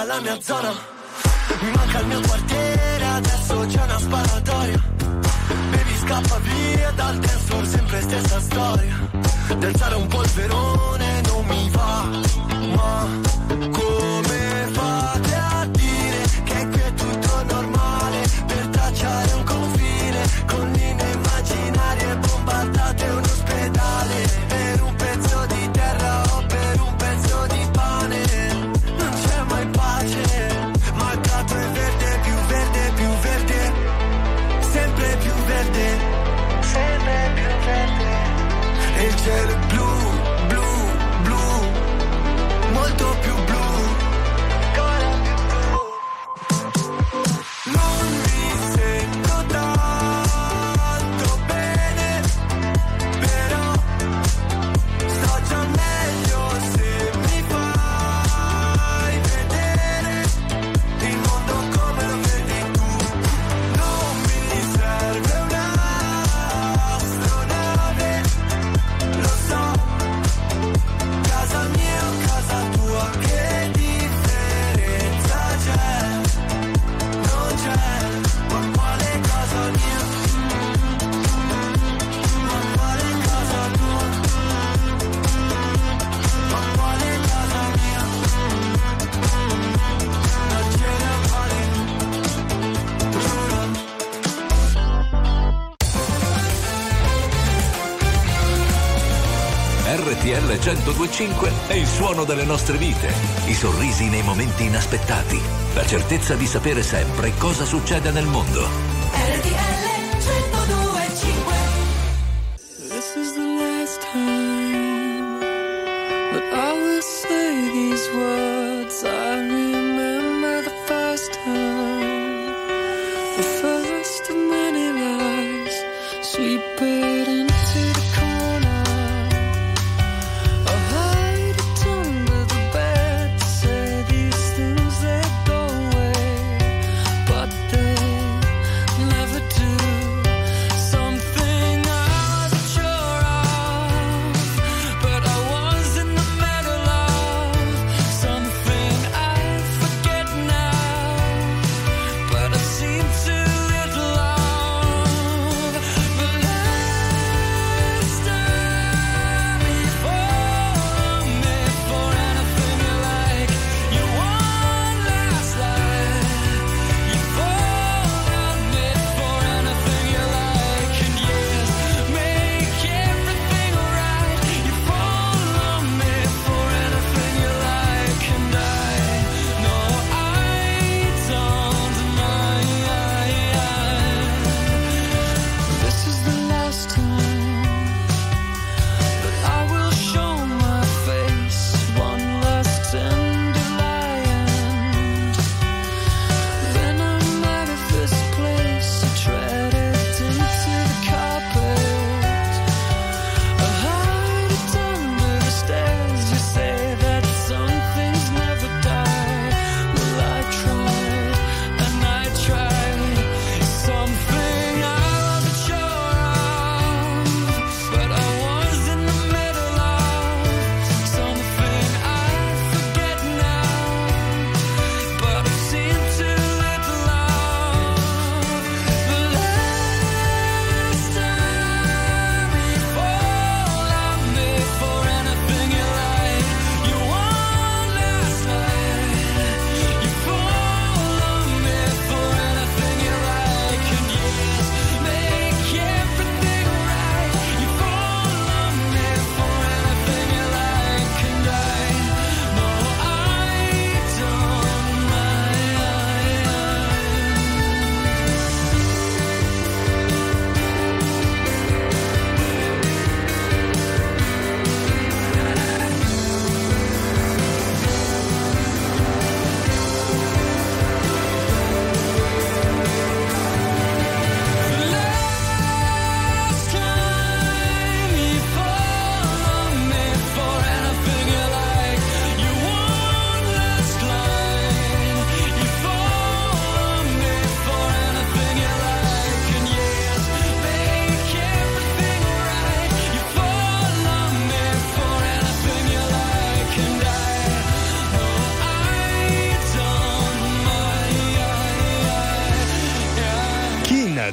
dalla mia zona. Mi manca il mio quartiere, adesso c'è una sparatoria. Baby scappa via dal dance floor, sempre stessa storia. D'alzare un polverone non mi va, ma come fate a dire che qui è tutto normale? Per tracciare un confine con linee immaginarie, bombardate un ospedale per un pezzo di terra o per un pezzo di pane. Non c'è mai pace, ma il prato è verde, più verde, più verde, sempre più verde, sempre più verde. E il cielo è blu, blu, blu, molto più blu, ancora più blu. Non mi sento tanto bene, però sto già meglio se mi fai vedere il mondo come lo vedi tu. Non mi serve un'astronave, lo so, casa mia o casa tua, che differenza c'è? Non c'è, ma quale casa mia? Ma quale casa tua? Ma quale casa mia? Non ce ne vale, giuro. R T L centodue e cinque è il suono delle nostre vite, i sorrisi nei momenti inaspettati, la certezza di sapere sempre cosa succede nel mondo. R T L centodue e cinque. This is the last time that I will say these words. I remember the first time, the first of many lies, sweep it into the corner. I hide it under the bed, say these things that go away, but they never do.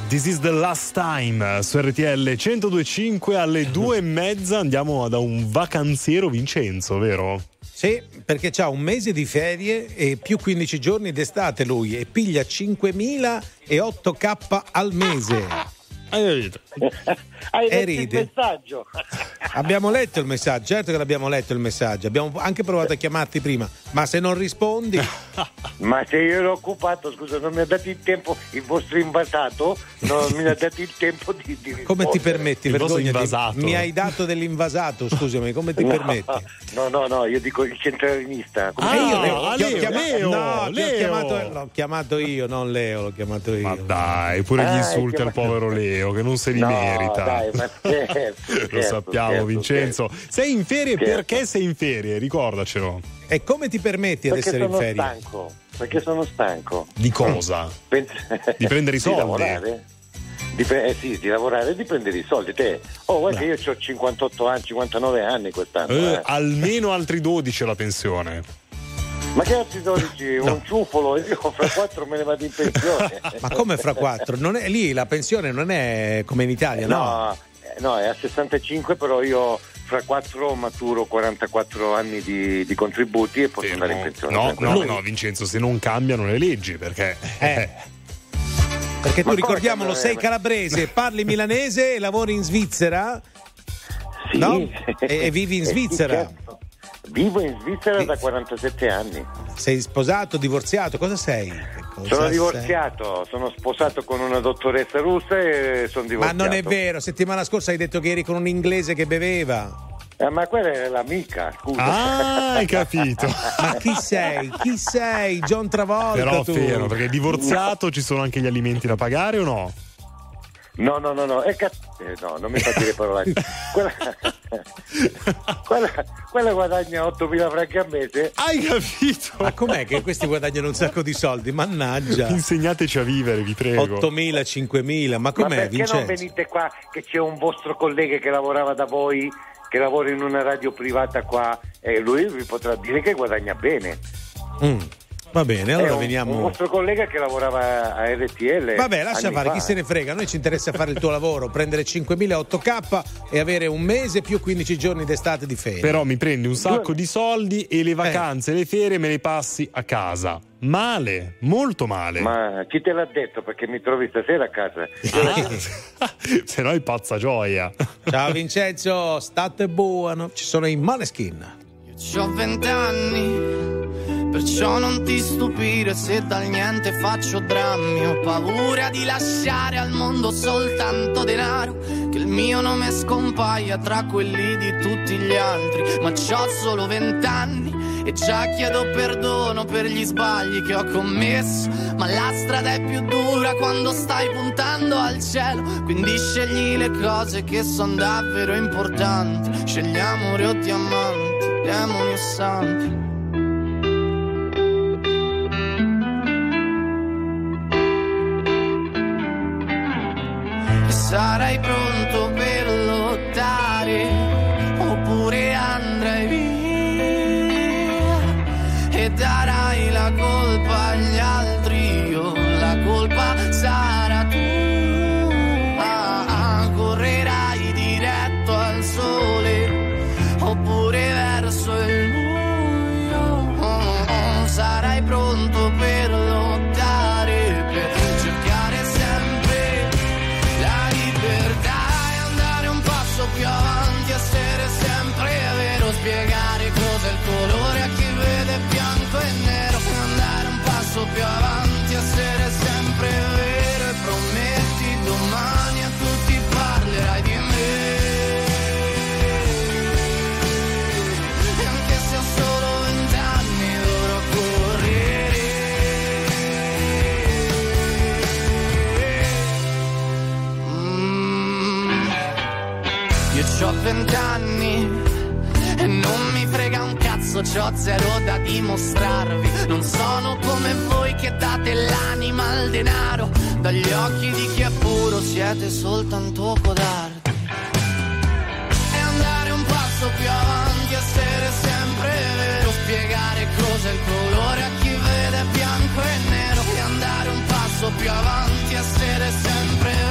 This is the last time su R T L centodue e cinque alle due e mezza andiamo da un vacanziero Vincenzo, vero? Sì, perché c'ha un mese di ferie e più quindici giorni d'estate lui e piglia cinquemilaotto K al mese. Hai E letto il ride. messaggio? Abbiamo letto il messaggio, certo che l'abbiamo letto il messaggio, abbiamo anche provato a chiamarti prima, ma se non rispondi... Ma se io ero occupato, scusa, non mi ha dato il tempo, il vostro invasato non mi ha dato il tempo di, di Come ti permetti, Il vostro vergognati? invasato. Mi hai dato dell'invasato, scusami, come ti No, permetti? No, no, no, io dico il centralinista. Come Ah, si io chiama? Leo, ah, ti ho Leo, chiamato, Leo, no, ti ho Leo. chiamato, l'ho chiamato io, non Leo, l'ho chiamato io. Ma dai, pure gli Ah, insulti hai al chiamato- povero Leo che non se li No, merita. dai, ma scherzo, Lo scherzo, sappiamo, scherzo, Vincenzo. Sei in ferie Scherzo. perché sei in ferie? Ricordacelo. E come ti permetti ad Perché essere in sono ferie? stanco, perché sono stanco. Di cosa? Pens- Di prendere i soldi? Di lavorare? Di pre- eh sì, di lavorare e di prendere i soldi. Te, oh, guarda che io ho cinquantotto anni, cinquantanove anni quest'anno. Eh, eh. almeno altri dodici alla pensione. Ma che altri dodici? Un ciuffolo, io fra quattro me ne vado in pensione. Ma come fra quattro? Non è, lì la pensione non è come in Italia, no? No, eh, no, è a sessantacinque, però io fra quattro maturo quarantaquattro anni di, di contributi e posso andare in pensione. No, no, tranquillamente. no, Vincenzo, se non cambiano le leggi, perché... Eh. Perché tu Ma ricordiamolo, come- sei calabrese, parli milanese e lavori in Svizzera? Sì. No? E, e vivi in Eh sì, Svizzera? certo. Vivo in Svizzera da quarantasette anni. Sei sposato, divorziato? Cosa sei? Cosa Sono sei? divorziato, sono sposato con una dottoressa russa e sono Ma divorziato. non è vero, settimana scorsa hai detto che eri con un inglese che beveva. Eh, ma quella è l'amica, scusa. Ah, hai capito. Ma chi sei? Chi sei? John Travolta Però tu? fermo, perché divorziato ci sono anche gli alimenti da pagare o no? No, no, no, no, è cazzo. Eh, no, non mi fa dire parole. Quella... quella, quella guadagna ottomila franchi a mese. Hai capito? Ma com'è che questi guadagnano un sacco di soldi? Mannaggia. Insegnateci a vivere, vi prego. ottomila, cinquemila, ma Ma com'è, perché Vincenzo? non venite qua che c'è un vostro collega che lavorava da voi, che lavora in una radio privata qua e lui vi potrà dire che guadagna bene. Mm, va bene, È allora un, veniamo. un vostro collega che lavorava a R T L. Vabbè, lascia anni fare, fa. chi se ne frega. A noi ci interessa fare il tuo lavoro, prendere cinquemilaotto K e avere un mese più quindici giorni d'estate di ferie. Però mi prendi un sacco di soldi e le vacanze, le ferie me le passi a casa. Male, molto male. Ma chi te l'ha detto? Perché mi trovi stasera a casa. Ah, se no è pazza gioia. Ciao Vincenzo, state buono. Ci sono i Måneskin. C'ho vent'anni, perciò non ti stupire se dal niente faccio drammi. Ho paura di lasciare al mondo soltanto denaro, che il mio nome scompaia tra quelli di tutti gli altri. Ma c'ho solo vent'anni e già chiedo perdono per gli sbagli che ho commesso. Ma la strada è più dura quando stai puntando al cielo, quindi scegli le cose che sono davvero importanti. Scegli amore o diamanti, demoni o santi. E sarai pronto per lottare oppure andrai via e darai la colpa agli altri. Io la colpa sarà tua. Correrai diretto al sole oppure verso il buio. Sarai pronto per lottare, per cercare sempre la libertà e andare un passo più avanti, essere sempre vero, spiegare cos'è il colore a chi vede bianco e nero, e andare un passo più avanti, essere sempre vero e prometti domani a tutti parlerai di me. E anche se ho solo vent'anni dovrò correre. Mm. Io c'ho vent'anni e non mi frega un cazzo, c'ho zero da dimostrarvi. Non sono come voi che date l'anima al denaro. Dagli occhi di chi è puro siete soltanto codardi. E andare un passo più avanti, essere sempre vero, spiegare cos'è il colore a chi vede bianco e nero. E andare un passo più avanti, essere sempre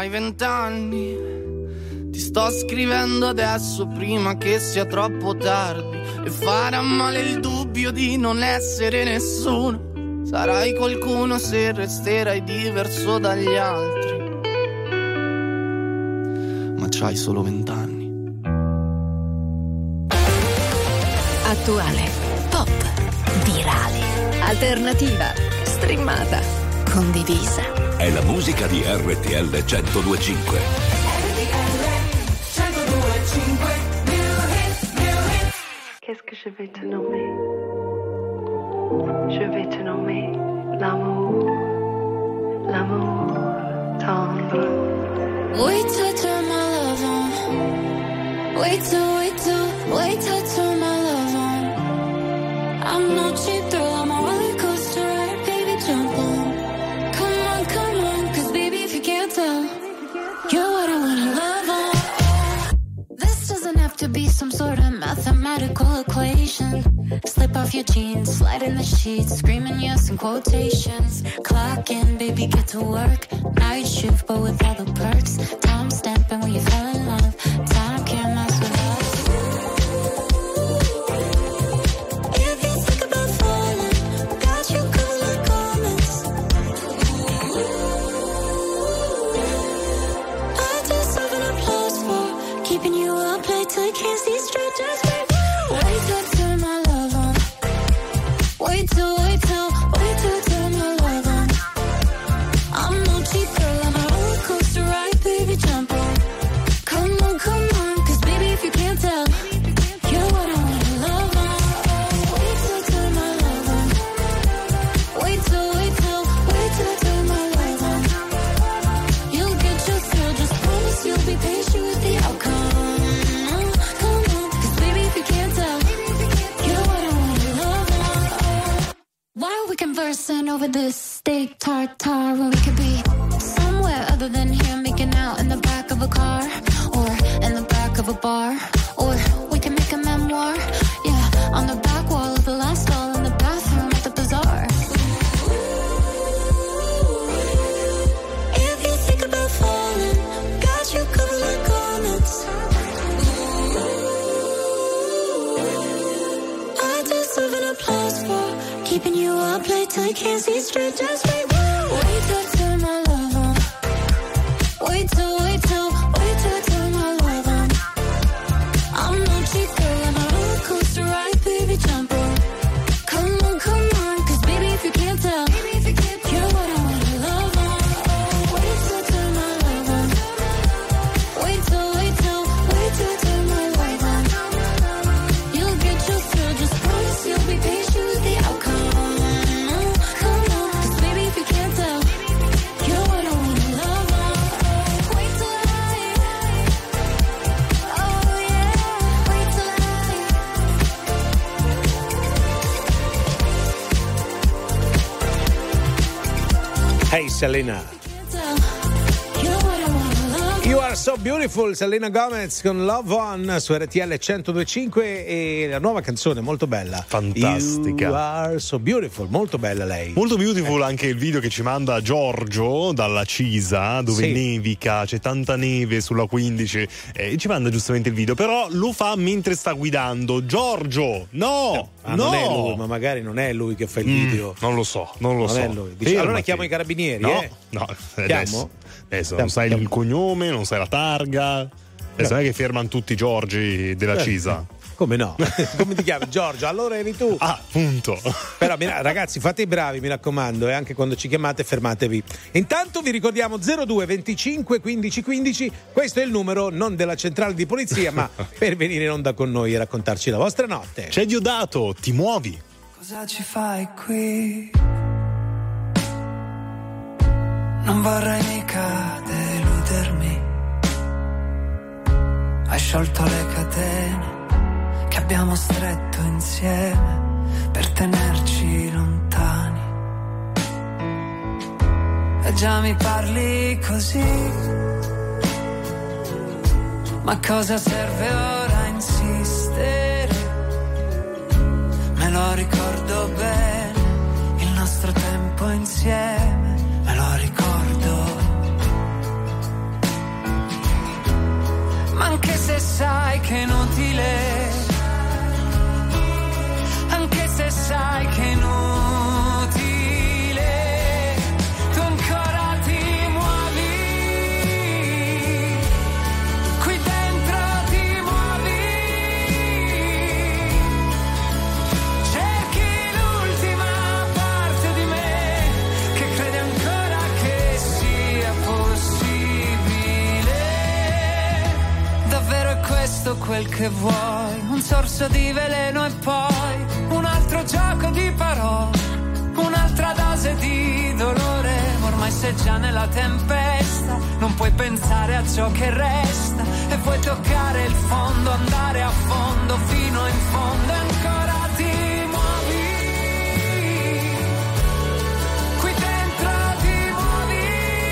hai vent'anni. Ti sto scrivendo adesso prima che sia troppo tardi e farà male il dubbio di non essere nessuno. Sarai qualcuno se resterai diverso dagli altri, ma c'hai solo vent'anni. Attuale, pop, virale, alternativa, streamata, condivisa. È la musica di R T L centodue e cinque. Qu'est-ce que je vais te nommer? Je vais te nommer l'amour, l'amour tendre. Wait till I turn my love on. Wait till, wait till, wait till I turn my love on. I'm no cheap thrill, I'm a roller coaster ride, baby, jump on. Come on, come on, cause baby, if you can't tell, you're what I wanna love on. This doesn't have to be some sort of mathematical equation. Slip off your jeans, slide in the sheets, screaming yes in quotations. Clock in, baby, get to work. Night shift, but with all the perks. Time stamping when you fell in love. Time can't mess with us. If you think about falling, got you covered like garments. I deserve an applause for keeping you up late till you can't see straight. Just wait, wait till I turn my love on. Wait till, wait till, wait till I turn my love on. I'm no cheap girl, I'm a roller coaster ride, baby, jump on. Come on, come on, cause baby, if you can't tell, you're what I wanna love on. Wait till I turn my love on. Wait till, wait till, wait till I turn my love on. You'll get your thrill, just promise you'll be patient with the outcome. Come on, cause baby, if you can't tell, you're what I wanna love on. Why are we conversing over this steak tartare when we could be somewhere other than here, making out in the back of a car or in the back of a bar, or we can make a memoir, yeah, on the back wall of the last stall in the bathroom at the bazaar. If you think about falling, got you covered like garments. I deserve an applause for keeping you up late till you can't see straight. Just wait, wait till I turn my love on. Wait till, wait till, wait till I turn my love on. I'm no cheap girl, I'm a roller coaster ride, baby, jump on. Come on, come on, cause baby, if you can't tell, you're what I wanna love on. Wait till I turn my love on. Wait till, wait till, wait till I turn my love on. You'll get your thrill, just promise you'll be patient with the outcome. Come on, cause baby, if you can't tell, you're what I wanna love on. Wait till I, oh yeah, wait till Hey Selena. You are so beautiful, Selena Gomez con Love On su R T L centodue e cinque, e la nuova canzone molto bella. Fantastica. You are so beautiful, molto bella lei. Molto beautiful anche il video che ci manda Giorgio dalla Cisa, dove Sì. nevica, c'è tanta neve sulla quindici, e ci manda giustamente il video, però lo fa mentre sta guidando. Giorgio, no! Ma no! non è lui, ma magari non è lui che fa il Mm, video. non lo so, non lo Non so. è lui. Dice, Fermati. allora chiamo i carabinieri, No, eh? no, Chiamo? adesso, adesso non sai il cognome, non sai la targa. Adesso non è che fermano tutti i Giorgi della Eh, Cisa. Come no? Come ti chiami? Giorgio, allora eri tu. Ah, punto. Però mi- ragazzi, fate i bravi, mi raccomando, e anche quando ci chiamate fermatevi. Intanto vi ricordiamo zero due venticinque quindici quindici, questo è il numero non della centrale di polizia, ma per venire in onda con noi e raccontarci la vostra notte. C'è Diodato, ti muovi. Cosa ci fai qui? Non vorrei mica deludermi. Hai sciolto le catene che abbiamo stretto insieme per tenerci lontani. E già mi parli così. Ma cosa serve ora insistere? Me lo ricordo bene, il nostro tempo insieme, me lo ricordo. quel che vuoi, un sorso di veleno e poi un altro gioco di parole, un'altra dose di dolore. Ormai sei già nella tempesta, non puoi pensare a ciò che resta e vuoi toccare il fondo, andare a fondo fino in fondo e ancora ti muovi. Qui dentro ti muovi.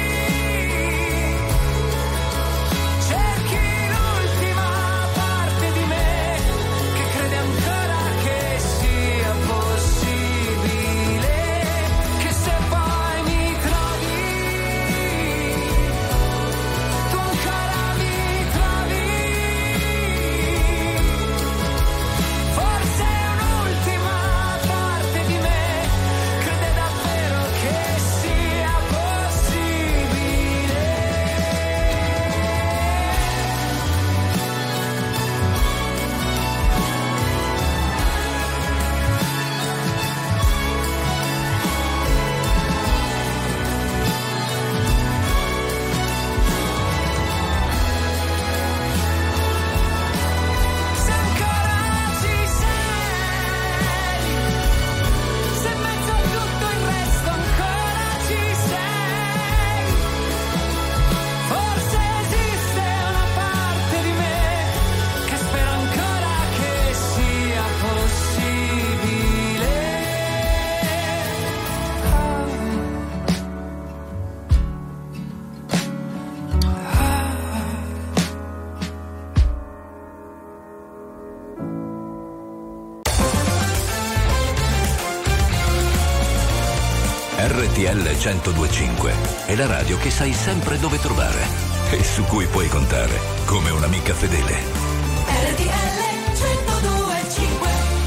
Cerchi l'ultima parte di me che crede ancora che sia possibile, che se poi mi trovi, tu ancora mi trovi. Forse un'ultima parte di me crede davvero che sia possibile. Se ancora ci sei, se in mezzo a tutto il resto ancora ci sei, forse esiste una parte di me che spera ancora che sia possibile. R T L centodue e cinque è la radio che sai sempre dove trovare e su cui puoi contare come un'amica fedele. R T L centodue e cinque.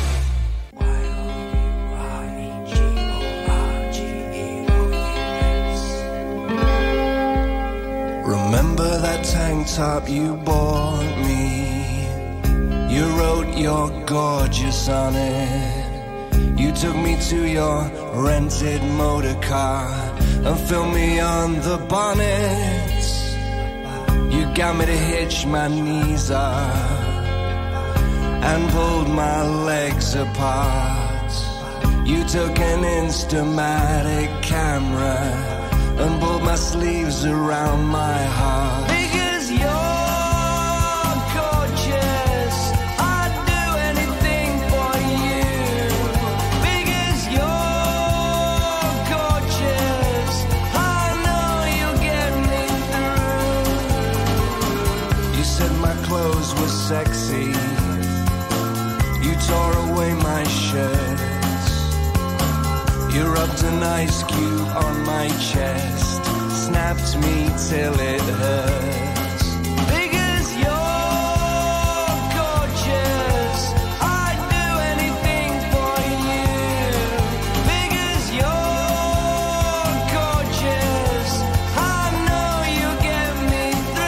Remember that tank top you bought me? You wrote you're gorgeous on it. You took me to your rented motor car and filmed me on the bonnet. You got me to hitch my knees up and pulled my legs apart. You took an Instamatic camera and pulled my sleeves around my heart. Because you're gorgeous, I'd do anything for you. Because you're gorgeous, I know you'll get me through. You said my clothes were sexy. You tore away my shirt. You rubbed an ice cube on my chest, snapped me till it hurts. Because you're gorgeous, I'd do anything for you. Because you're gorgeous, I know you'll get me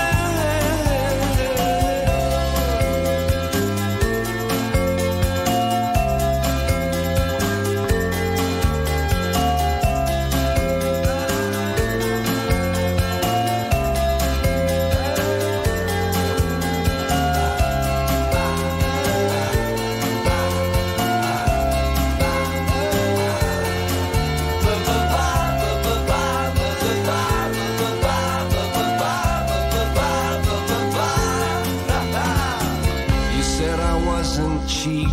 You said I wasn't cheap.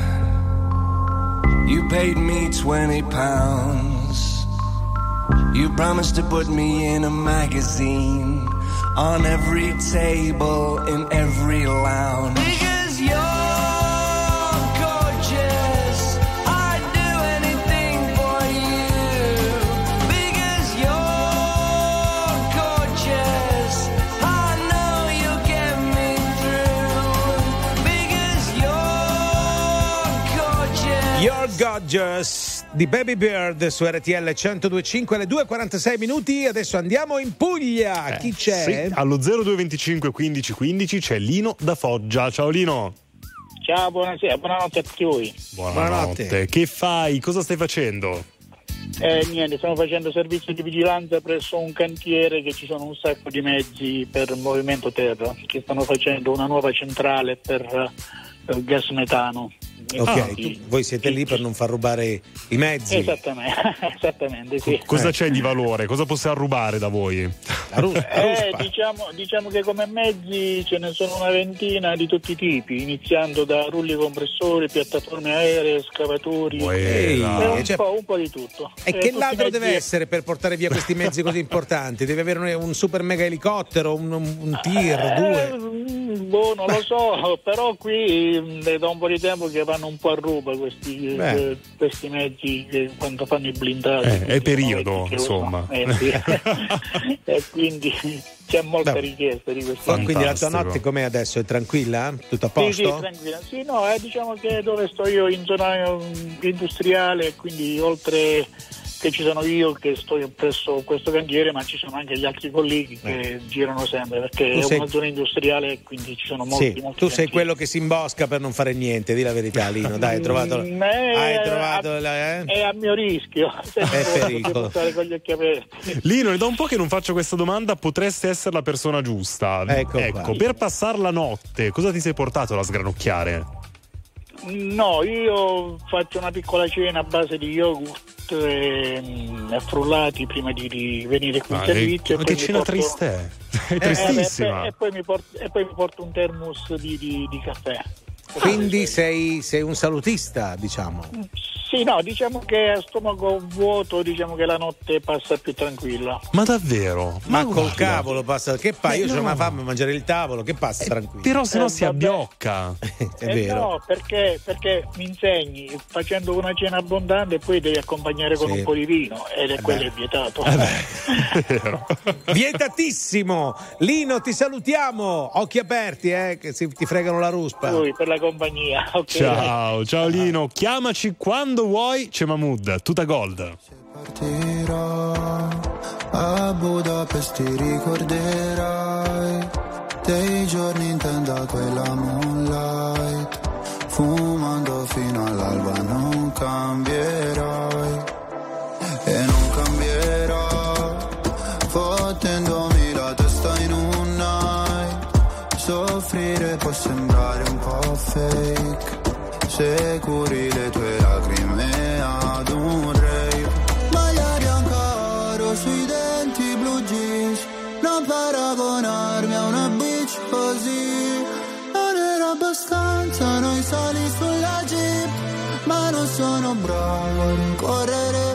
You paid me twenty pounds. You promised to put me in a magazine on every table in every lounge. Because you're gorgeous, I'd do anything for you. Because you're gorgeous, I know you'll get me through. Because you're gorgeous. You're Gorgeous di Baby Bird su R T L centodue e cinque alle due e quarantasei minuti. Adesso andiamo in Puglia. Eh, Chi c'è? Sì, allo zero due venticinque quindici quindici c'è Lino da Foggia. Ciao Lino. Ciao, buonasera, buonanotte a tutti voi. Buonanotte. Che fai? Cosa stai facendo? Eh, niente, stiamo facendo servizio di vigilanza presso un cantiere che ci sono un sacco di mezzi per il movimento terra, che stanno facendo una nuova centrale per uh, gas metano. Ok, Ah, tu- voi siete lì per non far rubare i mezzi. Esattamente, esattamente sì. Cosa Eh. c'è di valore? Cosa possiamo rubare da voi? La ruspa. Eh, diciamo, diciamo che come mezzi ce ne sono una ventina di tutti i tipi, iniziando da rulli compressori, piattaforme aeree, scavatori, Ehi, eh, un, cioè- po', un po' di tutto. E Eh, che tutti ladro mezzi- deve essere per portare via questi mezzi così importanti? Deve avere un, un super mega elicottero, un, un, un tir, Eh, due. mm, boh, non lo so, però qui mm, è da un po' di tempo che vanno un po' a ruba questi, Beh. eh, questi mezzi che quando fanno i blindati. Eh, è il questi periodo, mezzi che insomma. usano. Eh, sì. E quindi c'è molta Beh. richiesta di questi Oh, quindi la tua Fantastico. notte com'è adesso? È tranquilla? Tutto a Sì, sì, posto? tranquilla. Sì, no, eh, diciamo che dove sto io in zona mm, industriale, quindi oltre che ci sono io che sto presso questo cantiere, ma ci sono anche gli altri colleghi che girano sempre, perché Tu è sei- una zona industriale e quindi ci sono molti, Sì, molti tu sei cantieri. quello che si imbosca per non fare niente, di la verità, Lino. Dai, hai trovato. Mm, eh, Hai trovato. a- la- eh? È a mio rischio, È pericolo. devo stare con gli occhi aperti. Lino, è da un po' che non faccio questa domanda, potresti essere la persona giusta. Ecco ecco qua. per passare la notte, cosa ti sei portato da sgranocchiare? No, io faccio una piccola cena a base di yogurt e, mm, e frullati prima di, di venire qui in Ah, servizio. che e poi che mi cena porto- triste è? È Eh, tristissima. eh, e, poi mi porto, e poi mi porto un thermos di, di- di caffè. Quindi sei, sei un salutista, diciamo. Sì, no, diciamo che a stomaco vuoto, diciamo che la notte passa più tranquilla. Ma davvero? Ma col guarda. cavolo passa. Che pa? Eh, Io c'ho no. una fame a mangiare il tavolo, che passa tranquillo. Però se no Eh, si vabbè. abbiocca. È Eh, vero. no, perché, perché mi insegni facendo una cena abbondante e poi devi accompagnare con Sì. un po' di vino ed è Eh quello beh. è vietato. È vero. Vietatissimo! Lino, ti salutiamo! Occhi aperti, eh, che si, ti fregano la ruspa. Poi per la compagnia. ok. Ciao, ciao Lino. Chiamaci quando vuoi, c'è Mahmood, tutta gold. Partirò a Budapest, ti ricorderai dei giorni in tenda quella moonlight, fumando fino all'alba. Non cambierai e non cambierò, fottendomi la testa in un night. Soffrire può sembrare un po' fake se curi le tue lacrime ad un rave. Maglia bianca oro sui denti, blu jeans, non paragonarmi a una bitch così. Non era abbastanza noi sali sulla jeep, ma non sono bravo a rincorrere.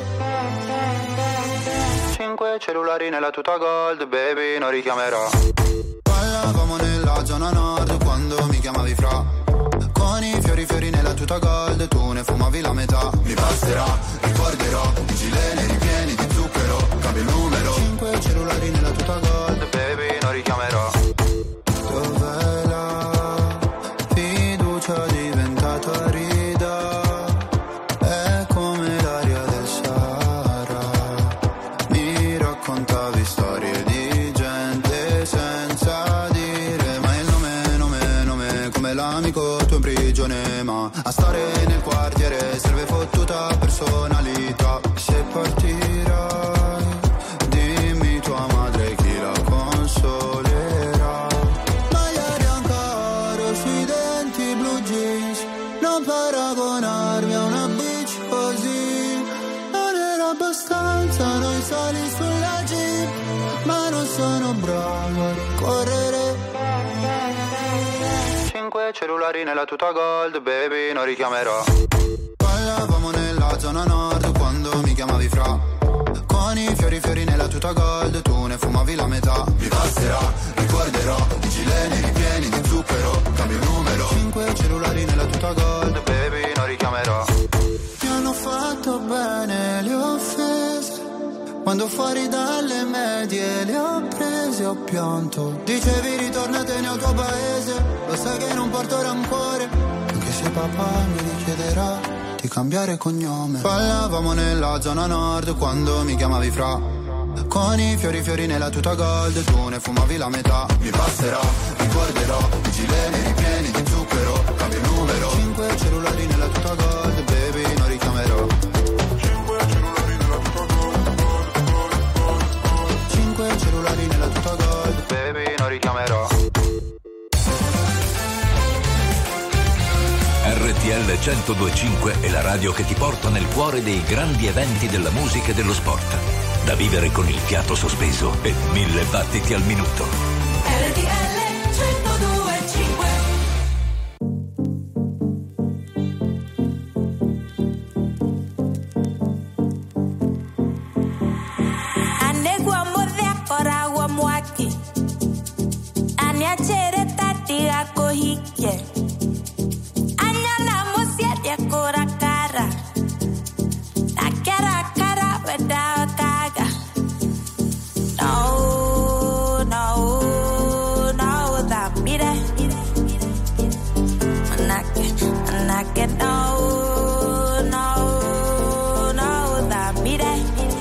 Cinque cellulari nella tuta gold, baby, non richiamerò. Parlavamo nella zona nord quando mi chiamavi fra. Con i fiori fiori nella tuta gold, tu ne fumavi la metà. Mi passerà, ricorderò, i gileni ripieni di zucchero, cambio il numero. Cinque cellulari nella tuta gold, baby, non richiamerò. Dov'è la fiducia diventata rida? È come l'aria del Sahara. Mi raccontavi storie di gente senza dire mai il nome, nome, nome, come l'amico tuo in prigione. Ma a stare nel quartiere serve fottuta personalità. Se partirai, dimmi tua madre chi la consolerà. Maglia bianca oro sui denti, blu jeans, non paragonarmi a una bitch così. Non era abbastanza noi sali sulla jeep, ma non sono bravo a correre. Cinque cellulari nella tuta gold, baby, non richiamerò. Parlavamo nella zona nord quando mi chiamavi fra. Con i fiori fiori nella tuta gold, tu ne fumavi la metà. Mi passerà, ricorderò, i gileni ripieni di zucchero, cambio il numero. Cinque cellulari nella tuta gold, baby, non richiamerò. Mi hanno fatto bene le offese, quando fuori dalle medie le ho prese, ho pianto. Dicevi ritornatene al tuo paese, lo sai che non porto rancore, anche se papà mi richiederà di cambiare cognome. Parlavamo nella zona nord quando mi chiamavi fra. Con i fiori fiori nella tuta gold, tu ne fumavi la metà. Mi passerà, ricorderò, i gileni ripieni di zucchero, cambio il numero. Cinque cellulari nella tuta gold, baby, non richiamerò. Cinque cellulari nella tuta R T L centodue e cinque è la radio che ti porta nel cuore dei grandi eventi della musica e dello sport. Da vivere con il fiato sospeso e mille battiti al minuto. R T L centodue e cinque. Anegua mordea coragua muaki. Aniachere tati akohike. Anyana musia kora cara. Nakara kara weda kaga. No, no, no, that mire. Manake, manake, no, no, no, that mire.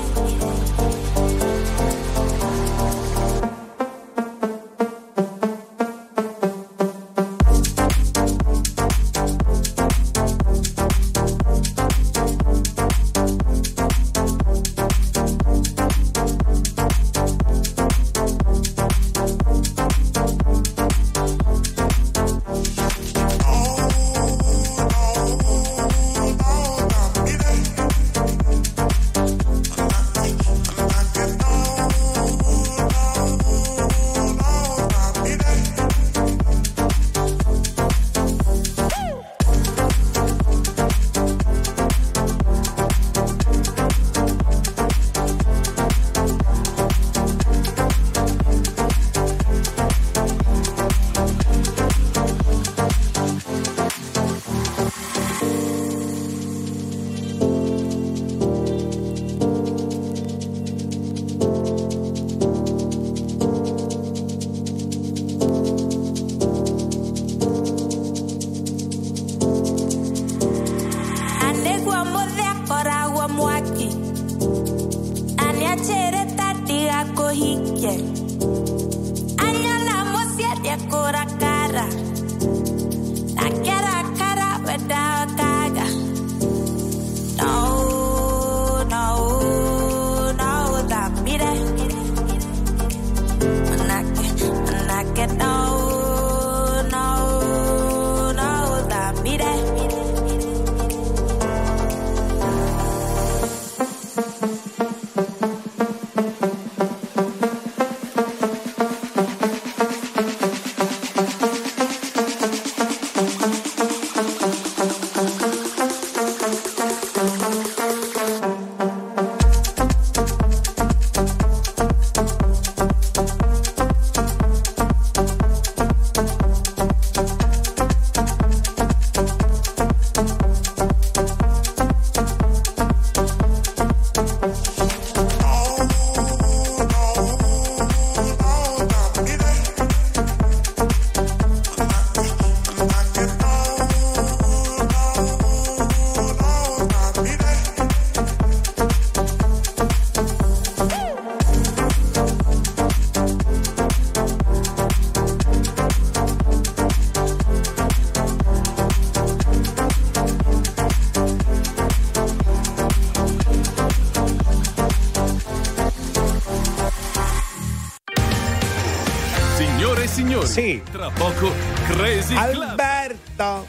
signori, sì. Tra poco Crazy Club. Alberto.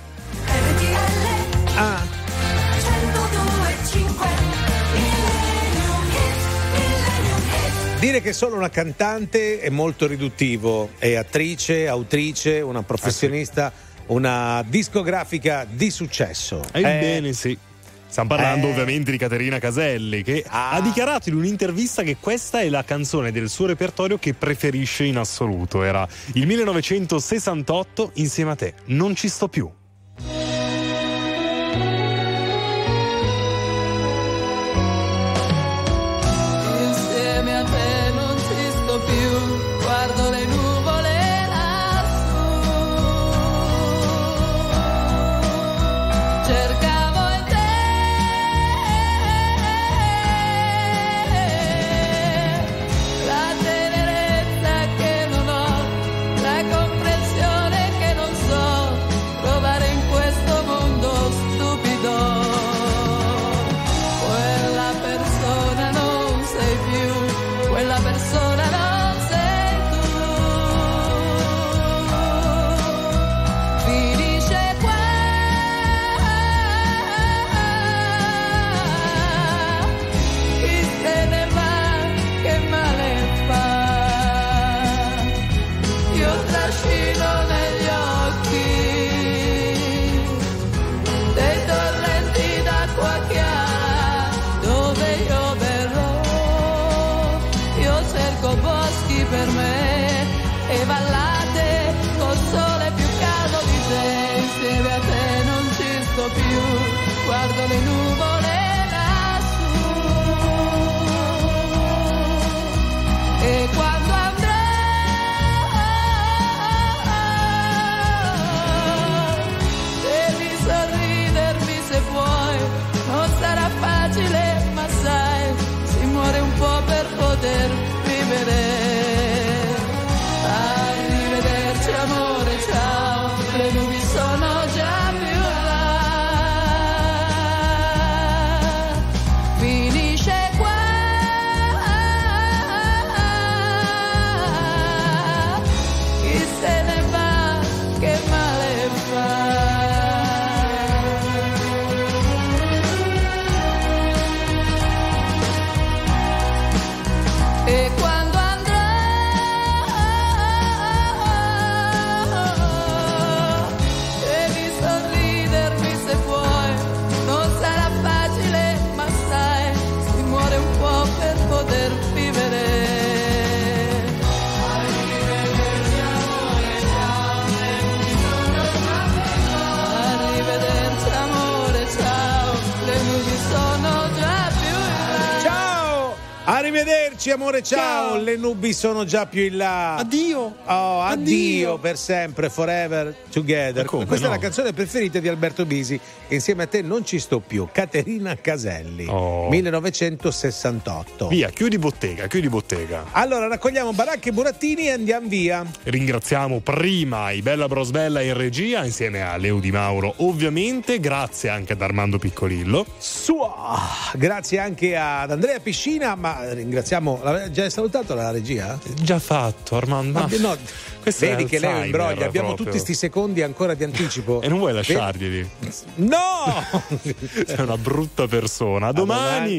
Ah. Dire che solo una cantante è molto riduttivo, è attrice, autrice, una professionista, ah, sì. una discografica di successo. Ebbene eh, sì. Stiamo parlando eh. ovviamente di Caterina Caselli, che ah. ha dichiarato in un'intervista che questa è la canzone del suo repertorio che preferisce in assoluto. Era il millenovecentosessantotto, Insieme a te, non ci sto più. Insieme a te non ci sto più, guardo le nuvole lassù, cercavo in te la tenerezza che non ho, la comprensione che non so trovare più, guardo le nuvole lassù. E quando andrò devi sorridermi se puoi, non sarà facile ma sai, si muore un po' per poter vivere. Arrivederci amore, ciao, le nubi sono già più là. Finisce qua, chi se ne va, che male fa. E quando andrò devi sorridermi se puoi, non sarà facile ma sai, si muore un po' per poter vivere. Arrivederci amore, ciao, le nubi sono già più in là. Ciao! Arrivederci amore, ciao. Ciao. Le nubi sono già più in là. Addio. Oh, addio, Addio. per sempre, forever together. Ma come Questa no? è la canzone preferita di Alberto Bisi. Insieme a te non ci sto più. Caterina Caselli, Oh. millenovecentosessantotto. Via, chiudi bottega, chiudi bottega. Allora raccogliamo baracche e burattini e andiamo via. Ringraziamo prima i Bella Bros Bella in regia insieme a Leo Di Mauro, ovviamente, grazie anche ad Armando Piccolillo. Sua! Grazie anche ad Andrea Piscina, ma ringraziamo. L'avete già salutato la regia? Già fatto, Armando. Ma no, questo è vedi che Leo Alzheimer imbroglia, abbiamo proprio. tutti sti secondi ancora di anticipo. E non vuoi lasciarglieli? No! Sei una brutta persona. A domani.